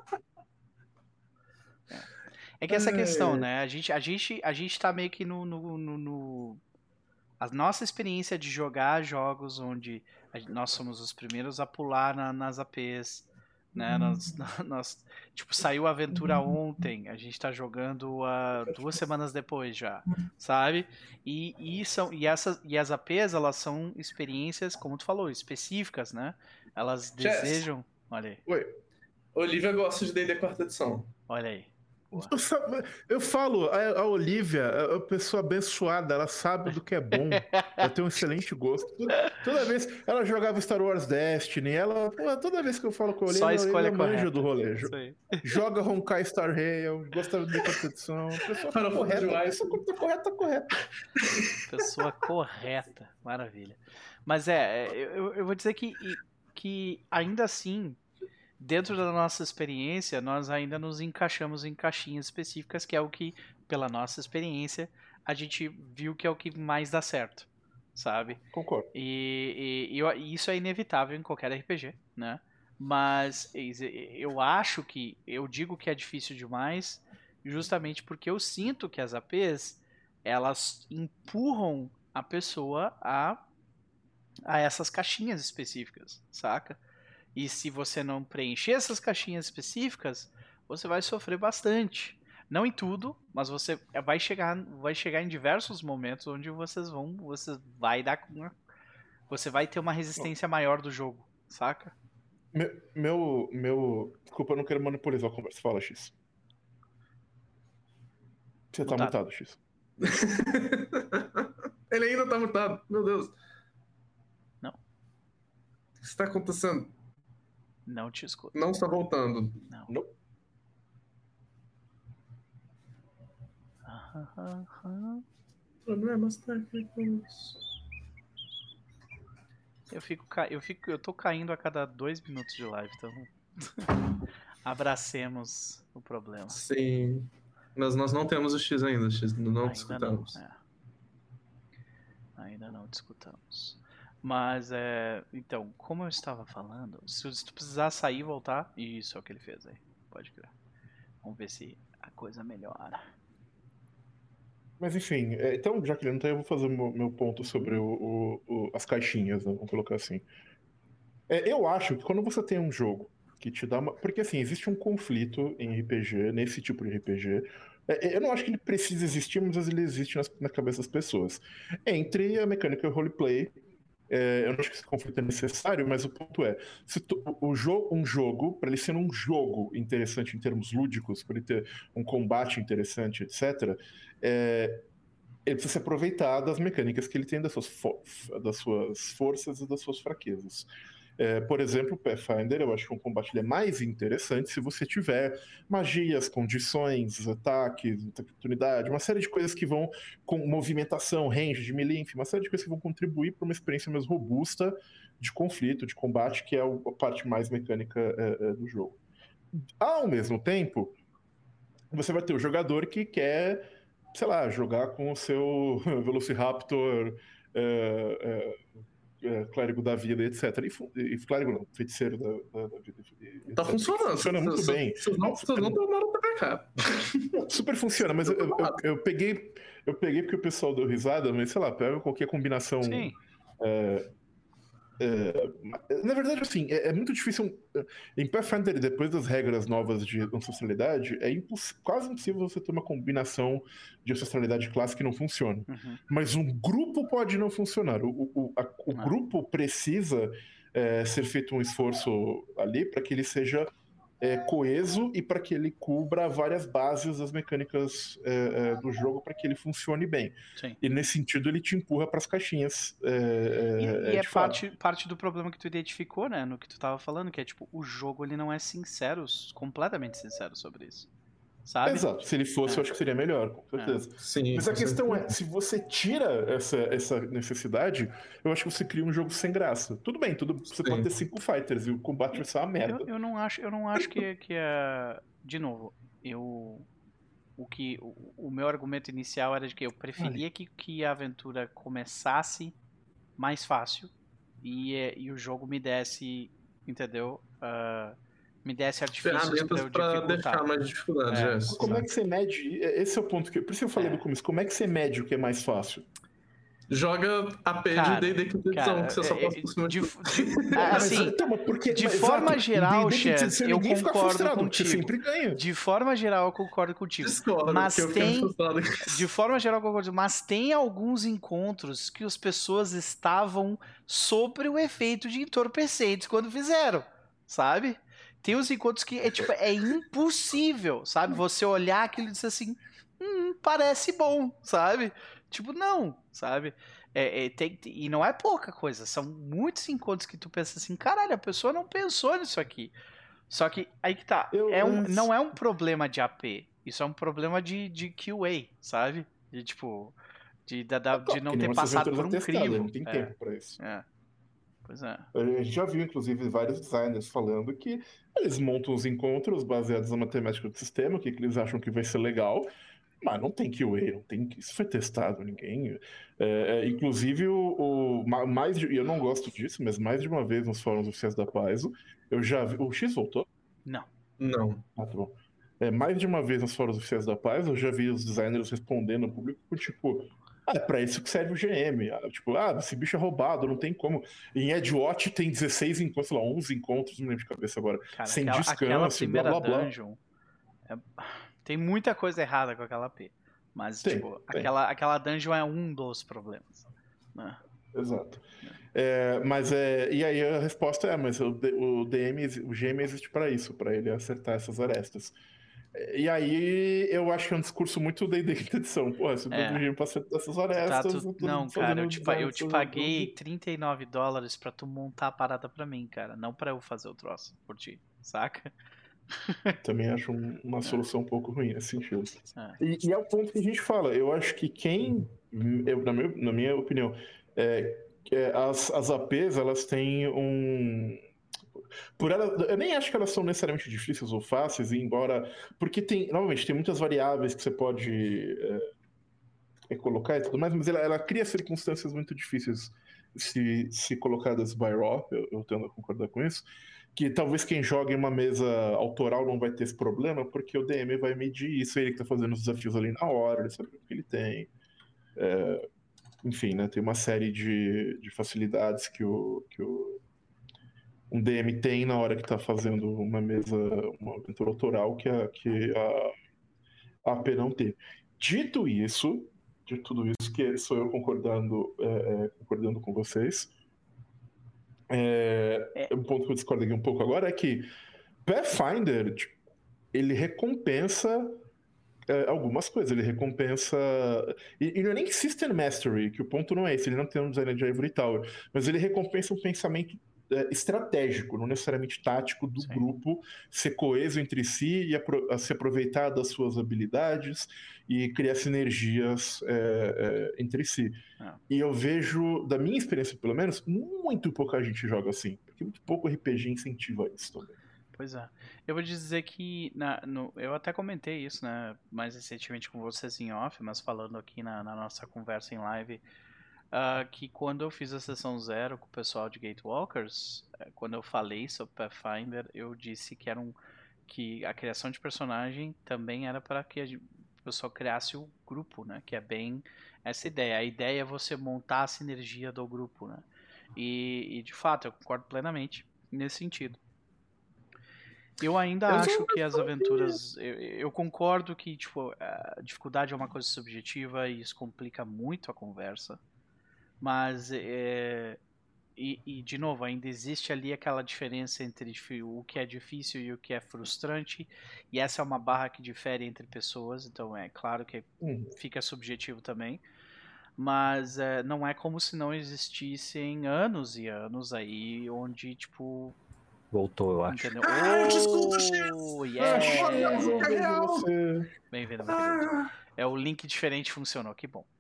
É. É que essa Ai. questão, né? A gente, a gente, a gente tá meio que no, no, no, no- a nossa experiência de jogar jogos onde a gente- nós somos os primeiros a pular na- nas A Ps, né? Nós, nós- tipo, saiu a aventura ontem, a gente tá jogando uh, duas semanas depois já, sabe? E, e, são, e, essas, e as A Ps, elas são experiências, como tu falou, específicas, né? Elas Chess. desejam... Olha aí, Oi. Olivia gosta de D e D quarta edição. olha aí. Boa. Eu, sa- eu falo, a, a Olivia é uma pessoa abençoada, ela sabe do que é bom. Ela tem um excelente gosto. Toda, toda vez ela jogava Star Wars Destiny, ela, pô, toda vez que eu falo com a Olivia, Só a escolha Olivia manja correta. do rolê. Isso aí. Joga Honkai Star Rail, gosta de competição. Pessoa Final correta, Fantasy pessoa tá correta, tá correta. Pessoa correta. Maravilha. Mas é, eu, eu vou dizer que, que ainda assim, dentro da nossa experiência, nós ainda nos encaixamos em caixinhas específicas, que é o que, pela nossa experiência, a gente viu que é o que mais dá certo, sabe? Concordo. E, e- e eu- e isso é inevitável em qualquer R P G, né? Mas eu acho que, eu digo que é difícil demais, justamente porque eu sinto que as A Ps, elas empurram a pessoa a, a essas caixinhas específicas, saca? E se você não preencher essas caixinhas específicas, você vai sofrer bastante. Não em tudo, mas você vai chegar, vai chegar em diversos momentos onde vocês vão, você vai dar uma, você vai ter uma resistência maior do jogo, saca? Meu, meu, meu. Desculpa, eu não quero monopolizar a conversa. Fala, X. Você tá Mutado. mutado, X. Ele ainda tá mutado, meu Deus. Não. O que está acontecendo? Não te escuto. Não está voltando. Não. Não. Aham. Problemas técnicos. Eu fico, ca- eu fico, eu tô caindo a cada dois minutos de live, então abracemos o problema. Sim. Mas nós não temos o X ainda, X. Não Ainda discutamos. não, é. Ainda não discutamos. Mas é, então, como eu estava falando, se se tu precisar sair e voltar, isso é o que ele fez aí. Pode crer. Vamos ver se a coisa melhora. Mas enfim, é, então, já que ele não tá, eu vou fazer o meu, meu ponto sobre o, o- o- as caixinhas, né? Vamos colocar assim. É, eu acho que quando você tem um jogo que te dá uma. Porque assim, existe um conflito em R P G, nesse tipo de R P G. É, eu não acho que ele precisa existir, mas ele existe nas, na cabeça das pessoas. Entre a mecânica roleplay. É, eu não acho que esse conflito é necessário, mas o ponto é: se tu- o jogo, um jogo, para ele ser um jogo interessante em termos lúdicos, para ele ter um combate interessante, etcétera, é, ele precisa se aproveitar das mecânicas que ele tem, das suas, fo- das suas forças e das suas fraquezas. É, por exemplo, o Pathfinder, eu acho que um combate ele é mais interessante se você tiver magias, condições, ataques, oportunidade, uma série de coisas que vão com movimentação, range de melee, enfim, uma série de coisas que vão contribuir para uma experiência mais robusta de conflito, de combate, que é o- a parte mais mecânica é, é, do jogo. Ao mesmo tempo, você vai ter o jogador que quer, sei lá, jogar com o seu Velociraptor, é, é, é, clérigo da vida, etcétera. E, fu- e clérigo não, feiticeiro da, da- da vida. e- Tá etcétera. funcionando. Funciona muito Vocês- bem. Vocês não, vocês não tomaram o P P K. Super funciona, mas eu, eu, eu- eu peguei eu peguei porque o pessoal deu risada, mas sei lá, pega qualquer combinação. Sim. Na verdade, assim, é, é muito difícil. Em Pathfinder, depois das regras novas de ancestralidade, é imposs- quase impossível você ter uma combinação de ancestralidade clássica que não funcione. Uhum. Mas um grupo pode não funcionar. O, o, a- o Ah. grupo precisa é, ser feito um esforço ali para que ele seja é, coeso e para que ele cubra várias bases das mecânicas é, é, do jogo para que ele funcione bem. Sim. E nesse sentido ele te empurra para as caixinhas. É, E, é, e é de fato. parte, parte do problema que tu identificou, né? No que tu tava falando, que é tipo, o jogo ele não é sincero, completamente sincero sobre isso. Sabe? Exato. Se ele fosse, É. eu acho que seria melhor, com certeza. Sim. Mas a com questão certeza. é, se você tira essa, essa necessidade, eu acho que você cria um jogo sem graça. Tudo bem, tudo, você Sim. pode ter cinco fighters e o combate vai ser uma merda. Eu, eu não acho, eu não acho que, que é. De novo, eu. O, que, o, o meu argumento inicial era de que eu preferia que, que a aventura começasse mais fácil e, eh, e o jogo me desse, entendeu? Ah, me desse artifícios para Ferramentas eu pra dificultar. deixar mais dificuldade. É. É. Como é que você mede? Esse é o ponto que. Por isso que eu falei É. no começo. Como é que você mede o que é mais fácil? Joga a P Cara, de D e D quinta edição, cara, que você só é- passa por cima de, de... de- assim, Então, mas porque- de mas, forma exato, geral, em D e D quinta Chess, edição, eu ninguém fica concordo frustrado, porque contigo. Você sempre ganha. De forma geral, eu concordo contigo. Discordo, Mas porque eu fiquei tem, frustrado com isso. de forma geral, eu concordo. Mas tem alguns encontros que as pessoas estavam sobre o efeito de entorpecentes quando fizeram, sabe? Tem uns encontros que é, tipo, é impossível, sabe? Você olhar aquilo e dizer assim, hum, parece bom, sabe? Tipo, não, sabe? É, é, tem, e não é pouca coisa, são muitos encontros que tu pensa assim, caralho, a pessoa não pensou nisso aqui. Só que aí que tá, Eu- é um, eu- não é um problema de A P, isso é um problema de, de Q A, sabe? De tipo, de, da- da- de não Que nem ter vocês passado vão ter por um testado, crivo. Não tem É, tempo pra isso. é, pois é. A gente já viu, inclusive, vários designers falando que eles montam os encontros baseados na matemática do sistema, o que, que eles acham que vai ser legal, mas não tem Q A, não tem. Isso foi testado, ninguém. É, é, inclusive, o, o- ma- mais de, e eu não gosto disso, mas mais de uma vez nos fóruns oficiais da Paizo, eu já vi. O X voltou? Não. Não. Ah, tá bom. É, mais de uma vez nos fóruns oficiais da Paz, eu já vi os designers respondendo ao público, tipo, ah, é pra isso que serve o G M. Ah, tipo, ah, esse bicho é roubado, não tem como. Em Edgewatch tem dezesseis encontros, sei lá, onze encontros, não lembro de cabeça agora, Cara, sem aquela, aquela descanso, blá primeira blá blá. dungeon, é- tem muita coisa errada com aquela A P. Mas, Tem, tipo, tem. aquela, aquela dungeon é um dos problemas. Né? Exato. É, mas é, e aí a resposta é, mas o, D- o D M, exi- o G M existe pra isso, pra ele acertar essas arestas. E aí eu acho que é um discurso muito da quinta edição. Pô, se o É. G M pra acertar essas Tá, arestas, tu- eu tô não, fazendo cara, eu te, pa- design eu te dessas paguei arestas. trinta e nove dólares pra tu montar a parada pra mim, cara. Não pra eu fazer o troço por ti, saca? Também acho um- uma solução um pouco ruim nesse sentido. É. E, e é o ponto que a gente fala. Eu acho que quem, eu, na, meu- na minha opinião, é, é, as, as A Ps, elas têm um. Por ela, eu nem acho que elas são necessariamente difíceis ou fáceis, embora. Porque tem, novamente, tem muitas variáveis que você pode é, é, colocar e tudo mais, mas ela, ela cria circunstâncias muito difíceis se, se colocadas by raw, eu, eu tendo a concordar com isso. Que talvez quem joga em uma mesa autoral não vai ter esse problema, porque o D M vai medir isso, ele que tá fazendo os desafios ali na hora, ele sabe o que ele tem. É, enfim, né, tem uma série de, de facilidades que o, que o um D M tem na hora que tá fazendo uma mesa, uma aventura autoral que a, que a, a A P não tem. Dito isso, de tudo isso, que sou eu concordando, é, é, concordando com vocês, é, um ponto que eu discordo aqui um pouco agora é que Pathfinder, tipo, ele recompensa é, algumas coisas, ele recompensa e, e não é nem System Mastery, que o ponto não é esse, ele não tem um design de Ivory Tower, mas ele recompensa um pensamento é, estratégico, não necessariamente tático do Sim. grupo, ser coeso entre si e apro- a se aproveitar das suas habilidades e criar sinergias é, é, entre si. Ah. E eu vejo, da minha experiência pelo menos, muito pouca gente joga assim, porque muito pouco R P G incentiva isso também. Pois é. Eu vou dizer que na, no, eu até comentei isso, né, mais recentemente com vocês em off, mas falando aqui na, na nossa conversa em live, ah, que quando eu fiz a sessão zero com o pessoal de Gatewalkers, eh, quando eu falei sobre Pathfinder, eu disse que era um, que a criação de personagem também era para que a gente- o pessoal criasse o grupo, né, que é bem essa ideia. A ideia é você montar a sinergia do grupo, né, e, e de fato eu concordo plenamente nesse sentido. Eu ainda Eu sou acho uma que as pessoa que- aventuras. Eu, eu concordo que tipo, a dificuldade é uma coisa subjetiva e isso complica muito a conversa. Mas, é, e, e, de novo, ainda existe ali aquela diferença entre difi- o que é difícil e o que é frustrante. E essa é uma barra que difere entre pessoas, então é claro que Hum. fica subjetivo também. Mas é, não é como se não existissem anos e anos aí onde, tipo. Voltou, eu acho. Entendeu? Ah, desculpa, Oh, Ah, yeah! Chico, é real. você- Bem-vindo, meu querido. Ah, É, o link diferente funcionou, que bom.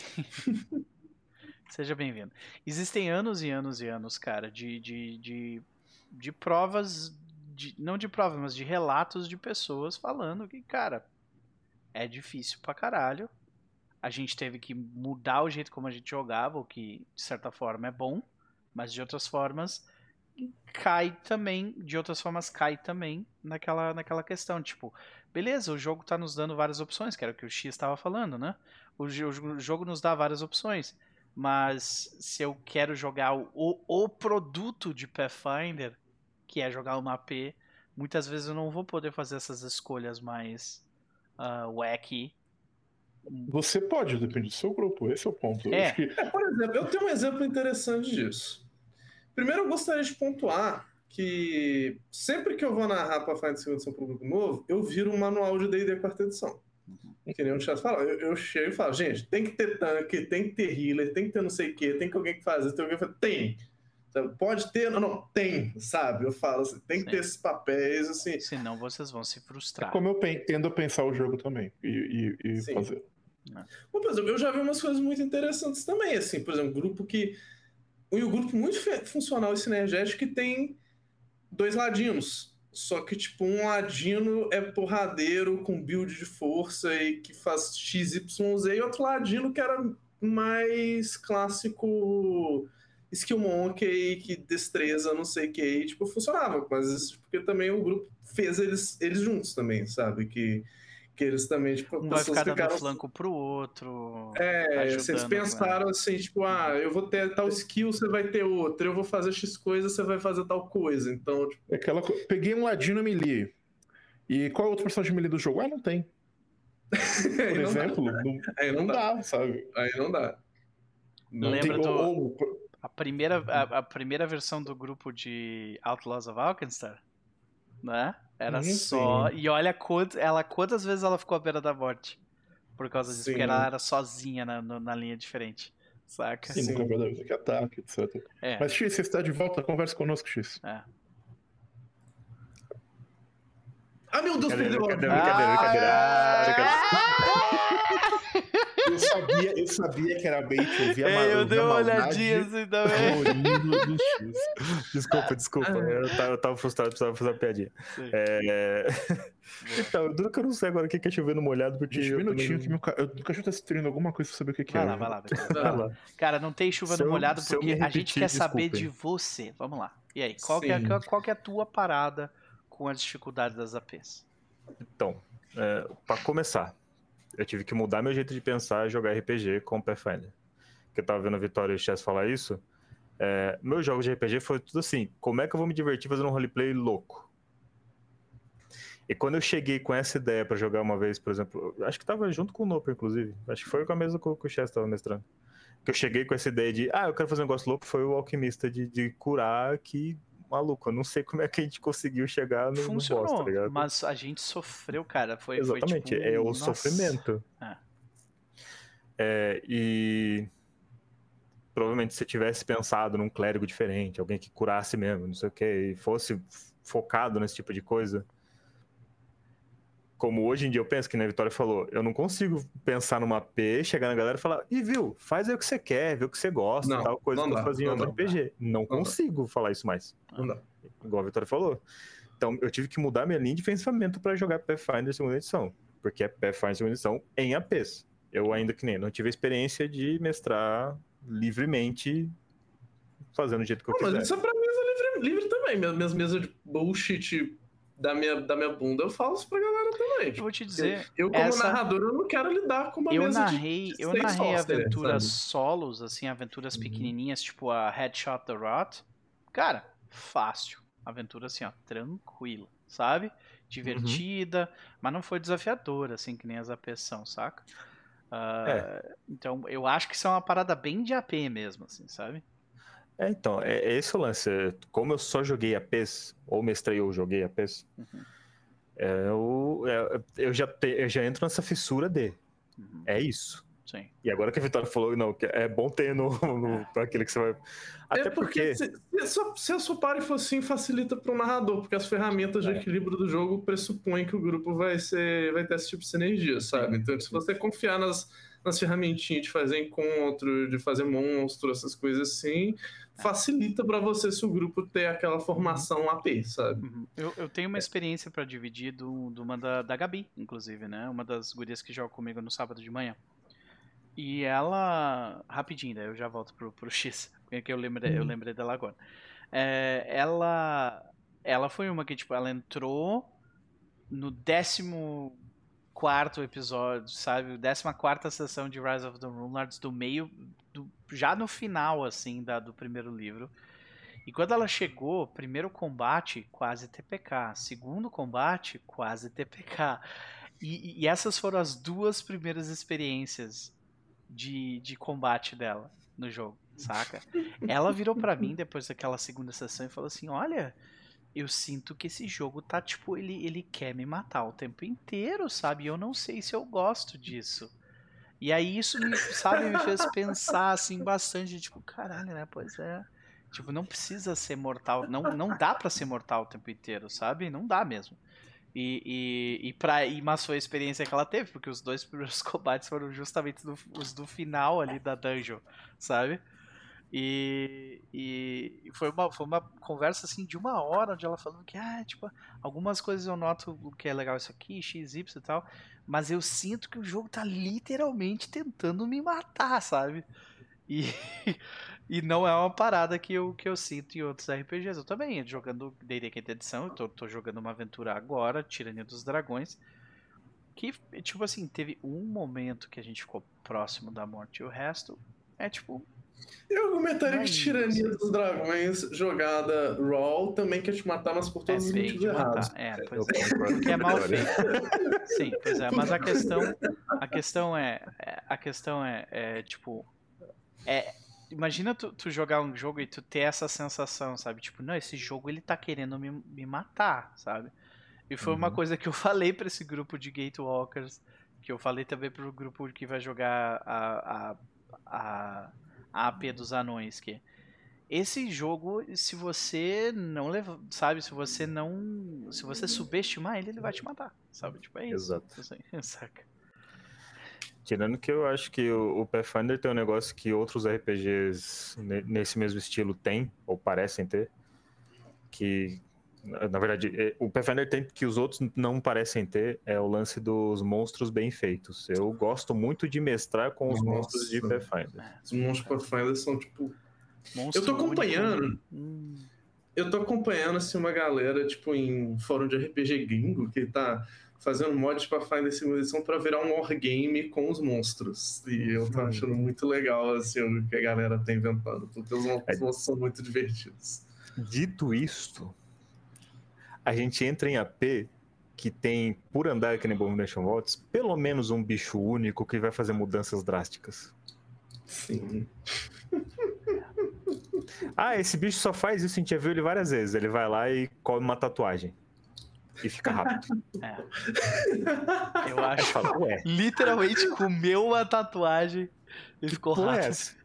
Seja bem-vindo. Existem anos e anos e anos, cara, de, de, de, de provas, de, não de provas, mas de relatos de pessoas falando que, cara, é difícil pra caralho. A gente teve que mudar o jeito como a gente jogava, o que, de certa forma, é bom, mas de outras formas cai também, de outras formas cai também naquela, naquela questão, tipo, beleza, o jogo tá nos dando várias opções, que era o que o X estava falando, né? O, jo- o jogo nos dá várias opções, mas se eu quero jogar o, o produto de Pathfinder, que é jogar uma A P, muitas vezes eu não vou poder fazer essas escolhas mais uh, wacky. Você pode, depende do seu grupo, esse é o ponto. É. Eu acho que... É, por exemplo, eu tenho um exemplo interessante disso. Primeiro eu gostaria de pontuar que sempre que eu vou narrar Pathfinder segunda edição para um grupo novo, eu viro um manual de D e D quarta edição. Que nem o chat fala, eu, eu chego e falo, gente, tem que ter tanque, tem que ter healer, tem que ter não sei o quê, tem que alguém que faz isso, tem alguém que faz... Tem. Pode ter, não, não, tem, sabe? Eu falo assim, tem que Sim. ter esses papéis, assim. Senão vocês vão se É frustrar. como eu pen- tendo a pensar o jogo também e, e, e Sim. fazer. Bom, por exemplo, eu já vi umas coisas muito interessantes também, assim, por exemplo, grupo que... E um grupo muito funcional e sinergético que tem dois ladinos. Só que, tipo, um ladino é porradeiro com build de força e que faz X Y Z, e outro ladino que era mais clássico skill monkey, que destreza, não sei o que, e, tipo, funcionava. Mas isso porque também o grupo fez eles, eles juntos também, sabe? Que, que eles também, tipo, Um vai ficar dando ficaram... flanco pro outro. É, ajudando, vocês pensaram né? assim, tipo, ah, eu vou ter tal skill, você vai ter outra, eu vou fazer X coisa, você vai fazer tal coisa. Então, tipo, É aquela co... Peguei um ladino melee. E qual é o outro personagem melee do jogo? Ah, não tem. Por aí não exemplo, dá. não, Aí não não dá. dá, sabe? Aí não dá. Não Lembra tem, do- ou, ou- A primeira, a, a primeira versão do grupo de Outlaws of Alkenstar, né? Era Hum, só. sim. E olha quant, ela, quantas vezes ela ficou à beira da morte. Por causa disso, Sim. porque ela era sozinha na, no- na linha diferente. Saca? Sim, Sim. nunca vai dar vida que ataque, etcétera. É, Mas, X, você está de volta? Conversa conosco, X. é. Ah, meu Deus, Cadê, perdeu a cadê, hora. cadê, cadê? Ah, cadê? Eu sabia, eu sabia que era bait, eu vi a, ma- Ei, eu eu vi dei a uma maldade olhadinha assim também. colorindo do X. Desculpa, desculpa. Eu tava, eu tava frustrado, precisava fazer uma piadinha. Sim. É... Então, duro que eu não sei agora o que é chovendo molhado, porque. Gente, um eu minutinho também- que meu ca... eu, o cachorro tá se treinando alguma coisa pra saber o que, que Vai é. lá, vai lá, Beto. Vai Vai lá. lá. Cara, não tem chuva Se no eu- molhado se eu porque me a gente repetir, quer saber desculpem. de você. Vamos lá. E aí, qual que, é, Sim. qual que é a tua parada com as dificuldades das A Ps? Então, é, pra começar, eu tive que mudar meu jeito de pensar e jogar R P G com o Pathfinder. Porque eu tava vendo a Vitória e o Chess falar isso. É, meus jogos de R P G foi tudo assim: como é que eu vou me divertir fazendo um roleplay louco? E quando eu cheguei com essa ideia pra jogar uma vez, por exemplo, eu acho que tava junto com o Noper, inclusive. Acho que foi com a mesa que o que o Chess tava mestrando. Que eu cheguei com essa ideia de, ah, eu quero fazer um negócio louco, foi o alquimista de, de curar, que maluco, eu não sei como é que a gente conseguiu chegar no, no boss, Funcionou, tá ligado? mas a gente sofreu, cara. Foi, Exatamente, foi tipo, é o nossa. sofrimento. É. É, e provavelmente se tivesse pensado num clérigo diferente, alguém que curasse mesmo, não sei o que, e fosse focado nesse tipo de coisa, como hoje em dia eu penso, que a Vitória falou, eu não consigo pensar numa P, chegar na galera e falar, e viu, faz aí o que você quer, vê o que você gosta, Não, tal coisa não que eu dá, fazia em não outro dá. R P G. Não, dá. consigo falar isso mais, Não dá. igual a Vitória falou. Então eu tive que mudar minha linha de pensamento para jogar Pathfinder segunda edição, porque é Pathfinder segunda edição em A Ps. Eu ainda que nem, não tive a experiência de mestrar livremente, fazendo do jeito que eu Não, mas quiser. isso é pra mesa livre, livre também. Minhas, minhas mesas de bullshit da minha, da minha bunda, eu falo isso pra galera também. Eu vou te dizer, Eu, como essa- narrador, eu não quero lidar com uma eu mesa narrei, de, de eu seis narrei sorcerer, aventuras sabe? solos, assim, aventuras Uhum. pequenininhas, tipo a Headshot the Rot. Cara, fácil. Aventura assim, ó, tranquila, sabe? Divertida, mas não foi desafiadora, assim, que nem as A Ps são, saca? Ah, Então, eu acho que isso é uma parada bem de A P mesmo, assim, sabe? É, então, é, é esse o lance. É, como eu só joguei A Ps, ou mestrei ou joguei A Ps, Uhum. é, eu, é, eu, já te, eu já entro nessa fissura de. Uhum. É isso. Sim. E agora que a Vitória falou, não, que é bom ter no, no, aquele que você vai. Até É porque, se, se, a sua- se a sua party for assim, facilita para o narrador, porque as ferramentas de É. equilíbrio do jogo pressupõem que o grupo vai, ser, vai ter esse tipo de sinergia, sabe? Então, se você confiar nas, nas ferramentinhas de fazer encontro, de fazer monstro, essas coisas assim, facilita para você se o grupo ter aquela formação A P, sabe? Uhum. Eu, eu tenho uma experiência pra dividir do, do uma da, da Gabi, inclusive, né? Uma das gurias que joga comigo no sábado de manhã. E ela. Rapidinho, daí eu já volto pro, pro X, porque eu lembrei, eu lembrei dela agora. É, ela. Ela foi uma que, tipo, ela entrou no décimo quarto episódio, sabe? décima quarta sessão de Rise of the Runelords, do meio, do, já no final, assim, da, do primeiro livro. E quando ela chegou, primeiro combate, quase T P K. Segundo combate, quase T P K. E, e essas foram as duas primeiras experiências de, de combate dela no jogo, saca? Ela virou pra mim depois daquela segunda sessão e falou assim, olha, eu sinto que esse jogo tá, tipo, ele, ele quer me matar o tempo inteiro, sabe? E eu não sei se eu gosto disso. E aí isso, me, sabe, me fez pensar, assim, bastante, tipo, caralho, né? Pois é. Tipo, não precisa ser mortal, não, não dá pra ser mortal o tempo inteiro, sabe? Não dá mesmo. E, e, e, pra, e mas foi a experiência que ela teve, porque os dois primeiros combates foram justamente do, os do final ali da dungeon, sabe? E, e foi, uma, foi uma conversa assim de uma hora, onde ela falando que, ah, tipo, algumas coisas eu noto que é legal isso aqui, X, Y e tal, mas eu sinto que o jogo tá literalmente tentando me matar, sabe? E, e não é uma parada que eu, que eu sinto em outros R P Gs. Eu também, jogando D e D Quinta Edição, eu tô, tô jogando uma aventura agora, Tirania dos Dragões, que, tipo assim, teve um momento que a gente ficou próximo da morte, e o resto é, tipo... Eu argumentaria Não que é Tirania isso. dos Dragões, jogada raw, também quer te matar, mas por todos É os bem motivos de errados. matar. É, Eu pois é. concordo Porque é com a mal Vitória. feito. Sim, pois é. Mas a questão, a questão é, é- a questão é, é, tipo, é, imagina tu, tu jogar um jogo e tu ter essa sensação, sabe? Tipo, não, esse jogo ele tá querendo me, me matar, sabe? E foi uma Uhum. coisa que eu falei pra esse grupo de Gatewalkers, que eu falei também pro grupo que vai jogar a, a, a, a AP dos anões, que esse jogo, se você não leva, sabe, se você não, se você subestimar ele, ele vai te matar, sabe? Tipo, é isso. Exato. Assim, saca? Tirando que eu acho que o o Pathfinder tem um negócio que outros R P Gs ne- nesse mesmo estilo têm, ou parecem ter, que, na na verdade, é- o Pathfinder tem que os outros não parecem ter, é o lance dos monstros bem feitos. Eu gosto muito de mestrar com os monstros de Nossa. Pathfinder. É, Os monstros Pathfinder são, tipo... monstro Eu tô acompanhando... único. Hum, Eu tô acompanhando, assim, uma galera, tipo, em fórum de R P G gringo, que tá fazendo mods pra Pathfinder segunda edição pra virar um wargame com os monstros. E eu tô Hum. achando muito legal, assim, o que a galera tá inventando, porque os mon- É. os monstros são muito divertidos. Dito isto, a gente entra em A P que tem, por andar aqui no Abomination Vaults, pelo menos um bicho único que vai fazer mudanças drásticas. Sim. Ah, esse bicho só faz isso, a gente já viu ele várias vezes. Ele vai lá e come uma tatuagem. E fica rápido. é. Eu Aí acho, fala, ué, literalmente comeu uma tatuagem e ficou porra é rápido. essa?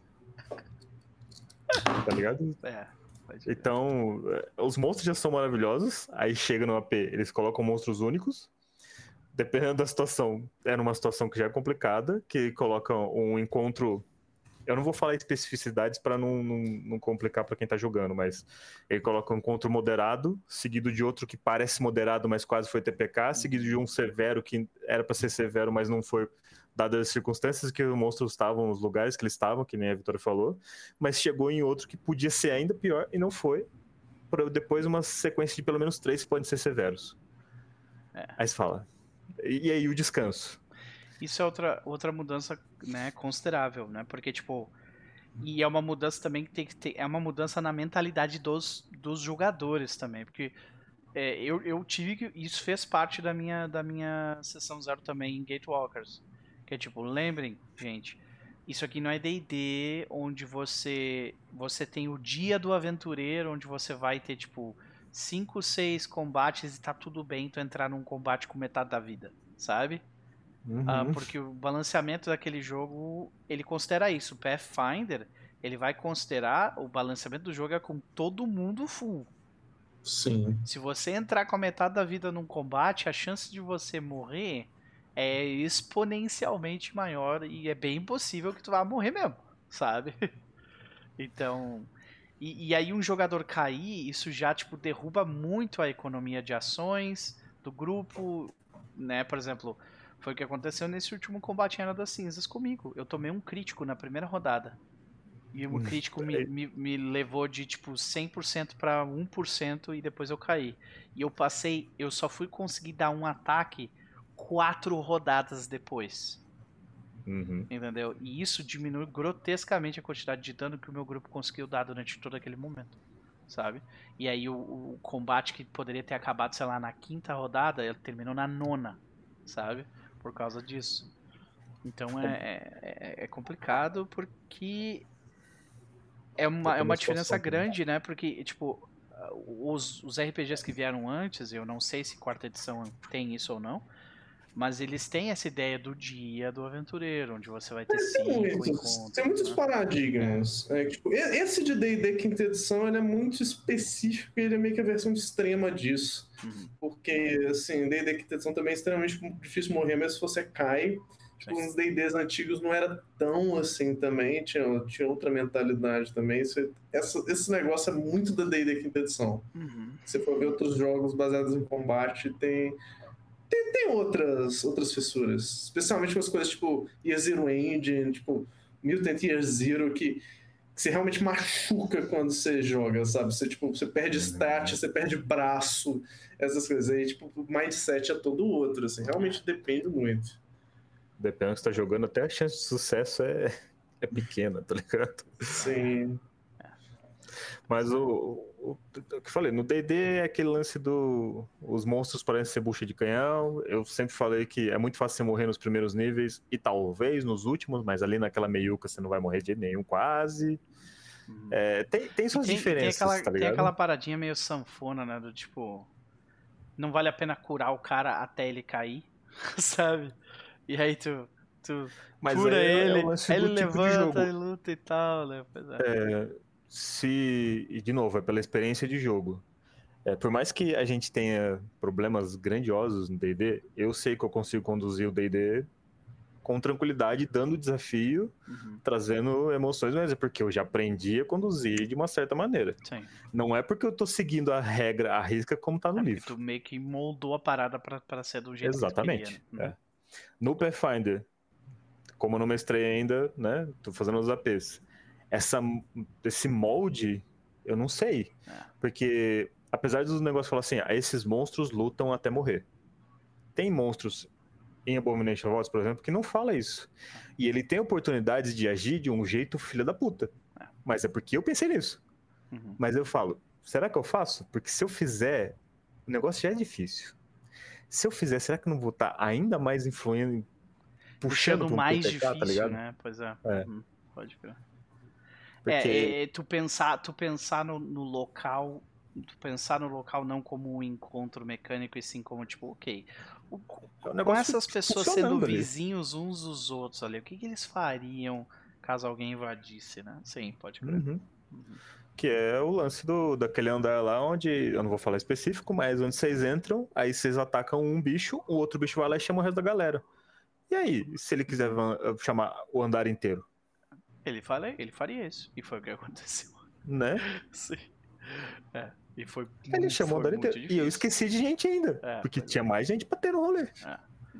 Tá ligado? É, pode crer. Então, eh, os monstros já são maravilhosos. Aí chega no A P, eles colocam monstros únicos. Dependendo da situação, é numa situação que já é complicada, que colocam um encontro. Eu não vou falar especificidades para não, não, não complicar para quem tá jogando, mas ele coloca um encontro moderado, seguido de outro que parece moderado, mas quase foi T P K, seguido de um severo que era para ser severo, mas não foi, dadas as circunstâncias que os monstros estavam nos lugares que eles estavam, que nem a Vitória falou, mas chegou em outro que podia ser ainda pior e não foi, para depois uma sequência de pelo menos três que podem ser severos. É. Aí você fala, e, e aí o descanso? Isso é outra, outra mudança, né, considerável, né? Porque, tipo, e é uma mudança também que tem que ter, é uma mudança na mentalidade dos, dos jogadores também, porque é, eu, eu tive que, isso fez parte da minha, da minha sessão zero também em Gatewalkers, que é tipo, lembrem, gente, isso aqui não é D e D onde você, você tem o dia do aventureiro, onde você vai ter, tipo, cinco, seis combates e tá tudo bem tu entrar num combate com metade da vida, sabe? Uhum. Ah, porque o balanceamento daquele jogo, ele considera isso. O Pathfinder, ele vai considerar o balanceamento do jogo é com todo mundo full. Sim. Se você entrar com a metade da vida num combate, a chance de você morrer é exponencialmente maior e é bem possível que tu vá morrer mesmo, sabe? Então, e, e aí um jogador cair, isso já tipo derruba muito a economia de ações do grupo, né? Por exemplo, foi o que aconteceu nesse último combate em Era das Cinzas comigo. Eu tomei um crítico na primeira rodada. E o crítico me, me, me levou de tipo cem por cento para um por cento e depois eu caí. E eu passei, eu só fui conseguir dar um ataque quatro rodadas depois. Uhum. Entendeu? E isso diminui grotescamente a quantidade de dano que o meu grupo conseguiu dar durante todo aquele momento. Sabe? E aí o, o combate que poderia ter acabado, sei lá, na quinta rodada, ele terminou na nona. Sabe? Por causa disso. Então é, é, é complicado porque é uma, é uma diferença grande, né? Porque, tipo, os, os R P Gs que vieram antes, eu não sei se quarta edição tem isso ou não, mas eles têm essa ideia do dia do aventureiro, onde você vai ter Tem cinco muitos, encontros. tem muitos né? paradigmas. É, tipo, e- esse de D e D quinta edição ele é muito específico e ele é meio que a versão extrema disso. Uhum. Porque, assim, D e D quinta edição também é extremamente difícil morrer, mesmo se você cai. Tipo, Sim. os D e Ds antigos não era tão assim também, tinha, tinha outra mentalidade também. Isso, essa, esse negócio é muito da D e D quinta edição. Uhum. Se você for ver outros jogos baseados em combate, tem, tem, tem outras, outras fissuras. Especialmente umas coisas tipo Year Zero Engine, tipo Mutant Year Zero, que, que você realmente machuca quando você joga, sabe? Você, tipo, você perde stat, você perde braço, essas coisas aí. Tipo, o mindset é todo outro, assim. Realmente depende muito. Dependendo do que você tá jogando, até a chance de sucesso é, é pequena, tá ligado? Sim. Mas o, o, o que eu falei, no D e D é aquele lance do... Os monstros parecem ser bucha de canhão. Eu sempre falei que é muito fácil você morrer nos primeiros níveis e talvez nos últimos, mas ali naquela meiuca você não vai morrer de nenhum quase. Uhum. É, tem, tem suas tem, diferenças, tem aquela, tá ligado? Tem aquela paradinha meio sanfona, né? Do tipo, não vale a pena curar o cara até ele cair, sabe? E aí tu, tu Mas cura aí é, ele, é o lance aí ele do tipo de levanta jogo. e luta e tal, né? Pois é. É, se, e de novo, é pela experiência de jogo. É, por mais que a gente tenha problemas grandiosos no D e D, eu sei que eu consigo conduzir o D e D com tranquilidade, dando desafio, Uhum. trazendo emoções, mas é porque eu já aprendi a conduzir de uma certa maneira. Sim. Não é porque eu tô seguindo a regra, a risca como tá no É porque livro. tu meio que moldou a parada pra, pra ser do jeito Exatamente. que tu queria. Né? É. No Pathfinder, como eu não mestrei ainda, né? Tô fazendo os A Ps. Essa, esse molde, eu não sei. É. Porque, apesar dos negócios falar assim, ah, esses monstros lutam até morrer. Tem monstros em Abomination of Oz, por exemplo, que não fala isso. E ele tem oportunidades de agir de um jeito filha da puta. É. Mas é porque eu pensei nisso. Uhum. Mas eu falo, será que eu faço? Porque se eu fizer, o negócio já é difícil. Se eu fizer, será que eu não vou estar ainda mais influindo, puxando, Puxando pra um mais P T K, difícil, tá ligado? né? Pois é. É. Uhum. Pode crer. Porque... É, é, tu pensar, tu pensar no, no local, tu pensar no local não como um encontro mecânico, e sim como, tipo, ok, o, É um com negócio essas pessoas sendo funcionando ali. vizinhos uns dos outros ali, o que, que eles fariam caso alguém invadisse, né? Sim, pode crer. Uhum. Uhum. Que é o lance do, daquele andar lá onde, eu não vou falar específico, mas onde vocês entram, aí vocês atacam um bicho, o outro bicho vai lá e chama o resto da galera. E aí, se ele quiser van- chamar o andar inteiro? Ele, fala, ele faria isso, e foi o que aconteceu. Né? Sim. É, e foi, Ele chamou o foi andar muito inteiro. difícil. E eu esqueci de gente ainda. É, porque pois tinha é. mais gente pra ter no rolê. É.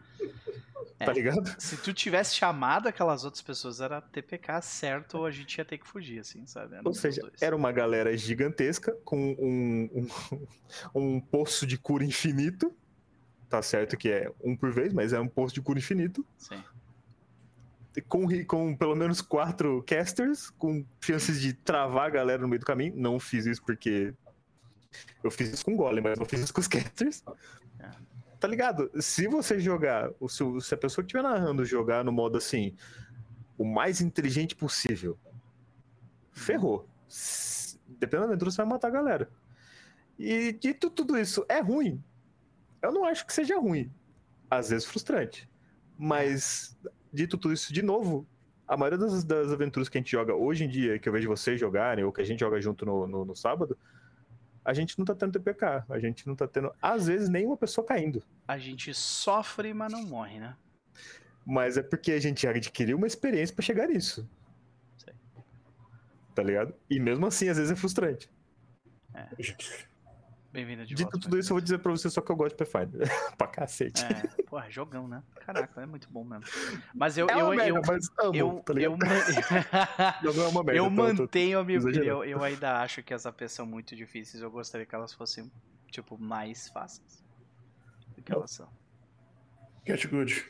Tá É. ligado? Se tu tivesse chamado aquelas outras pessoas, era T P K certo, ou a gente ia ter que fugir, assim, sabe? Era um Ou dos seja, dois. era uma galera gigantesca com um, um, um poço de cura infinito. Tá certo que é um por vez, mas é um poço de cura infinito. Sim. Com, com pelo menos quatro casters, com chances de travar a galera no meio do caminho. Não fiz isso porque eu fiz isso com o Golem, mas não fiz isso com os casters. É. Tá ligado? Se você jogar, se, se a pessoa que estiver narrando jogar no modo assim, o mais inteligente possível, ferrou. Dependendo da aventura, você vai matar a galera. E dito tudo isso, é ruim. Eu não acho que seja ruim. Às vezes frustrante. Mas, dito tudo isso de novo, a maioria das, das aventuras que a gente joga hoje em dia, que eu vejo vocês jogarem, ou que a gente joga junto no, no, no sábado, a gente não tá tendo T P K. A gente não tá tendo, às vezes, nenhuma pessoa caindo. A gente sofre, mas não morre, né? Mas é porque a gente adquiriu uma experiência pra chegar nisso. Sei. Tá ligado? E mesmo assim, às vezes é frustrante. É. Bem-vindo de Dito volta. tudo isso, eu vou dizer pra você só que eu gosto de Pathfinder. Pra cacete. É, porra, jogão, né? Caraca, é muito bom mesmo. Mas eu. É eu, uma merda, eu, mas amo, eu, tá eu, ligado? Não, não é uma merda. eu tô- tô- mantenho a minha exagerando. opinião. Eu ainda acho que as A Ps são muito difíceis. Eu gostaria que elas fossem, tipo, mais fáceis do que elas são. Get good.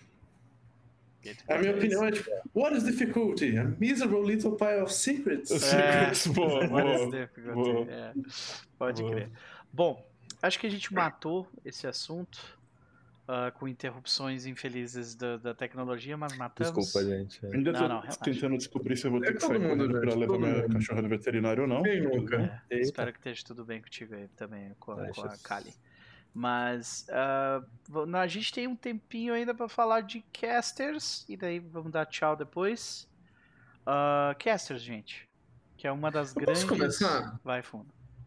A minha opinião é tipo, what is difficulty? A miserable little pile of secrets. É. Secrets, boa, What is boa, difficulty? boa. É, pode Boa. crer. Bom, acho que a gente matou esse assunto uh, com interrupções infelizes da, da tecnologia, mas matamos. Desculpa, gente. É. Ainda Não, tô não, relaxa. tentando descobrir se eu vou ter É que todo sair mundo, correndo gente, pra levar todo minha mundo. cachorra no veterinário ou não. Quem Tudo nunca? bem? É, Eita. espero que esteja tudo bem contigo aí também, com, a- com a Achas. Kali. Mas uh, v- a gente tem um tempinho ainda pra falar de casters, e daí vamos dar tchau depois. Uh, casters, gente, que é uma das Eu grandes... posso começar? Vai, fundo.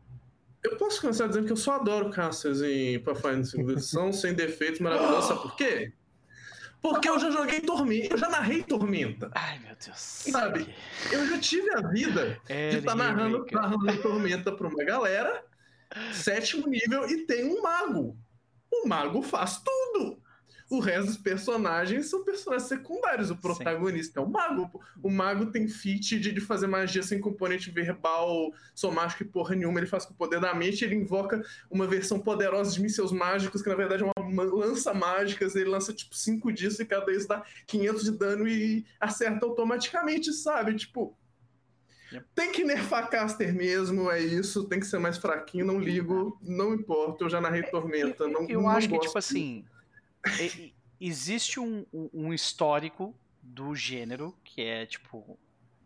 Eu posso começar dizendo que eu só adoro casters em Pathfinder segunda edição, sem defeitos, maravilhosos. Sabe por quê? Porque eu já joguei Tormenta, eu já narrei Tormenta. Ai, meu Deus. Sabe? Eu já tive a vida É, de estar ninguém narrando, brinca. narrando Tormenta pra uma galera, sétimo nível, e tem um mago. O mago faz tudo. O resto dos personagens são personagens secundários. O protagonista é o mago. O mago tem feat de, de fazer magia sem componente verbal, somático e porra nenhuma. Ele faz com o poder da mente. Ele invoca uma versão poderosa de mísseis mágicos, que na verdade é uma lança mágicas. Ele lança tipo cinco disso e cada vez dá quinhentos de dano e acerta automaticamente, sabe? Tipo, Yep. tem que nerfar caster mesmo, é isso. Tem que ser mais fraquinho, não ligo, não importa. Eu já narrei Tormenta, não Eu não acho que, gosto tipo assim, e- e- existe um, um- um histórico do gênero, que é, tipo,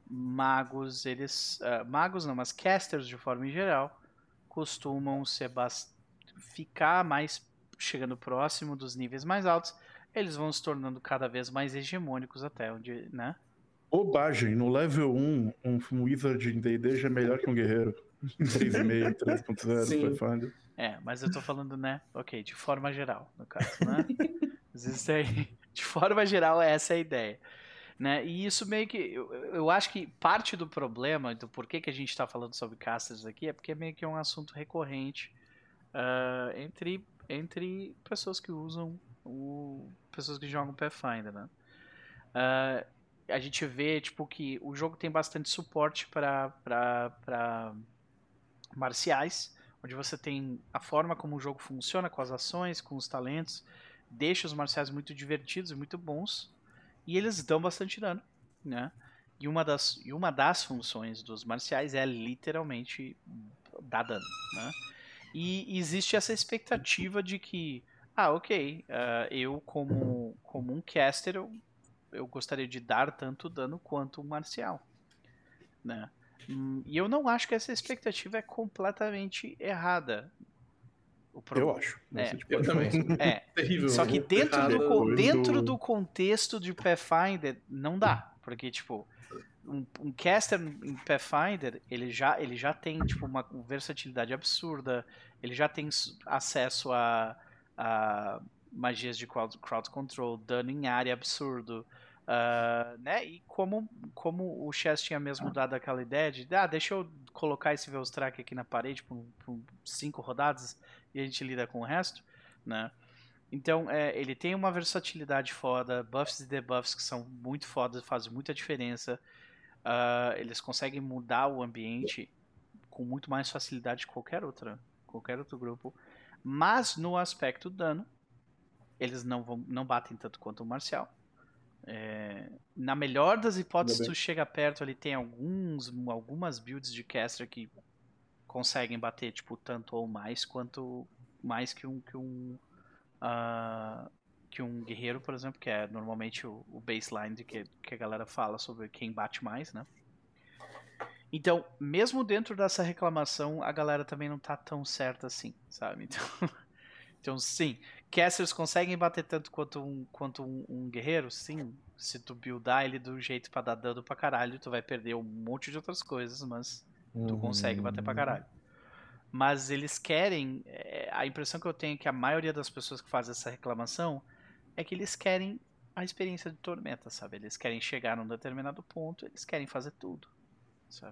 magos, eles... ah, magos não, mas casters, de forma em geral, costumam ser bas- ficar mais chegando próximo dos níveis mais altos. Eles vão se tornando cada vez mais hegemônicos até onde, né? Bobagem, no level um, um, um Wizard em D e D já é melhor que um guerreiro. três e meio, três ponto zero, Sim. Pathfinder. É, mas eu tô falando, né? Ok, de forma geral, no caso, né? Existe aí, de forma geral, essa é a ideia. Né? E isso meio que. Eu, eu acho que parte do problema, do porquê que a gente tá falando sobre casters aqui, é porque meio que é um assunto recorrente ah, entre, entre pessoas que usam o. pessoas que jogam Pathfinder, né? Ah, a gente vê, tipo, que o jogo tem bastante suporte para para marciais, onde você tem a forma como o jogo funciona, com as ações, com os talentos, deixa os marciais muito divertidos e muito bons, e eles dão bastante dano, né? E uma das, e uma das funções dos marciais é literalmente dar dano, né? E existe essa expectativa de que, ah, ok, uh, eu como, como um caster, eu, eu gostaria de dar tanto dano quanto um marcial, né? Hum, E eu não acho que essa expectativa é completamente errada. O pro- Eu acho. É. Você, tipo, Eu pode também. falar sobre- É, Terrível. só que dentro do, Errado. co- depois dentro do- do contexto de Pathfinder, não dá. Porque, tipo, um, um caster em Pathfinder, ele já, ele já tem, tipo, uma versatilidade absurda, ele já tem s- acesso a, a magias de crowd, crowd control, dano em área absurdo, ah, né? E como, como o Chess tinha mesmo dado aquela ideia de, ah, deixa eu colocar esse Velstrack aqui na parede por, por cinco rodadas e a gente lida com o resto, né? Então, é, ele tem uma versatilidade foda, buffs e debuffs que são muito fodas, fazem muita diferença. Ah, eles conseguem mudar o ambiente com muito mais facilidade que qualquer outra, qualquer outro grupo. Mas no aspecto dano, eles não, vão, não batem tanto quanto o marcial. É, na melhor das hipóteses, Ainda tu chega perto, ali tem alguns, algumas builds de caster que conseguem bater tipo tanto ou mais quanto mais que um que um ah, que um guerreiro, por exemplo, que é normalmente o, o baseline de que, que a galera fala sobre quem bate mais, né? Então, mesmo dentro dessa reclamação, a galera também não tá tão certa assim, sabe? Então, então sim, casters conseguem bater tanto quanto um, quanto um, um guerreiro? Sim. Se tu buildar ele do jeito pra dar dano pra caralho, tu vai perder um monte de outras coisas, mas tu consegue bater pra caralho. Mas eles querem, é, a impressão que eu tenho é que a maioria das pessoas que fazem essa reclamação é que eles querem a experiência de Tormenta, sabe? Eles querem chegar num determinado ponto, eles querem fazer tudo, sabe?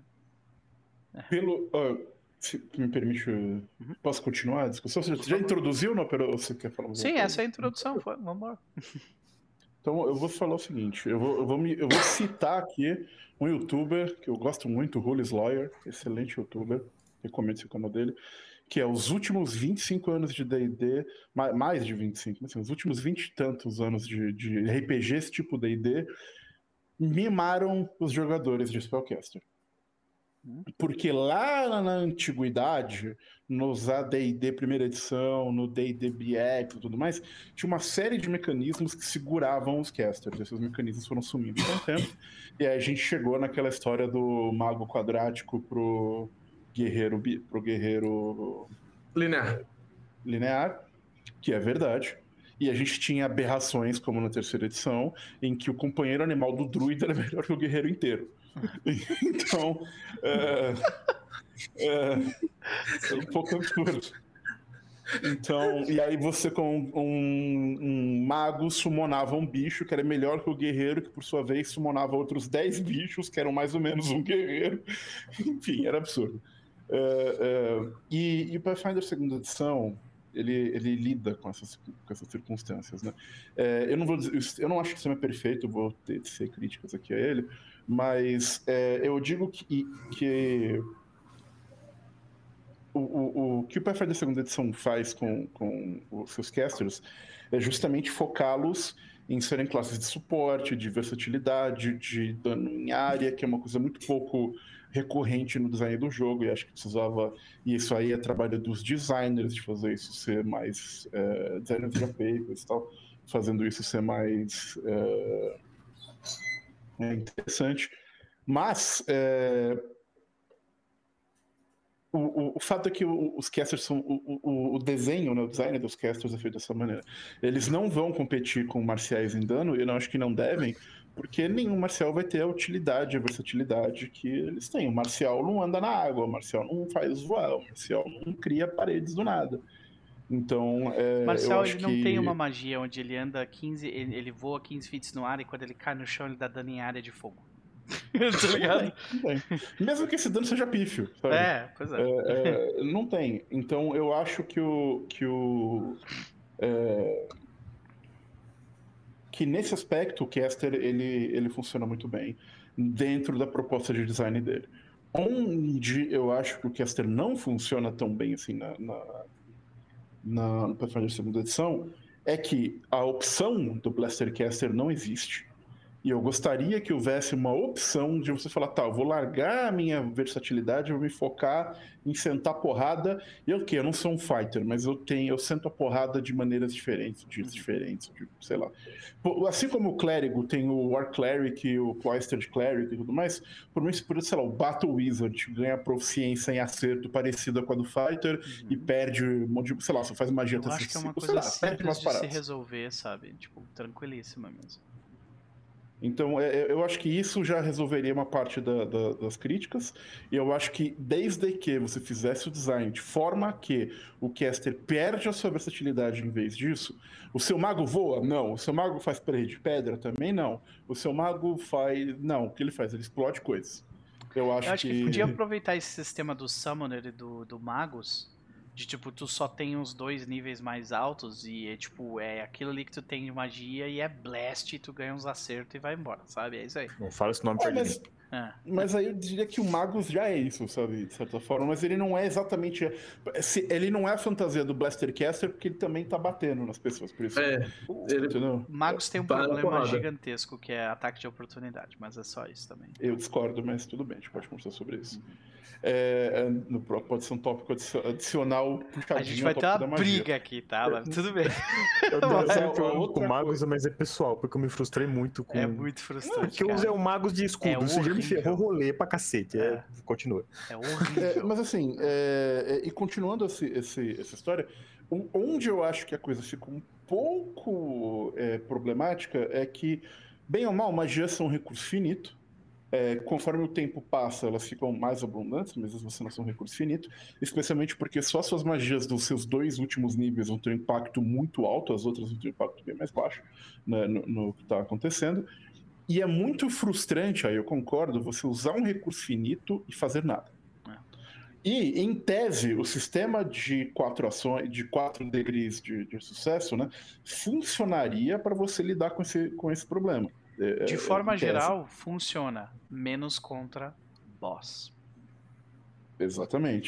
Pelo, ó, se me permite, posso continuar a discussão? Você já introduziu ou não? Pera, você quer falar alguma Sim, coisa? essa é a introdução, foi, vamos embora. Então eu vou falar o seguinte, eu vou, eu vou, me, eu vou citar aqui um youtuber que eu gosto muito, o Rules Lawyer, excelente youtuber, recomendo esse canal dele. que é os últimos vinte e cinco anos de D e D, mais de vinte e cinco, assim, os últimos vinte e tantos anos de, de R P Gs tipo D e D, mimaram os jogadores de Spellcaster. Porque lá na antiguidade, nos A D e D primeira edição, no D e D B X e tudo mais, tinha uma série de mecanismos que seguravam os casters. Esses mecanismos foram sumindo com o tempo. E aí a gente chegou naquela história do mago quadrático pro guerreiro, pro guerreiro Linear. linear, que é verdade. E a gente tinha aberrações, como na terceira edição, em que o companheiro animal do druida era melhor que o guerreiro inteiro. Então, é, é, é um pouco absurdo. Então, e aí você com um, um mago summonava um bicho que era melhor que o guerreiro, que por sua vez summonava outros dez bichos que eram mais ou menos um guerreiro. Enfim, era absurdo. É, é, e, e o Pathfinder segunda edição, ele, ele lida com essas, com essas circunstâncias, né? É, eu não vou dizer, eu não acho que o sistema é perfeito, vou ter de ser críticas aqui a ele, mas é, eu digo que, que o, o, o que o Pathfinder segunda edição faz com, com os seus casters é justamente focá-los em serem classes de suporte, de versatilidade, de dano em área, que é uma coisa muito pouco recorrente no design do jogo, e acho que precisava, e isso aí é trabalho dos designers de fazer isso ser mais é, designers de A P I e tal, fazendo isso ser mais é, é interessante. Mas é, o, o, o fato é que o, os casters são o, o, o desenho, né, o design dos casters é feito dessa maneira. Eles não vão competir com marciais em dano, e eu não acho que não devem, porque nenhum marcial vai ter a utilidade, a versatilidade que eles têm. O marcial não anda na água, o marcial não faz voar, o marcial não cria paredes do nada. Então, é, Marcial, eu acho ele não que... tem uma magia onde ele anda quinze, ele, ele voa quinze feet no ar e quando ele cai no chão ele dá dano em área de fogo. Tá ligado? Não tem, não tem. Mesmo que esse dano seja pífio, sabe? É, pois é. É, é, não tem. Então, eu acho que o... Que o é, que nesse aspecto o caster ele, ele funciona muito bem dentro da proposta de design dele. Onde eu acho que o caster não funciona tão bem assim na, na, na no Pathfinder segunda edição é que a opção do Blaster Caster não existe. E eu gostaria que houvesse uma opção de você falar, tá, eu vou largar a minha versatilidade, eu vou me focar em sentar porrada. E eu que eu não sou um fighter, mas eu tenho, eu sento a porrada de maneiras diferentes, de diferentes, de, sei lá. Assim como o clérigo tem o War Cleric, o Cloistered Cleric e tudo mais, por mim, por sei lá, o Battle Wizard ganha proficiência em acerto parecida com a do fighter uhum. e perde, sei lá, só faz magia. Eu acho que é uma coisa lá, simples de se resolver, sabe? Tipo, tranquilíssima mesmo. Então, eu acho que isso já resolveria uma parte da, da, das críticas. E eu acho que desde que você fizesse o design de forma que o caster perde a sua versatilidade em vez disso, o seu mago voa? Não. O seu mago faz parede de pedra? Também não. O seu mago faz... Não, o que ele faz? Ele explode coisas. Eu acho, eu acho que... que podia aproveitar esse sistema do Summoner e do, do Magus... De, tipo, tu só tem os dois níveis mais altos e é, tipo, é aquilo ali que tu tem de magia e é blast e tu ganha uns acertos e vai embora, sabe? É isso aí. Não fala esse nome é, pra mas, ninguém. É. Mas aí eu diria que o Magus já é isso, sabe? De certa forma. Mas ele não é exatamente... Ele não é a fantasia do Blaster Caster porque ele também tá batendo nas pessoas, por isso. É, ele... O Magus tem um problema gigantesco que é ataque de oportunidade, mas é só isso também. Eu discordo, mas tudo bem, a gente pode conversar sobre isso. Uhum. É, no, pode ser um tópico adicional puxadinho. A gente vai ter uma briga aqui, tá? Mas tudo bem. Eu tô com Magus, mas é pessoal, porque eu me frustrei muito com... É muito frustrante, Não, porque eu usei o Magus de escudo, é você já me ferrou rolê pra cacete. É. É, continua. É horrível. É, mas assim, é, e continuando esse, esse, essa história, onde eu acho que a coisa fica um pouco é, problemática é que, bem ou mal, magias são um recurso finito. É, conforme o tempo passa, elas ficam mais abundantes, mas você não são um recurso finito, especialmente porque só suas magias dos seus dois últimos níveis vão ter um impacto muito alto, as outras vão ter um impacto bem mais baixo, né, no, no que está acontecendo. E é muito frustrante, aí eu concordo, você usar um recurso finito e fazer nada. É. E, em tese, o sistema de quatro ações, de quatro degrees de, de sucesso, né, funcionaria para você lidar com esse, com esse problema. De forma geral, funciona. Menos contra boss. Exatamente.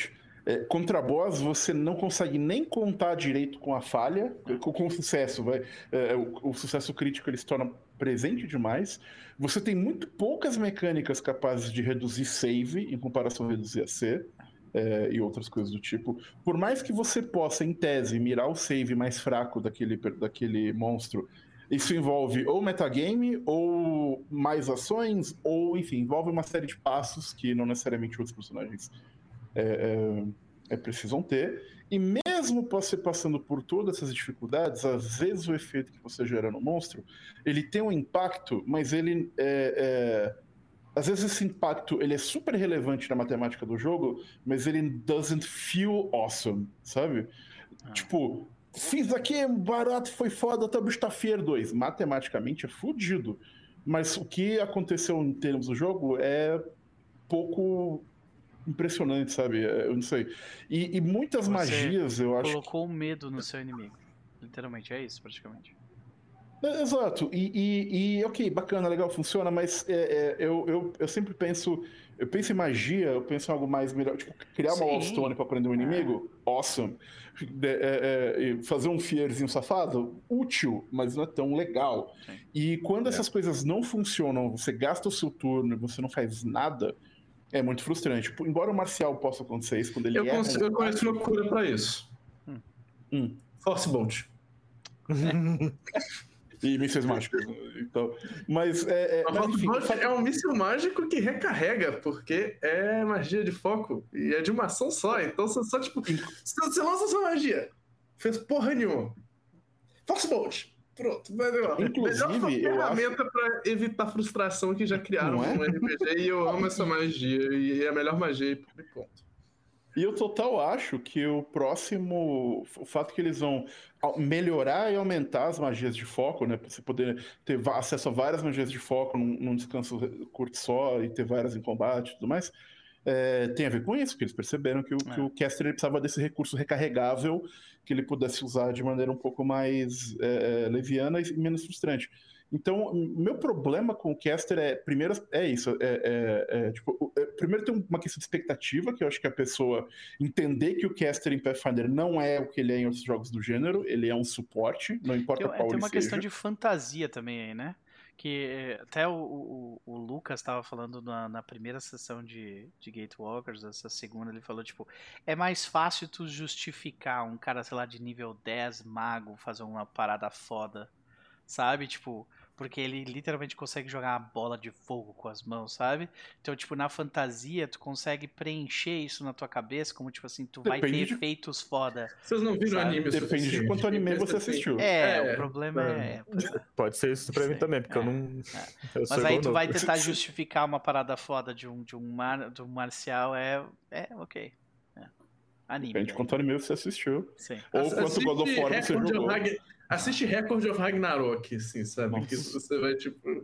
É, contra boss, você não consegue nem contar direito com a falha, com, com o sucesso. Vai, é, o, o sucesso crítico ele se torna presente demais. Você tem muito poucas mecânicas capazes de reduzir save em comparação a reduzir a C. É, e outras coisas do tipo. Por mais que você possa, em tese, mirar o save mais fraco daquele, daquele monstro, isso envolve ou metagame, ou mais ações, ou, enfim, envolve uma série de passos que não necessariamente outros personagens é, é, é, precisam ter. E mesmo você passando por todas essas dificuldades, às vezes o efeito que você gera no monstro, ele tem um impacto, mas ele é... é às vezes esse impacto ele é super relevante na matemática do jogo, mas ele doesn't feel awesome, sabe? Ah. Tipo, fiz aqui, barato, foi foda, até o bicho tá feio dois. Matematicamente é fudido. Mas o que aconteceu em termos do jogo é pouco impressionante, sabe? Eu não sei. E, e muitas Você magias, eu acho... colocou que... medo no seu inimigo. Literalmente, é isso, praticamente. É, exato, e, e, e ok, bacana, legal, funciona, mas é, é, eu, eu, eu sempre penso, eu penso em magia, eu penso em algo mais melhor, tipo, criar Sim. uma wallstone pra prender um inimigo, é. awesome. É, é, fazer um fierzinho safado, útil, mas não é tão legal. Sim. E quando é. essas coisas não funcionam, você gasta o seu turno e você não faz nada, é muito frustrante. Embora o marcial possa acontecer isso, quando ele eu é... Consigo, eu conheço uma cura pra isso. Hum. Hum. Force Bolt. E mísseis mágicos. Então, mas, é, é, mas enfim, faz... é um míssil mágico que recarrega, porque é magia de foco. E é de uma ação só. Então você só, tipo, você lança sua magia. Fez porra nenhuma. Force Bolt. Pronto, vai ver. Inclusive, melhor eu ferramenta acho... pra evitar frustração que já criaram é? no R P G. E eu amo essa magia. E é a melhor magia, e ponto. E eu total acho que o próximo, o fato que eles vão melhorar e aumentar as magias de foco, né, para você poder ter acesso a várias magias de foco num, num descanso curto só e ter várias em combate e tudo mais, é, tem a ver com isso, porque eles perceberam que o, é. que o caster ele precisava desse recurso recarregável que ele pudesse usar de maneira um pouco mais é, leviana e menos frustrante. Então, meu problema com o caster é, primeiro, é isso, é, é, é, tipo, é, primeiro tem uma questão de expectativa, que eu acho que a pessoa entender que o caster em Pathfinder não é o que ele é em outros jogos do gênero, ele é um suporte, não importa tem, qual ele seja. Tem uma questão de fantasia também aí, né? Que até o, o, o Lucas estava falando na, na primeira sessão de, de Gatewalkers, essa segunda, ele falou, tipo, é mais fácil tu justificar um cara, sei lá, de nível dez, mago, fazer uma parada foda, sabe? Tipo, porque ele literalmente consegue jogar uma bola de fogo com as mãos, sabe? Então, tipo, na fantasia, tu consegue preencher isso na tua cabeça, como, tipo assim, tu Depende vai ter de... efeitos foda. Vocês não viram sabe? anime Depende de quanto anime você assistiu. É, é o problema é... é... Pode ser isso pra Sim. mim também, porque é, eu não... É. Eu Mas aí tu novo. vai tentar justificar uma parada foda de um, de um, mar... de um marcial, é... É, ok. É. Anime. Depende de quanto anime você assistiu. Sim. Ou Assiste quanto God of War você jogou. Assiste Record of Ragnarok, assim, sabe? Nossa. Que você vai, tipo...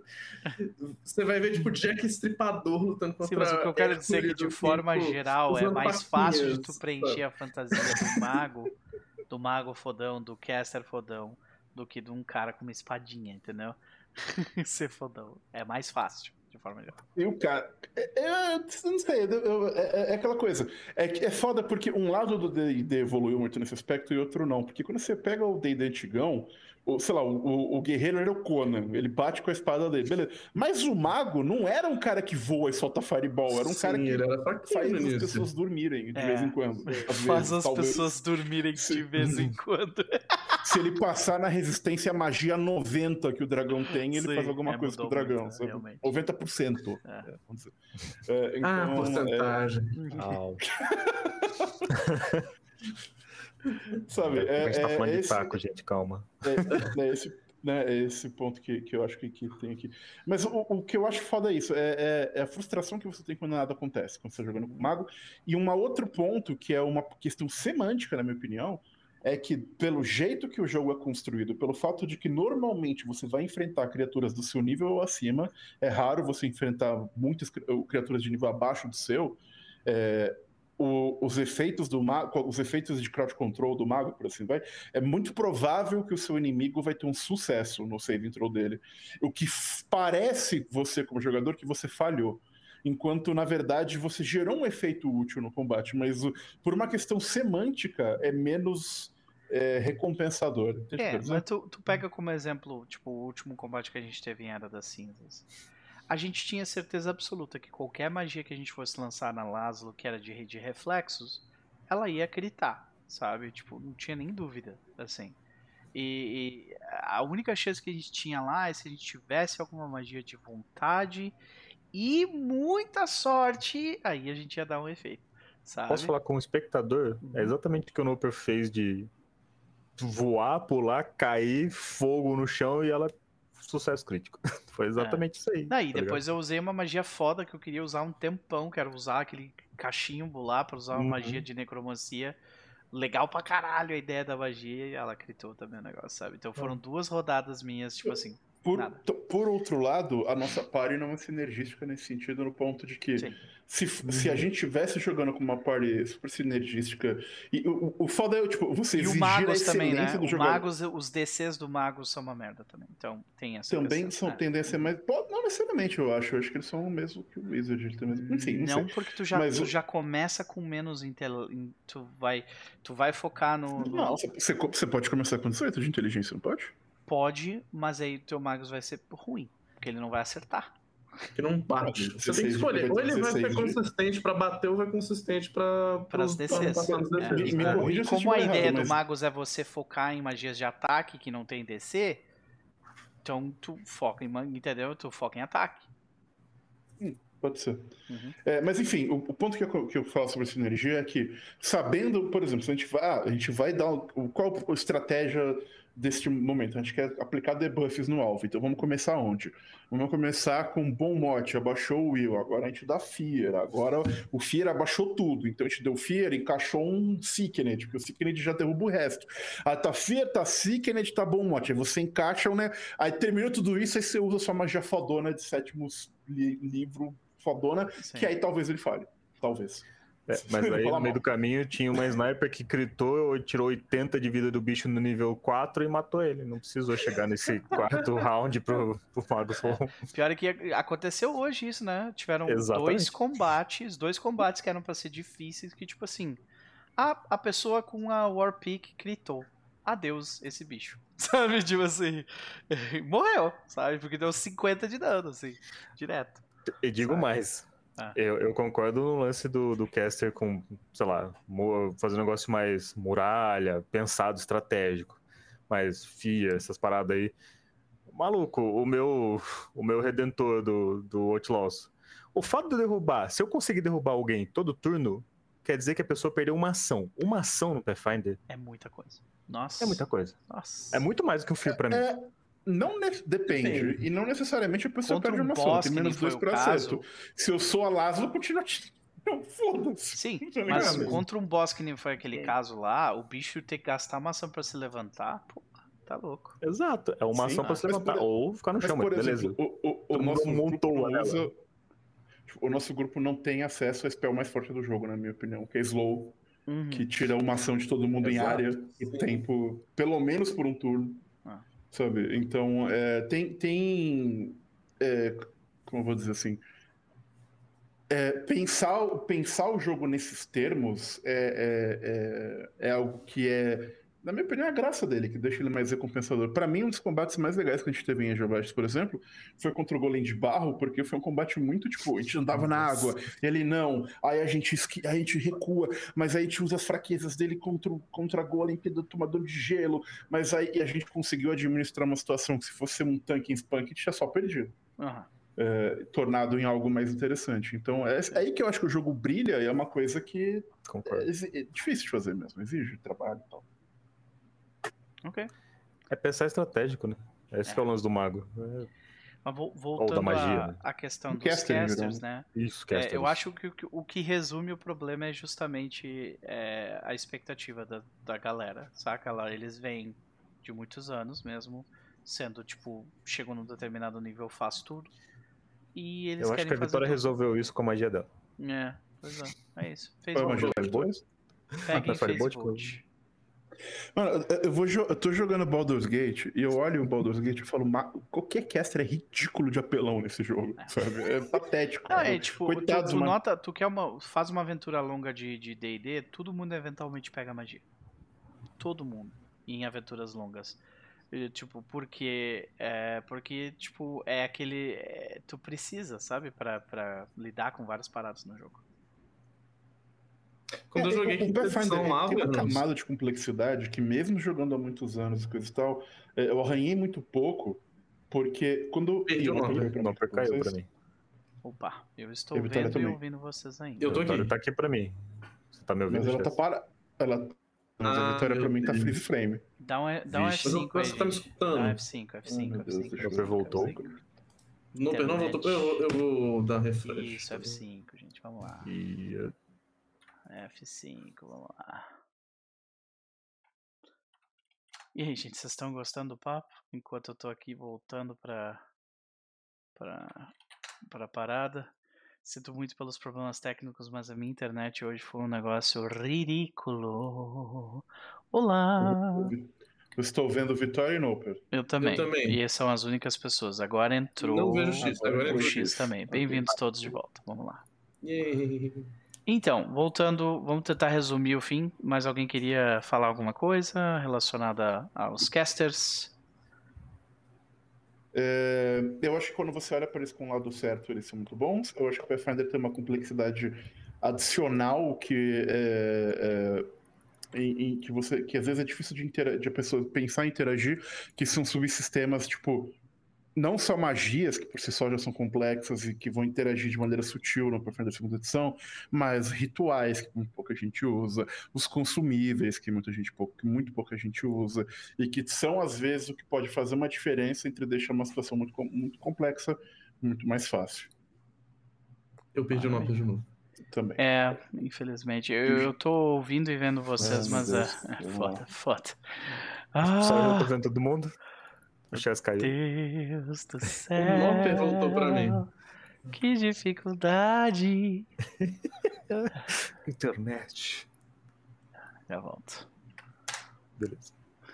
Você vai ver, tipo, Jack Estripador lutando contra... Sim, mas o que eu quero dizer é que, de forma tipo, geral, é mais fácil de tu preencher sabe? a fantasia do mago, do mago fodão, do caster fodão, do que de um cara com uma espadinha, entendeu? Ser fodão. É mais fácil, de forma geral. E o cara... É, é, não sei, é, é aquela coisa. É, é foda porque um lado do D e D evoluiu muito nesse aspecto e outro não. Porque quando você pega o D e D antigão, o, sei lá, o, o guerreiro era o Conan. Ele bate com a espada dele, beleza. Mas o mago não era um cara que voa e solta fireball. Era um Sim, cara que faz as nisso. pessoas dormirem de é, vez em quando. Faz vezes, as talvez. pessoas dormirem Sim. de vez em quando. Se ele passar na resistência magia noventa que o dragão tem, ele Sim, faz alguma é, coisa com o dragão. Muito, sabe? noventa por cento. É. É, vamos dizer. É, então, ah, porcentagem. É... Sabe, é, a gente tá falando é de esse, taco, gente, calma. É, é, esse, né, é esse ponto que, que eu acho que, que tem aqui. Mas o, o que eu acho foda é isso, é, é, é a frustração que você tem quando nada acontece, quando você tá jogando com o mago. E um outro ponto, que é uma questão semântica, na minha opinião, é que pelo jeito que o jogo é construído, pelo fato de que normalmente você vai enfrentar criaturas do seu nível ou acima, é raro você enfrentar muitas criaturas de nível abaixo do seu, é, o, os efeitos do mago, os efeitos de crowd control do mago, por assim vai, é muito provável que o seu inimigo vai ter um sucesso no save intro dele. O que parece você, como jogador, que você falhou. enquanto, na verdade, você gerou um efeito útil no combate, mas o- por uma questão semântica é menos é, recompensador. Entende o que eu É, quero dizer? mas tu, tu pega como exemplo, tipo, o último combate que a gente teve em Era das Cinzas. A gente tinha certeza absoluta que qualquer magia que a gente fosse lançar na Laszlo, que era de, de reflexos, ela ia gritar, sabe? Tipo, não tinha nem dúvida, assim. E, e a única chance que a gente tinha lá é se a gente tivesse alguma magia de vontade e muita sorte, aí a gente ia dar um efeito, sabe? Posso falar como espectador? Uhum. É exatamente o que o Noper fez de voar, pular, cair, fogo no chão e ela... Sucesso crítico. Foi exatamente isso aí. Daí, tá depois eu usei uma magia foda que eu queria usar um tempão, que era usar aquele cachimbo lá pra usar uma Uhum. magia de necromancia. Legal pra caralho a ideia da magia e ela gritou também o negócio, sabe? Então foram duas rodadas minhas, tipo assim, Por, nada. t- por outro lado, a nossa party não é sinergística nesse sentido, no ponto de que Sim. se, se a gente tivesse jogando com uma party super sinergística. E o, o, o foda é, tipo, você E o exigir a Magus também, excelência né? do O jogador. Magus, os D Cs do Magus são uma merda também. Então tem essa Também questão. são É. tendência mais. Pô, não necessariamente, eu acho. Eu acho que eles são o mesmo que o Wizard. Eles têm o mesmo- Enfim, não, Não sei. porque tu já, Mas tu o- já começa com menos intel... in- tu vai tu vai focar no, no- Não, você, você co- você pode começar com dezoito de inteligência, não pode? pode, mas aí teu Magus vai ser ruim, porque ele não vai acertar. Que não bate. Você tem que escolher. Ou ele vai ser dezesseis de- consistente pra bater ou vai consistente pra, Para as pros- pra não D Cs. passar nos É, D Cs. e Me como, corrija e se como a estiver ideia errado, do mas- Magus é você focar em magias de ataque que não tem D C, então tu foca em, ma- entendeu? Tu foca em ataque. Pode ser. Uhum. É, mas enfim, o, o ponto que eu, que eu falo sobre sinergia é que, sabendo, por exemplo, se a gente vai, ah, a gente vai dar o, o- qual a estratégia deste momento? A gente quer aplicar debuffs no alvo, então vamos começar onde? Vamos começar com bom mote, abaixou o Will, agora a gente dá Fear, agora o Fear abaixou tudo, então a gente deu Fear, encaixou um Sickenet, porque o Sickenet já derruba o resto. Ah, tá Fear, tá Sickenet, tá bom mote, aí você encaixa, né? Aí terminou tudo isso, aí você usa sua magia fodona de sétimo li- livro fodona, Sim. que aí talvez ele falhe. Talvez. É, mas aí Fala no meio mal. do caminho tinha uma sniper que critou, tirou oitenta de vida do bicho no nível quatro e matou ele. Não precisou chegar nesse quarto round pro, pro Magus. Pior é que aconteceu hoje isso, né? Tiveram Exatamente. dois combates, dois combates que eram pra ser difíceis, que tipo assim, a, a pessoa com a War Pick gritou, adeus esse bicho. Sabe, tipo assim, morreu, sabe? Porque deu cinquenta de dano, assim, direto. E digo Sabe? mais. Ah. Eu, eu concordo no lance do, do caster com, sei lá, mo- fazer um negócio mais muralha, pensado, estratégico. Mas Fia, essas paradas aí. Maluco, o meu, o meu redentor do, do Outlaws. O fato de eu derrubar, se eu conseguir derrubar alguém todo turno, quer dizer que a pessoa perdeu uma ação. Uma ação no Pathfinder É muita coisa. Nossa. é muita coisa. Nossa. É muito mais do que um fio pra mim. É, não ne- depende. Depende. E não necessariamente a pessoa Contra perde um uma ação. boss Tem que nem menos foi dois o por caso. acerto. Se eu sou a Laszlo, continua. Não, foda-se. Sim, Tá mas ligado? contra um boss que nem foi aquele Sim. caso lá, o bicho ter que gastar uma ação pra se levantar, pô, tá louco. Exato. É uma Sim, ação pra mas se levantar. por- Ou ficar no Mas, chão, mas por beleza. exemplo, o, o- o Todo nosso mundo grupo montou não ela. usa. Tipo, o nosso grupo não tem acesso à spell mais forte do jogo, na minha opinião, que é Slow, Uhum. que tira uma ação de todo mundo em Exato. área e tempo, pelo menos por um turno. Ah. Sabe? Então, é, tem. tem é, como eu vou dizer assim? É, pensar, pensar o jogo nesses termos é, é, é, é algo que é, na minha opinião, é a graça dele, que deixa ele mais recompensador. Pra mim, um dos combates mais legais que a gente teve em Age of Empires, por exemplo, foi contra o Golem de Barro, porque foi um combate muito, tipo, a gente andava na água, ele não, aí a gente, esqui, a gente recua, mas aí a gente usa as fraquezas dele contra, o- contra a Golem, que é do tomador de gelo, mas aí a gente conseguiu administrar uma situação que se fosse um tanque em Spunk, a gente tinha só perdido. Aham. É, tornado em algo mais interessante. Então é é aí que eu acho que o jogo brilha e é uma coisa que Concordo. é, exi- é difícil de fazer mesmo, exige trabalho e tal. Ok. É pensar estratégico, né? Esse que é o lance do mago. É Mas vo- voltando da magia, à né? à questão Um dos caster, em casters, geral. né? isso, É, caster. eu acho que o, que o que resume o problema é justamente é, a expectativa da, da galera, saca? Lá eles vêm de muitos anos mesmo, sendo tipo, chegam num determinado nível, faz tudo. E eles Eu acho querem que a fazer Vitória tudo. resolveu isso com a magia dela. É, pois é, é isso. Fez Foi um uma jogo. magia dois? Peguem Ah, Firebolt, Facebook. Mano, eu, eu vou jo- eu tô jogando Baldur's Gate e eu olho o Baldur's Gate e falo, "Ma- qualquer caster é ridículo de apelão nesse jogo, sabe? É patético. Não, é tipo, tu, Coitados, tu mano. nota, tu quer uma, faz uma aventura longa de de D e D, todo mundo eventualmente pega magia. Todo mundo em aventuras longas. E, tipo, porque é porque tipo é aquele é, tu precisa, sabe, pra para lidar com várias paradas no jogo. Quando eu É, joguei o- o quinta Pathfinder edição lá, tem uma Vênus, camada de complexidade que mesmo jogando há muitos anos e coisa e tal, é, eu arranhei muito pouco, porque quando... Perdi Ih, o Noper nome. caiu pra mim, Não pra caiu pra vocês? mim. Opa, eu estou E a Vitória vendo e também. ouvindo vocês ainda. eu tô A Vitória aqui. tá aqui pra mim. Você tá me ouvindo, Mas ela tá chefe? para... Ela... Mas a Ah, Vitória pra meu mim tá Deus. freeze frame. Dá um, dá um Vixe. Mas eu- F cinco aí, você tá me gente. escutando? Dá um F cinco, F Ai, cinco, meu F Deus, cinco, deixa F eu- cinco, voltou. F cinco. Não, não voltou. Eu, vou- eu vou dar refresh. Isso, F cinco, gente, vamos lá. E uh, F cinco, vamos lá. E aí, gente, vocês estão gostando do papo? Enquanto eu tô aqui voltando pra, pra, pra parada. Sinto muito pelos problemas técnicos, mas a minha internet hoje foi um negócio ridículo. Olá! Eu estou vendo Vitória e Noper. Eu também. Eu também. E são as únicas pessoas. Agora entrou Não vejo o X, Agora agora o entrou entrou o X X. também. Ok. Bem-vindos todos de volta. Vamos lá. Yay. Então, voltando, vamos tentar resumir o fim. Mais alguém queria falar alguma coisa relacionada aos casters? É, eu acho que quando você olha para eles com o lado certo, eles são muito bons. Eu acho que o Pathfinder tem uma complexidade adicional que é, é, em, em que você que às vezes é difícil de, intera- de a pessoa pensar e interagir, que são subsistemas tipo não só magias, que por si só já são complexas e que vão interagir de maneira sutil no Pathfinder segunda edição, mas rituais, que muito pouca gente usa, os consumíveis, que muita gente pouco, que muito pouca gente usa, e que são, às vezes, o que pode fazer uma diferença entre deixar uma situação muito, com- muito complexa muito mais fácil. Eu perdi o nome de novo. Também. É, infelizmente. Eu, eu tô ouvindo e vendo vocês, Ah, meu mas é, Deus. é Vamos foda, lá. foda. só eu tô Ah, vendo todo mundo. O Chess caiu. Deus do O céu. Noper voltou pra mim. Que dificuldade. Internet. Já volto. Beleza.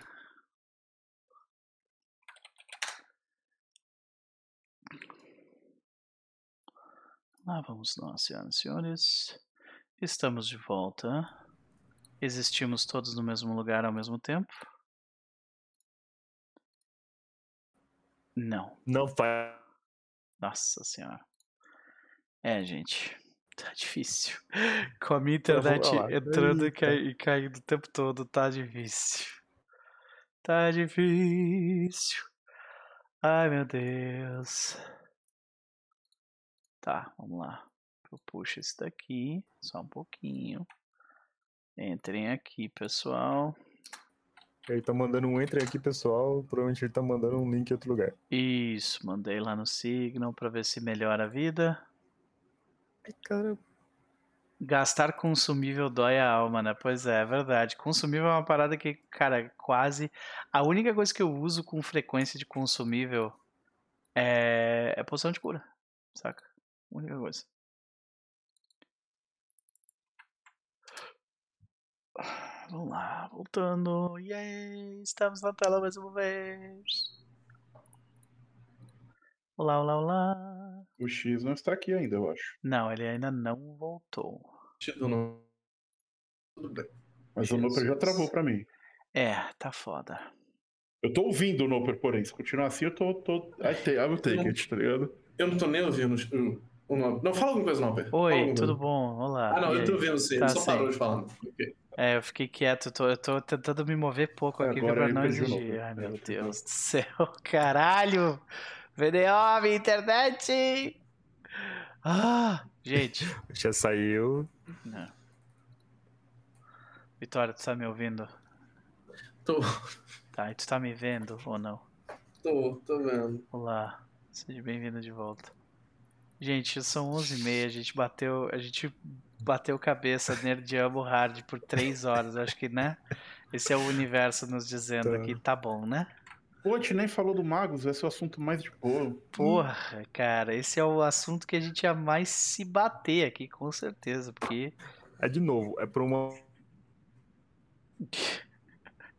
Lá vamos nós, senhoras e senhores. Estamos de volta. Existimos todos no mesmo lugar ao mesmo tempo? Não. Não faz. Nossa senhora. É, gente. Tá difícil. Com a minha Travou, internet olha lá. entrando e, Eita. cai- e caindo o tempo todo, tá difícil. Tá difícil. Ai, meu Deus. Tá, vamos lá. Eu puxo esse daqui, só um pouquinho. Entrem aqui, pessoal. Ele tá mandando um entre aqui, pessoal. Provavelmente ele tá mandando um link em outro lugar. Isso, mandei lá no Signal pra ver se melhora a vida. Ai, caramba. Gastar consumível dói a alma, né? Pois é, é verdade. Consumível é uma parada que, cara, quase. A única coisa que eu uso com frequência de consumível é, é poção de cura, saca? Única coisa. Vamos lá, voltando. Yay! Estamos na tela mais uma vez. Olá, olá, olá. O X não está aqui ainda, eu acho. Não, ele ainda não voltou. Tido não. Tudo bem. Mas o Noper já Jesus. travou pra mim. É, tá foda. Eu tô ouvindo o Noper, porém. Se continuar assim, eu tô... tô... I, take, I will take it, tá ligado? Eu não tô nem ouvindo o, o nome. Não, fala alguma coisa, Noper. Fala Oi, alguma tudo coisa. bom? Olá. Ah, não, E eu tô aí? ouvindo sim. Tá, Ele só sim. parou de falar. Ok. É, eu fiquei quieto, eu tô, eu tô tentando me mover pouco aqui Agora pra eu não perdi o exigir. Noper. Ai, É, meu eu perdi o Deus do céu, caralho! V D O, minha internet! Ah, gente. Já saiu. Não. Vitória, tu tá me ouvindo? Tô, Tá, e tu tá me vendo ou não? tô, tô vendo. Olá, seja bem-vindo de volta. Gente, são onze e meia, a gente bateu, a gente bateu cabeça nerdamos hard por três horas, acho que, né? Esse é o universo nos dizendo Tá. que tá bom, né? Pô, a gente nem falou do Magus, esse é o assunto mais de boa. Porra, cara, esse é o assunto que a gente ia mais se bater aqui, com certeza, porque... É de novo, é pra uma.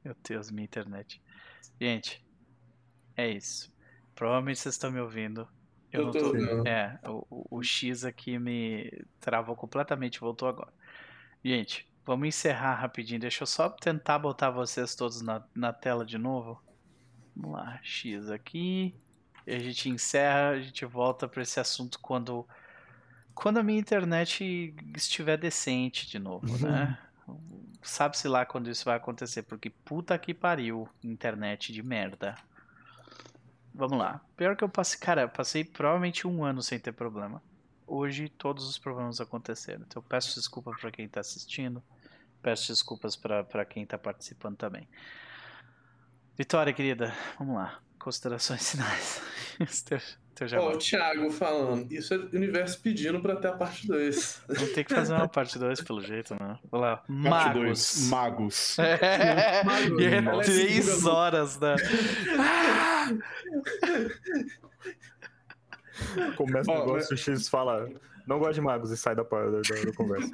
Meu Deus, minha internet. Gente, é isso. Provavelmente vocês estão me ouvindo. Eu, Eu não tô tô. ouvindo. É, o, o- o X aqui me travou completamente, voltou agora. Gente, vamos encerrar rapidinho. Deixa eu só tentar botar vocês todos na, na tela de novo. Vamos lá, X aqui. E a gente encerra, a gente volta para esse assunto quando, quando a minha internet estiver decente de novo, né? Sabe-se lá quando isso vai acontecer, porque puta que pariu, internet de merda. Vamos lá. Pior que eu passei, cara, eu passei provavelmente um ano sem ter problema. Hoje todos os problemas aconteceram. Então eu peço desculpa para quem tá assistindo. Peço desculpas para quem tá participando também. Vitória, querida, vamos lá. Considerações finais. teu, teu Ó, jabá. o Thiago falando, isso é o universo pedindo pra ter a parte dois. Vamos ter que fazer uma parte dois pelo jeito, né? Vamos lá. Parte dois, Magos. Magos. É, Magos. e é Nossa. três horas, né? Ah! Começa o Ó, negócio, o X fala, não gosto de magos, e sai da, da, da, da conversa.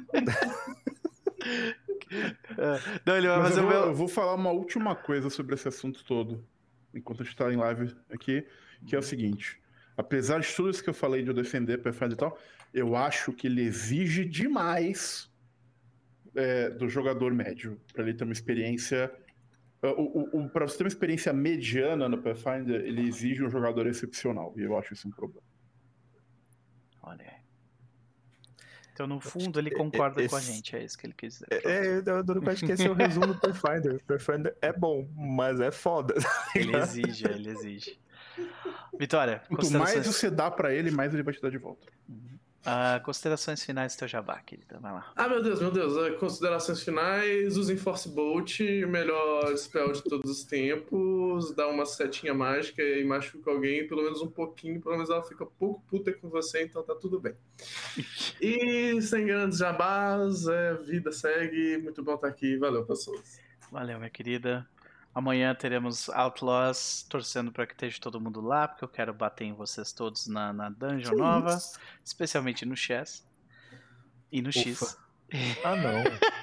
É, não, ele vai Mas fazer eu o vou, meu. eu vou falar uma última coisa sobre esse assunto todo, enquanto a gente tá em live aqui, que é o seguinte. Apesar de tudo isso que eu falei de eu defender Pathfinder e tal, eu acho que ele exige demais é, do jogador médio, para ele ter uma experiência... O, o, o, para você ter uma experiência mediana no Pathfinder, ele exige um jogador excepcional, e eu acho isso um problema. Olha aí. Então, no fundo, ele concorda Esse- com a gente, é isso que ele quis dizer. É, eu eu acho que esse é o resumo do Pathfinder. Pathfinder é bom, mas é foda. Ele exige, ele exige. Vitória, Quanto considerações, mais você dá para ele, mais ele vai te dar de volta. ah, considerações finais do teu jabá, querida. Vai lá. Ah, meu Deus, meu Deus. eh, Considerações finais, usem Force Bolt, o melhor spell de todos os tempos, dá uma setinha mágica e machuca alguém, pelo menos um pouquinho, pelo menos ela fica pouco puta com você, então tá tudo bem. E sem grandes jabás, é, vida segue, muito bom estar aqui, valeu, pessoas. Valeu, minha querida. Amanhã teremos Outlaws, torcendo para que esteja todo mundo lá, porque eu quero bater em vocês todos na, na dungeon nova, especialmente no Chess e no X. Ufa. Ah, não.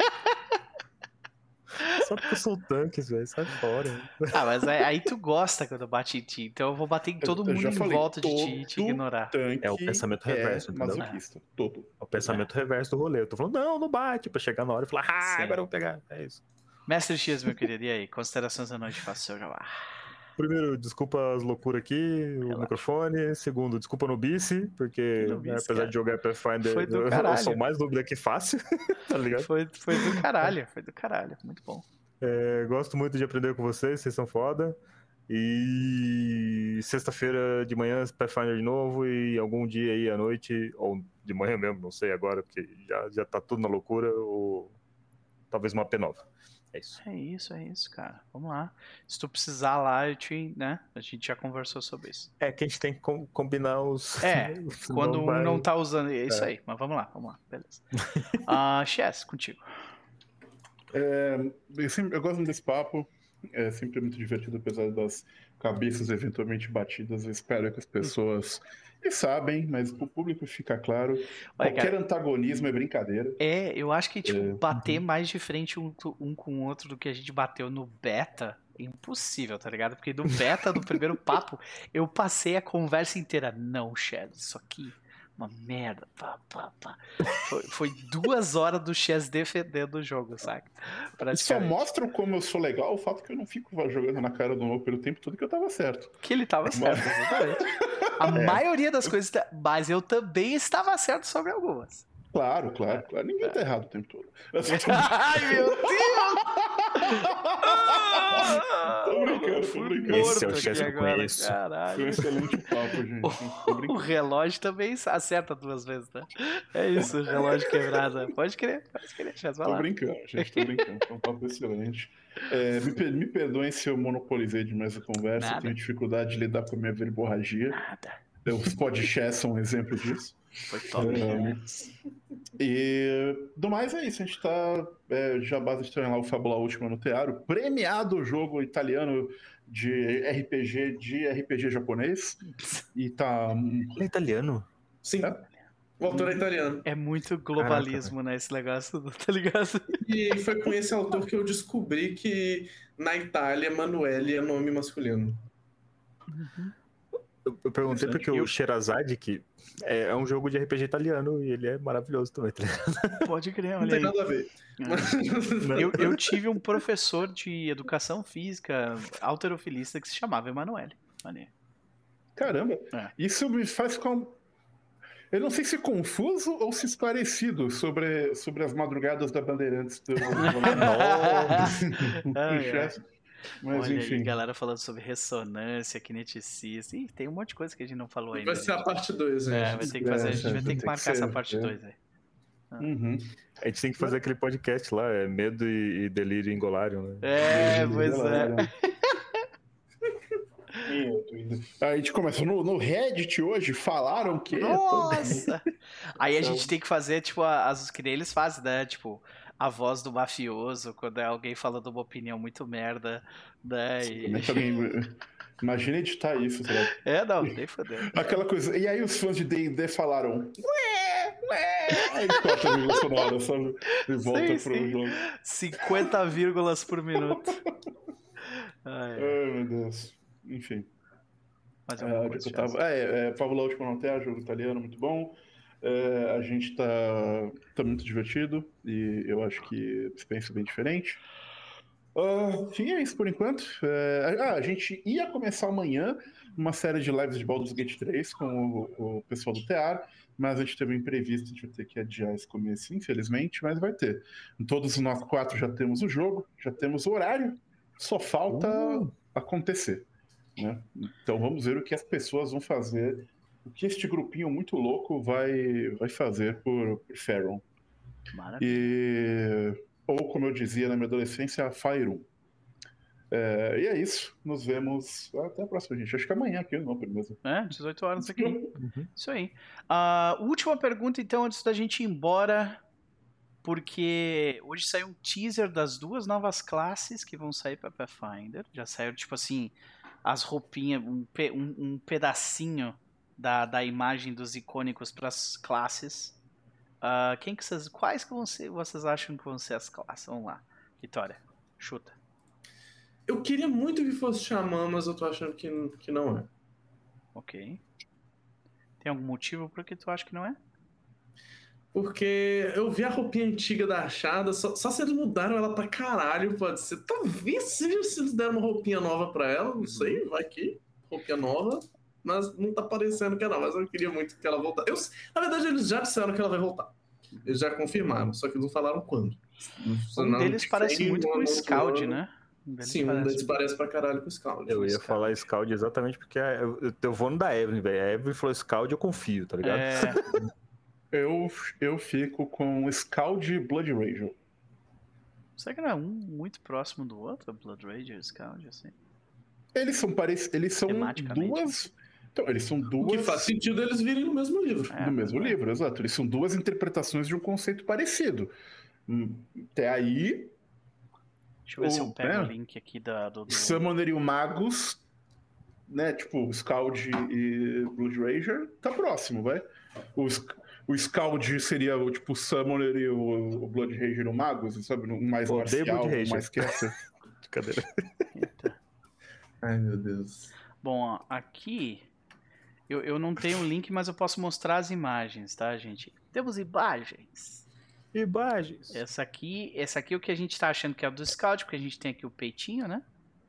Só porque eu sou tanques, velho, sai fora. Ah, mas aí, aí tu gosta quando eu bate em ti, então eu vou bater em todo Eu- eu mundo já em falei, volta de ti e te todo ignorar. Tanque É o pensamento reverso, é entendeu? masoquista, todo. É o pensamento reverso do rolê. Eu tô falando, não, não bate, pra chegar na hora e falar, ah, Sim. agora eu vou pegar. É isso. Mestre X, meu querido, e aí? Considerações da noite, faça o seu jabá. Primeiro, desculpa as loucuras aqui, o Relaxa. microfone. Segundo, desculpa no bice, porque Que nubice, né, apesar cara? de jogar Pathfinder, Foi do eu, eu caralho. sou mais dúvida que fácil, tá ligado? Foi, foi do caralho, foi do caralho. Muito bom. É, gosto muito de aprender com vocês, vocês são foda. E sexta-feira de manhã, Pathfinder de novo, e algum dia aí à noite, ou de manhã mesmo, não sei agora, porque já, já tá tudo na loucura, ou talvez uma P nova. É isso. É isso, é isso, cara. Vamos lá. Se tu precisar lá, eu te, né? A gente já conversou sobre isso. É que a gente tem que com- combinar os. É, quando um vai- não tá usando. É isso É. aí. Mas vamos lá, vamos lá. Beleza. Ah, Chess, contigo. É, eu, sempre, eu gosto muito desse papo, é sempre muito divertido, apesar das cabeças eventualmente batidas. Eu espero que as pessoas que sabem, mas pro público fica claro, Olha, qualquer cara, antagonismo é brincadeira. É, eu acho que, tipo, É. bater mais de frente um, um com o outro do que a gente bateu no beta é impossível, tá ligado? Porque no beta, do primeiro papo, eu passei a conversa inteira. Não, Chess, isso aqui, uma merda. Pá, pá, pá. Foi, foi duas horas do Chess defendendo o jogo, saca? Só Praticamente. mostra como eu sou legal o fato que eu não fico jogando na cara do novo pelo tempo todo que eu tava certo. Que ele tava certo, exatamente. A maioria das coisas, tá- mas eu também estava certo sobre algumas. Claro, claro, claro. Ninguém tá errado o tempo todo. Ai, meu Deus! Tô brincando, tô brincando. Esse é o Morto Chess aqui que eu agora, conheço. Foi um caralho. excelente papo, gente. Tô O brincando. relógio também acerta duas vezes, né? É isso, o relógio quebrado. Pode crer, pode crer, Chess, vai Tô lá. brincando, gente, tô brincando. Foi um papo excelente. É, me, per- me perdoem se eu monopolizei demais a conversa. Nada. Eu tenho dificuldade de lidar com a minha verborragia. Nada. Os podcasts são um exemplo disso. Foi top. É, e do mais é isso. A gente tá é, já base estranho lá o Fábula Última no Teatro. Premiado jogo italiano de R P G de R P G japonês. E tá. Ele é italiano? Sim. É? O autor é italiano. É muito globalismo, Caraca, né, esse negócio, tá ligado? E foi com esse autor que eu descobri que na Itália, Emanuele é nome masculino. Uhum. Eu, eu perguntei porque eu... o Sherazade, que é, é um jogo de R P G italiano e ele é maravilhoso também, tá ligado? Pode crer, olha Não tem aí. nada a ver. É. Eu, eu tive um professor de educação física halterofilista que se chamava Emanuele. Olha. Caramba, é. Isso me faz com... Eu não sei se confuso ou se esclarecido sobre, sobre as madrugadas da Bandeirantes do... ah, é. Mas, olha enfim. aí, galera falando sobre ressonância, kineticismo. Ih, tem um monte de coisa que a gente não falou ainda. Vai ser a parte dois, né? É, vai ter que fazer, a gente vai ter que marcar essa parte dois aí. Ah. Uhum. A gente tem que fazer aquele podcast lá, é Medo e, e Delírio Ingolarium, né? É, pois é. A gente começou no, no Reddit hoje, falaram que... Nossa! Aí a gente tem que fazer, tipo, as que eles fazem, né? Tipo, a voz do mafioso, quando é alguém falando uma opinião muito merda, né? E... Imagina editar isso, sabe? É, não, nem fodendo. Aquela coisa. E aí os fãs de D e D falaram... Ué, ué! Aí corta a vírgula sonora, sabe? E volta sim, pro sim. jogo. cinquenta vírgulas por minuto. Ai, Ai meu Deus. Enfim. Mas é, é, eu tava... é, é, Fábula Última Não Terra, jogo italiano, muito bom. É, a gente tá, tá muito divertido e eu acho que dispensa bem diferente. Uh, sim, é isso por enquanto. É, ah, a gente ia começar amanhã uma série de lives de Baldur's Gate três com o, o pessoal do Tear, mas a gente teve um imprevisto de ter que adiar esse começo, infelizmente, mas vai ter. Todos nós quatro já temos o jogo, já temos o horário, só falta uh. acontecer. Né? Então vamos ver o que as pessoas vão fazer, o que este grupinho muito louco vai, vai fazer por, por Faron. Maravilha. E, ou como eu dizia na minha adolescência, Fire um. É, e é isso, nos vemos até a próxima, gente. Acho que amanhã aqui no Open mesmo. É, dezoito horas aqui. Uhum. Isso aí. Uh, última pergunta então, antes da gente ir embora, porque hoje saiu um teaser das duas novas classes que vão sair para Pathfinder. Já saiu, tipo assim, as roupinhas, um, pe um, um pedacinho da, da imagem dos icônicos para as classes. Uh, quem que vocês, quais que vão ser, vocês acham que vão ser as classes? Vamos lá, Vitória, chuta. Eu queria muito que fosse Xamã, mas eu tô achando que, que não é. Ok. Tem algum motivo por que tu acha que não é? Porque eu vi a roupinha antiga da Achada, só, só se eles mudaram ela pra caralho, pode ser. Talvez seja se eles deram uma roupinha nova pra ela, não sei, vai que. Roupinha nova, mas não tá parecendo que é não, mas eu queria muito que ela voltasse. Eu, na verdade, eles já disseram que ela vai voltar. Eles já confirmaram, só que eles não falaram quando. Um não, deles parece muito com o Scald, né? Um Sim, um deles parece pra caralho com o Scald. Eu ia falar Scald exatamente porque eu, eu, eu vou no da Evelyn, velho. A Evelyn falou Scald, eu confio, tá ligado? É... eu, eu fico com Scald e Blood Rager. Será que não é um muito próximo do outro, Blood Rager e Scald, assim? Eles são, parec... eles são duas... Então, eles são duas... O que faz sentido eles virem no mesmo livro. É, no mesmo é. livro, exato. Eles são duas interpretações de um conceito parecido. Até aí... Deixa eu ver o, se eu pego né? o link aqui da, do... do... Summoner e o Magus, né? Tipo, Scald e Blood Rager, tá próximo, vai. O, o Scald seria o tipo Summoner e o, o Blood Rager e o Magus, sabe? Um mais o marcial, um mais caster. Cadê? Ai, meu Deus. Bom, ó, aqui... Eu, eu não tenho o link, mas eu posso mostrar as imagens, tá, gente? Temos imagens. Imagens. Essa aqui, essa aqui é o que a gente tá achando que é o do Scout, porque a gente tem aqui o peitinho, né?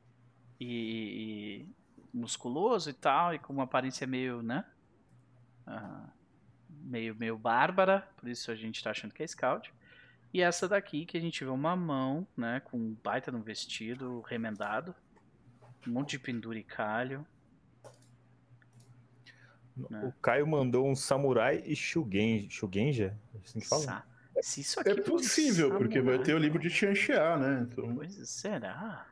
E, e musculoso e tal, e com uma aparência meio, né? Uh, meio, meio bárbara, por isso a gente tá achando que é Scout. E essa daqui, que a gente vê uma mão, né? Com um baita no vestido remendado. Um monte de penduricalho. O Caio mandou um samurai e shugenja. Shugenja? Assim que fala? Sa Se isso aqui é possível, um porque vai ter o livro de Xianxia, né? Então... Pois será?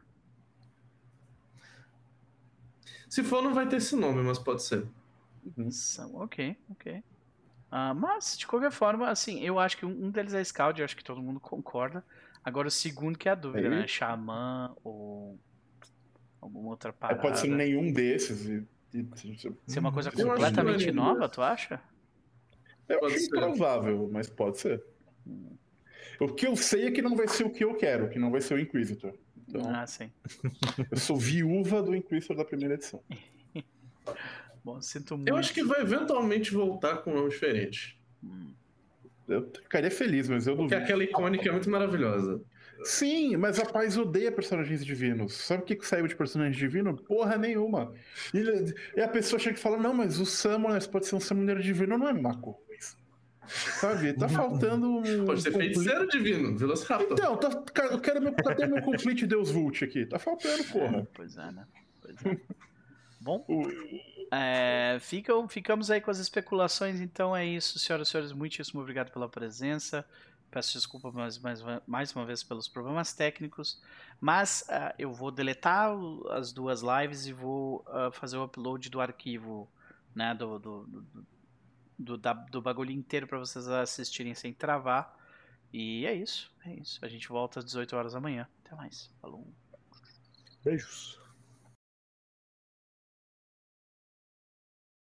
Se for, não vai ter esse nome, mas pode ser. Uhum. Ok, ok. Uh, mas, de qualquer forma, assim, eu acho que um deles é Scald, eu acho que todo mundo concorda. Agora, o segundo que é a dúvida, Aí? né? Xamã ou alguma outra parada. É, pode ser nenhum desses e... Ser uma coisa completamente nova, tu acha? Eu Pode acho ser. improvável, mas pode ser. O que eu sei é que não vai ser o que eu quero, que não vai ser o Inquisitor. Então, Ah, sim. eu sou viúva do Inquisitor da primeira edição. Bom, sinto muito. Eu acho que vai eventualmente voltar com um nome diferente. Hum. Eu ficaria feliz, mas eu Porque duvido. aquela icônica é muito maravilhosa. Sim, mas a Paz odeia personagens divinos. Sabe o que que saiu de personagem divino? Porra nenhuma. E, e a pessoa chega e fala, não, mas o Summoners pode ser um Summoner divino, não é Mako. Sabe? Tá faltando um... Pode ser complete- feiticeiro divino, Velociraptor. Então, tá, cara, eu quero meu, cadê meu Complete Deus Vult aqui? Tá faltando, porra. É, pois é, né? Pois é. Bom, O- é, ficam, ficamos aí com as especulações, então é isso, senhoras e senhores, muitíssimo obrigado pela presença. Peço desculpa mais, mais, mais uma vez pelos problemas técnicos, mas ah, eu vou deletar o- as duas lives e vou ah, fazer o upload do arquivo, né, do, do, do, do, da- do bagulho inteiro para vocês assistirem sem travar. E é isso, é isso. A gente volta às dezoito horas da manhã. Até mais. Falou. Beijos.